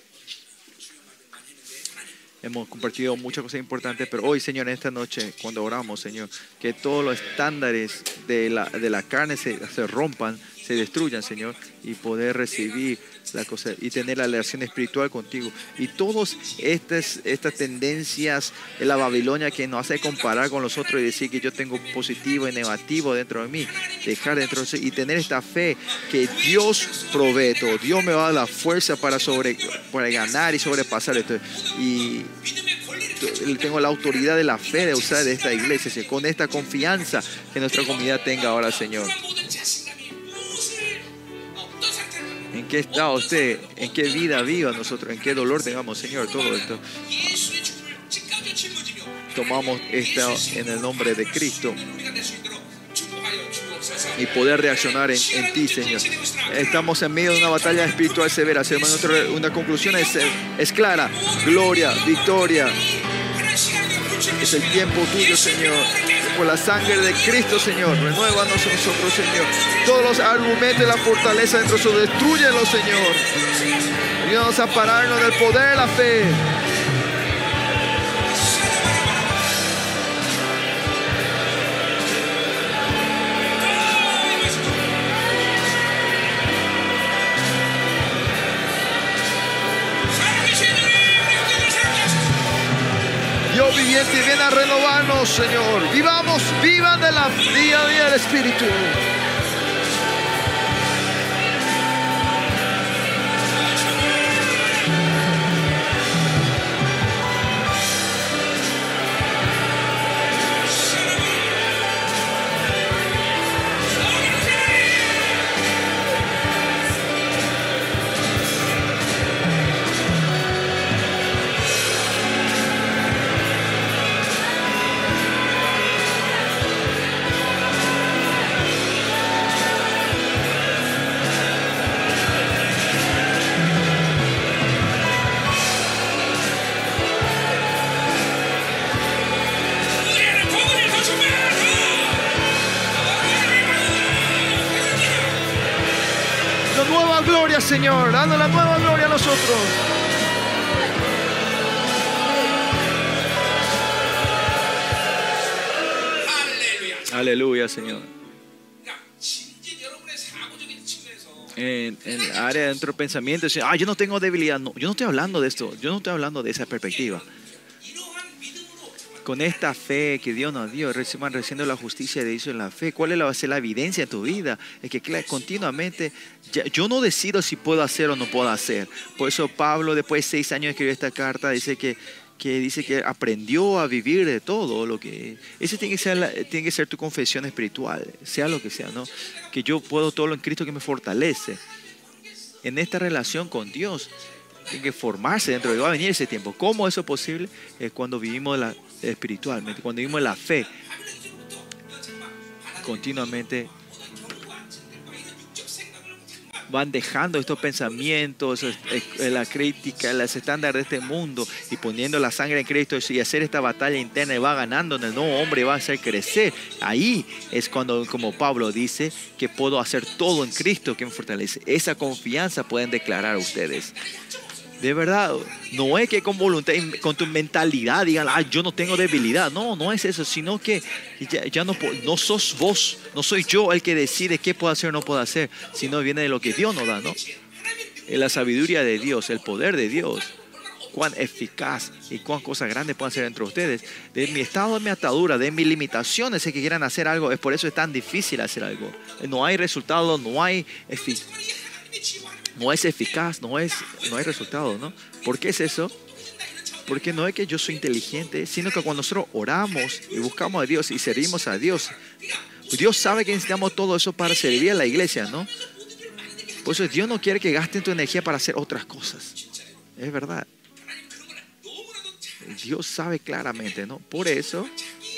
Hemos compartido muchas cosas importantes, pero hoy, Señor, en esta noche, cuando oramos, Señor, que todos los estándares de la, de la carne se, se rompan, se destruyan, Señor, y poder recibir la cosa y tener la relación espiritual contigo. Y todas estas, estas tendencias de la Babilonia que nos hace comparar con los otros y decir que yo tengo positivo y negativo dentro de mí, dejar dentro de eso y tener esta fe que Dios provee todo. Dios me va a dar la fuerza para, sobre, para ganar y sobrepasar esto. Y tengo la autoridad de la fe de usar de esta iglesia, con esta confianza que nuestra comunidad tenga ahora, Señor. ¿En qué estado usted? ¿En qué vida viva nosotros? ¿En qué dolor tengamos, Señor? Todo esto. Tomamos esto en el nombre de Cristo y poder reaccionar en, en ti, Señor. Estamos en medio de una batalla espiritual severa. Una conclusión es, es clara. Gloria, victoria. Es el tiempo tuyo, Señor. Por la sangre de Cristo, Señor. Renuévanos a nosotros, Señor. Todos los argumentos de la fortaleza dentro de nosotros, destrúyelos, Señor. Ayúdanos a pararnos del poder de la fe. Dios viviente, viene a renovarnos, Señor. Vivamos, vivan de la día a día del Espíritu. Señor, dando la nueva gloria a nosotros. Aleluya, Señor. En, en el área dentro del pensamiento, ah, yo no tengo debilidad. No, yo no estoy hablando de esto. Yo no estoy hablando de esa perspectiva. Con esta fe que Dios nos dio, reciban recibiendo la justicia de Dios en la fe. ¿Cuál va a ser la evidencia en tu vida? Es que claro, continuamente, ya, yo no decido si puedo hacer o no puedo hacer. Por eso Pablo, después de seis años de escribir esta carta, dice que, que, dice que aprendió a vivir de todo. Lo que, ese tiene que, ser la, tiene que ser tu confesión espiritual, sea lo que sea, ¿no? Que yo puedo todo lo en Cristo que me fortalece. En esta relación con Dios, tiene que formarse dentro de, va a venir ese tiempo. ¿Cómo eso es posible? Es cuando vivimos la espiritualmente, cuando vivimos la fe continuamente, van dejando estos pensamientos, la crítica, los estándares de este mundo y poniendo la sangre en Cristo y hacer esta batalla interna y va ganando en el nuevo hombre, va a hacer crecer. Ahí es cuando, como Pablo dice, que puedo hacer todo en Cristo que me fortalece. Esa confianza pueden declarar ustedes. De verdad, no es que con voluntad, con tu mentalidad digan, ah, yo no tengo debilidad. No, no es eso, sino que ya, ya no, no sos vos, no soy yo el que decide qué puedo hacer o no puedo hacer, sino viene de lo que Dios nos da, ¿no? En la sabiduría de Dios, el poder de Dios, cuán eficaz y cuán cosas grandes pueden hacer entre ustedes. De mi estado, de mi atadura, de mis limitaciones, es que quieran hacer algo, es por eso es tan difícil hacer algo. No hay resultado, no hay eficacia. No es eficaz, no, es, no hay resultado, ¿no? ¿Por qué es eso? Porque no es que yo soy inteligente, sino que cuando nosotros oramos y buscamos a Dios y servimos a Dios, Dios sabe que necesitamos todo eso para servir a la iglesia, ¿no? Por eso Dios no quiere que gasten tu energía para hacer otras cosas. Es verdad. Dios sabe claramente, ¿no? Por eso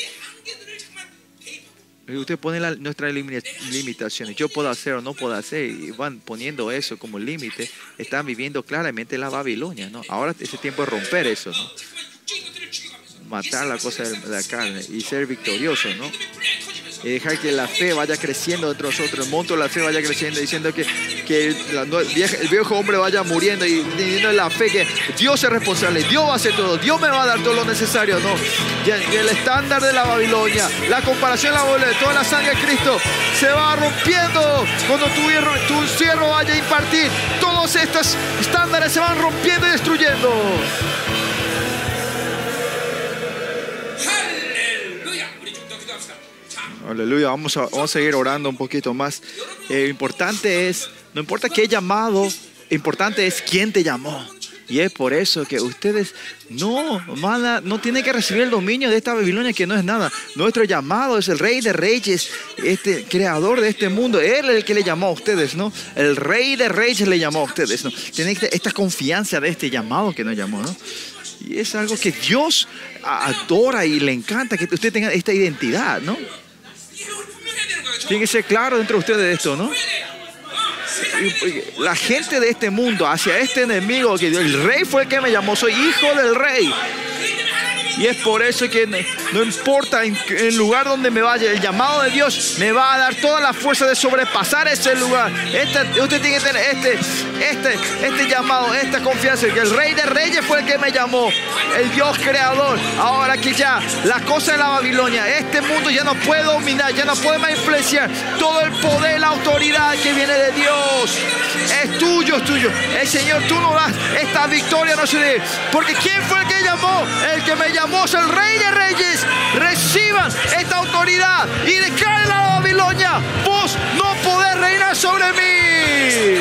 usted pone la, nuestras limitaciones. Yo puedo hacer o no puedo hacer. Y van poniendo eso como límite. Están viviendo claramente la Babilonia, ¿no? Ahora es el tiempo de romper eso, ¿no? Matar la cosa de la carne y ser victorioso, ¿no? Y dejar que la fe vaya creciendo dentro de nosotros. El monto de la fe vaya creciendo, diciendo que, que la, el viejo hombre vaya muriendo y teniendo la fe que Dios es responsable, Dios va a hacer todo, Dios me va a dar todo lo necesario, ¿no? Y el, y el estándar de la Babilonia, la comparación de la Babilonia, de toda la sangre de Cristo se va rompiendo cuando tu, tu siervo vaya a impartir. Todos estos estándares se van rompiendo y destruyendo. Aleluya, vamos a, vamos a seguir orando un poquito más. Eh, importante es, no importa qué llamado, importante es quién te llamó. Y es por eso que ustedes no, mala, no tienen que recibir el dominio de esta Babilonia que no es nada. Nuestro llamado es el Rey de Reyes, este creador de este mundo. Él es el que le llamó a ustedes, ¿no? El Rey de Reyes le llamó a ustedes, ¿no? Tienen esta confianza de este llamado que nos llamó, ¿no? Y es algo que Dios adora y le encanta que usted tenga esta identidad, ¿no? Tiene que ser claro dentro de ustedes esto, ¿no? La gente de este mundo hacia este enemigo, que el rey fue el que me llamó, soy hijo del rey. Y es por eso que no, no importa en el lugar donde me vaya, el llamado de Dios me va a dar toda la fuerza de sobrepasar ese lugar. Este, usted tiene que tener este, este, este llamado, esta confianza, que el Rey de Reyes fue el que me llamó, el Dios creador. Ahora que ya la cosa de la Babilonia, este mundo ya no puede dominar, ya no puede más influenciar. Todo el poder, la autoridad que viene de Dios es tuyo, es tuyo. El Señor, tú nos das esta victoria, no se dé. Porque ¿quién fue el que llamó? El que me llamó es el Rey de Reyes. Reciban esta autoridad y declaren a la Babilonia: vos no podés reinar sobre mí.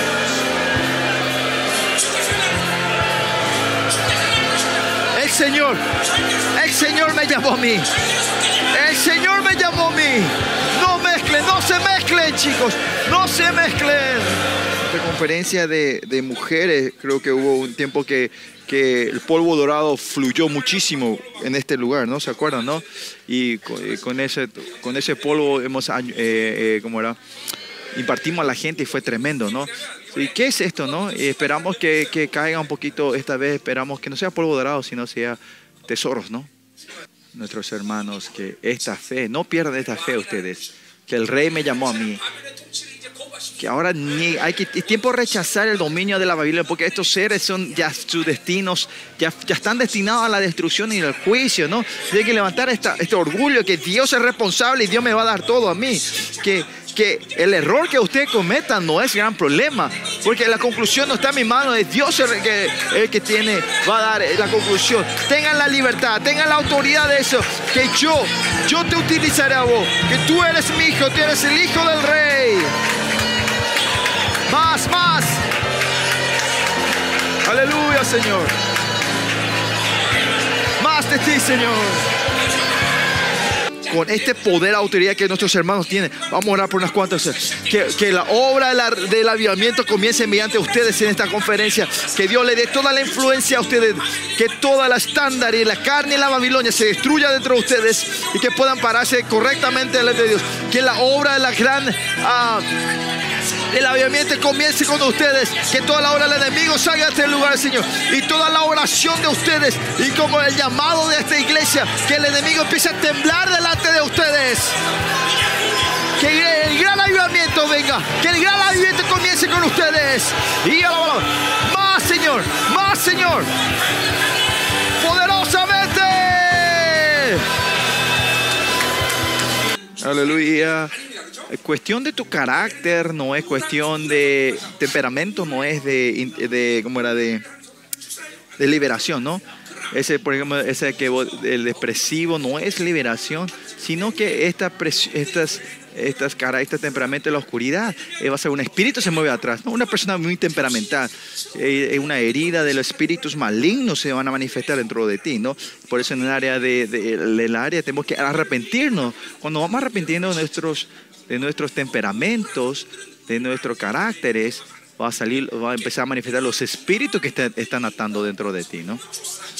El Señor, el Señor me llamó a mí. El Señor me llamó a mí. No mezclen, no se mezclen, chicos. No se mezclen. Esta conferencia de, de mujeres, creo que hubo un tiempo que, que el polvo dorado fluyó muchísimo en este lugar, ¿no? ¿Se acuerdan, no? Y con, con, ese, con ese polvo hemos, eh, eh, ¿cómo era? Impartimos a la gente y fue tremendo, ¿no? ¿Y qué es esto, no? Y esperamos que, que caiga un poquito esta vez. Esperamos que no sea polvo dorado, sino sea tesoros, ¿no? Nuestros hermanos, que esta fe, no pierdan esta fe ustedes, que el Rey me llamó a mí. Que ahora ni, hay que es tiempo de rechazar el dominio de la Babilonia, porque estos seres son ya sus destinos, ya, ya están destinados a la destrucción y al juicio, ¿no? Hay que levantar esta, este orgullo, que Dios es responsable y Dios me va a dar todo a mí. Que, que el error que ustedes cometan no es gran problema, porque la conclusión no está en mi mano, es Dios el que, el que tiene, va a dar la conclusión. Tengan la libertad, tengan la autoridad de eso, que yo, yo te utilizaré a vos, que tú eres mi hijo, tú eres el hijo del Rey. Más, más. Aleluya, Señor. Más de ti, Señor. Con este poder, autoridad que nuestros hermanos tienen, vamos a orar por unas cuantas. Que, que la obra de la, del avivamiento comience mediante ustedes en esta conferencia. Que Dios le dé toda la influencia a ustedes. Que toda la estándar y la carne y la Babilonia se destruya dentro de ustedes y que puedan pararse correctamente delante de Dios. Que la obra de la gran... Uh, el avivamiento comience con ustedes, que toda la obra del enemigo salga de este lugar, Señor, y toda la oración de ustedes y como el llamado de esta iglesia, que el enemigo empiece a temblar delante de ustedes, que el gran avivamiento venga, que el gran avivamiento comience con ustedes y a la más, Señor, más, Señor, poderosamente. Aleluya. Cuestión de tu carácter, no es cuestión de temperamento, no es de, de ¿cómo era? De, de liberación, ¿no? Ese, por ejemplo, ese que el depresivo no es liberación, sino que esta estas estas caras, este temperamento de la oscuridad, eh, va a ser un espíritu se mueve atrás, ¿no? Una persona muy temperamental, eh, una herida de los espíritus malignos se van a manifestar dentro de ti, ¿no? Por eso en el área de, de, de el área tenemos que arrepentirnos. Cuando vamos arrepintiendo de nuestros de nuestros temperamentos, de nuestros caracteres, va a salir, va a empezar a manifestar los espíritus que está, están atando dentro de ti, ¿no?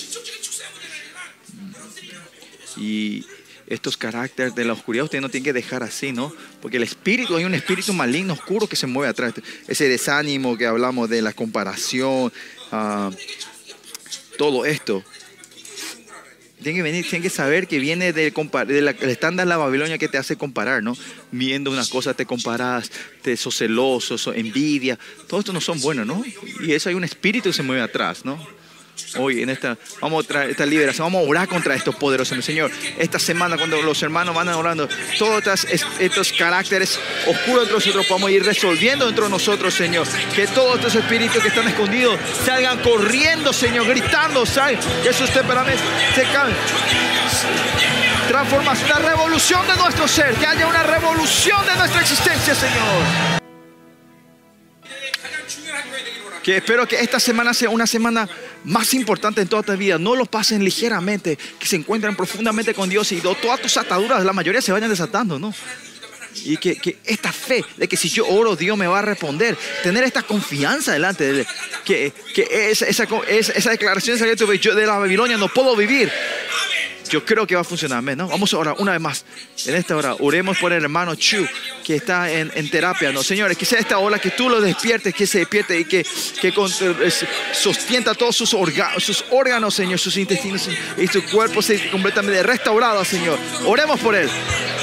Y estos caracteres de la oscuridad usted no tiene que dejar así, ¿no? Porque el espíritu, hay un espíritu maligno, oscuro que se mueve atrás. Ese desánimo que hablamos de la comparación, uh, todo esto. Tienen que venir, tienen que saber que viene del de la, el estándar de la Babilonia que te hace comparar, ¿no? Viendo unas cosas te comparas, te sos celoso, sos envidia. Todo esto no son buenos, ¿no? Y eso hay un espíritu que se mueve atrás, ¿no? Hoy en esta, vamos a traer esta liberación, vamos a orar contra estos poderosos, Señor. Esta semana cuando los hermanos van orando, todos estos, estos caracteres oscuros entre nosotros podamos ir resolviendo dentro de nosotros, Señor. Que todos estos espíritus que están escondidos salgan corriendo, Señor, gritando, salgan, que esos temperamentos se cambien. Transformación, una revolución de nuestro ser, que haya una revolución de nuestra existencia, Señor. Que espero que esta semana sea una semana más importante en toda tu vida. No lo pasen ligeramente, que se encuentren profundamente con Dios y todas tus ataduras, la mayoría se vayan desatando, ¿no? Y que, que esta fe de que si yo oro, Dios me va a responder. Tener esta confianza delante de Él. Que, que esa, esa, esa declaración de, yo de la Babilonia no puedo vivir. Yo creo que va a funcionar. Amén, ¿no? Vamos a orar una vez más. En esta hora, oremos por el hermano Chu, que está en, en terapia, ¿no? Señores, que sea esta hora que tú lo despiertes, que se despierte y que, que con, eh, sostienta todos sus, orga, sus órganos, Señor, sus intestinos y su cuerpo sea completamente restaurado, Señor. Oremos por él.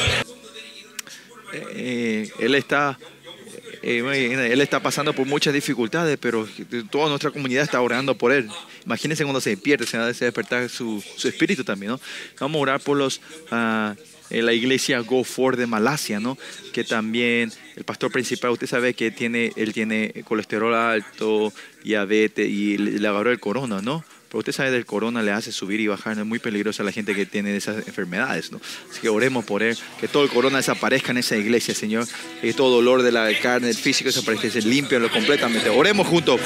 Eh, él está... Eh, él está pasando por muchas dificultades, pero toda nuestra comunidad está orando por él. Imagínense cuando se despierte, se va a despertar su, su espíritu también, ¿no? Vamos a orar por los, uh, en la iglesia Go For de Malasia, ¿no? Que también el pastor principal, usted sabe que tiene, él tiene colesterol alto, diabetes y le, le agarró el corona, ¿no? Pero usted sabe del corona le hace subir y bajar, es muy peligroso a la gente que tiene esas enfermedades, ¿no? Así que oremos por él, que todo el corona desaparezca en esa iglesia, Señor, que todo dolor de la carne, del físico desaparezca, se límpialo completamente. Oremos juntos.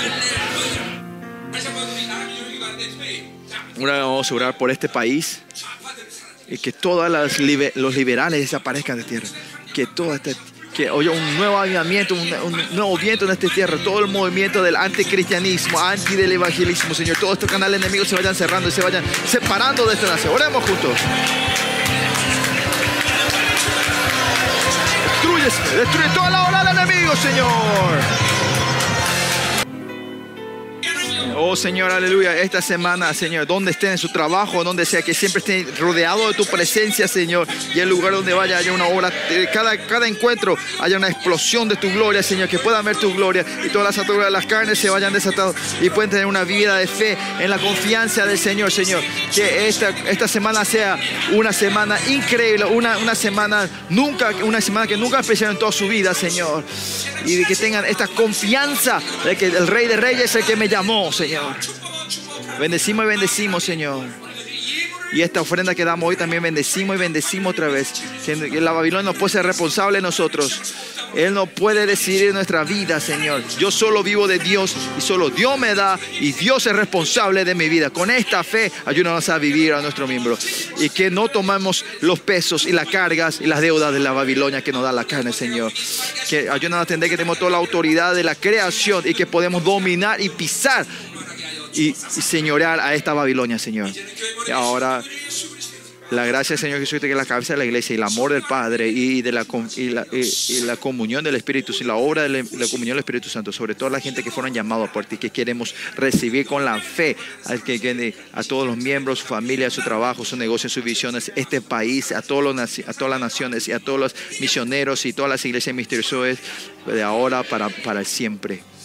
Ahora vamos a orar por este país y que todos los liberales desaparezcan de tierra, que toda esta que haya un nuevo avivamiento, un, un nuevo viento en esta tierra, todo el movimiento del anticristianismo, anti del evangelismo, Señor, todos estos canales enemigos se vayan cerrando y se vayan separando de esta nación. Oremos juntos. Destruye, destruye toda la ola del enemigo, Señor. Oh Señor, aleluya, esta semana, Señor, donde estén en su trabajo, donde sea, que siempre estén rodeados de tu presencia, Señor, y el lugar donde vaya haya una obra, cada, cada encuentro haya una explosión de tu gloria, Señor, que puedan ver tu gloria y todas las ataduras de las carnes se vayan desatadas y pueden tener una vida de fe en la confianza del Señor, Señor. Que esta, esta semana sea una semana increíble, una, una semana nunca, una semana que nunca esperaron en toda su vida, Señor, y de que tengan esta confianza de que el Rey de Reyes es el que me llamó, Señor. Bendecimos y bendecimos, Señor. Y esta ofrenda que damos hoy también bendecimos y bendecimos otra vez. Que la Babilonia no puede ser responsable de nosotros. Él no puede decidir nuestra vida, Señor. Yo solo vivo de Dios y solo Dios me da y Dios es responsable de mi vida. Con esta fe, ayúdanos a vivir a nuestro miembro. Y que no tomemos los pesos y las cargas y las deudas de la Babilonia que nos da la carne, Señor. Que ayúdanos a entender que tenemos toda la autoridad de la creación y que podemos dominar y pisar y, y señorear a esta Babilonia, Señor. Y ahora la gracia del Señor Jesucristo, que es la cabeza de la iglesia, y el amor del Padre y, de la, y, la, y, y la comunión del Espíritu, y la obra de la, la comunión del Espíritu Santo, sobre todo la gente que fueron llamados por ti, que queremos recibir con la fe a, que, que, a todos los miembros, su familia, su trabajo, su negocio, sus visiones, este país, a, todos los, a todas las naciones y a todos los misioneros y todas las iglesias misteriosas de ahora para, para siempre.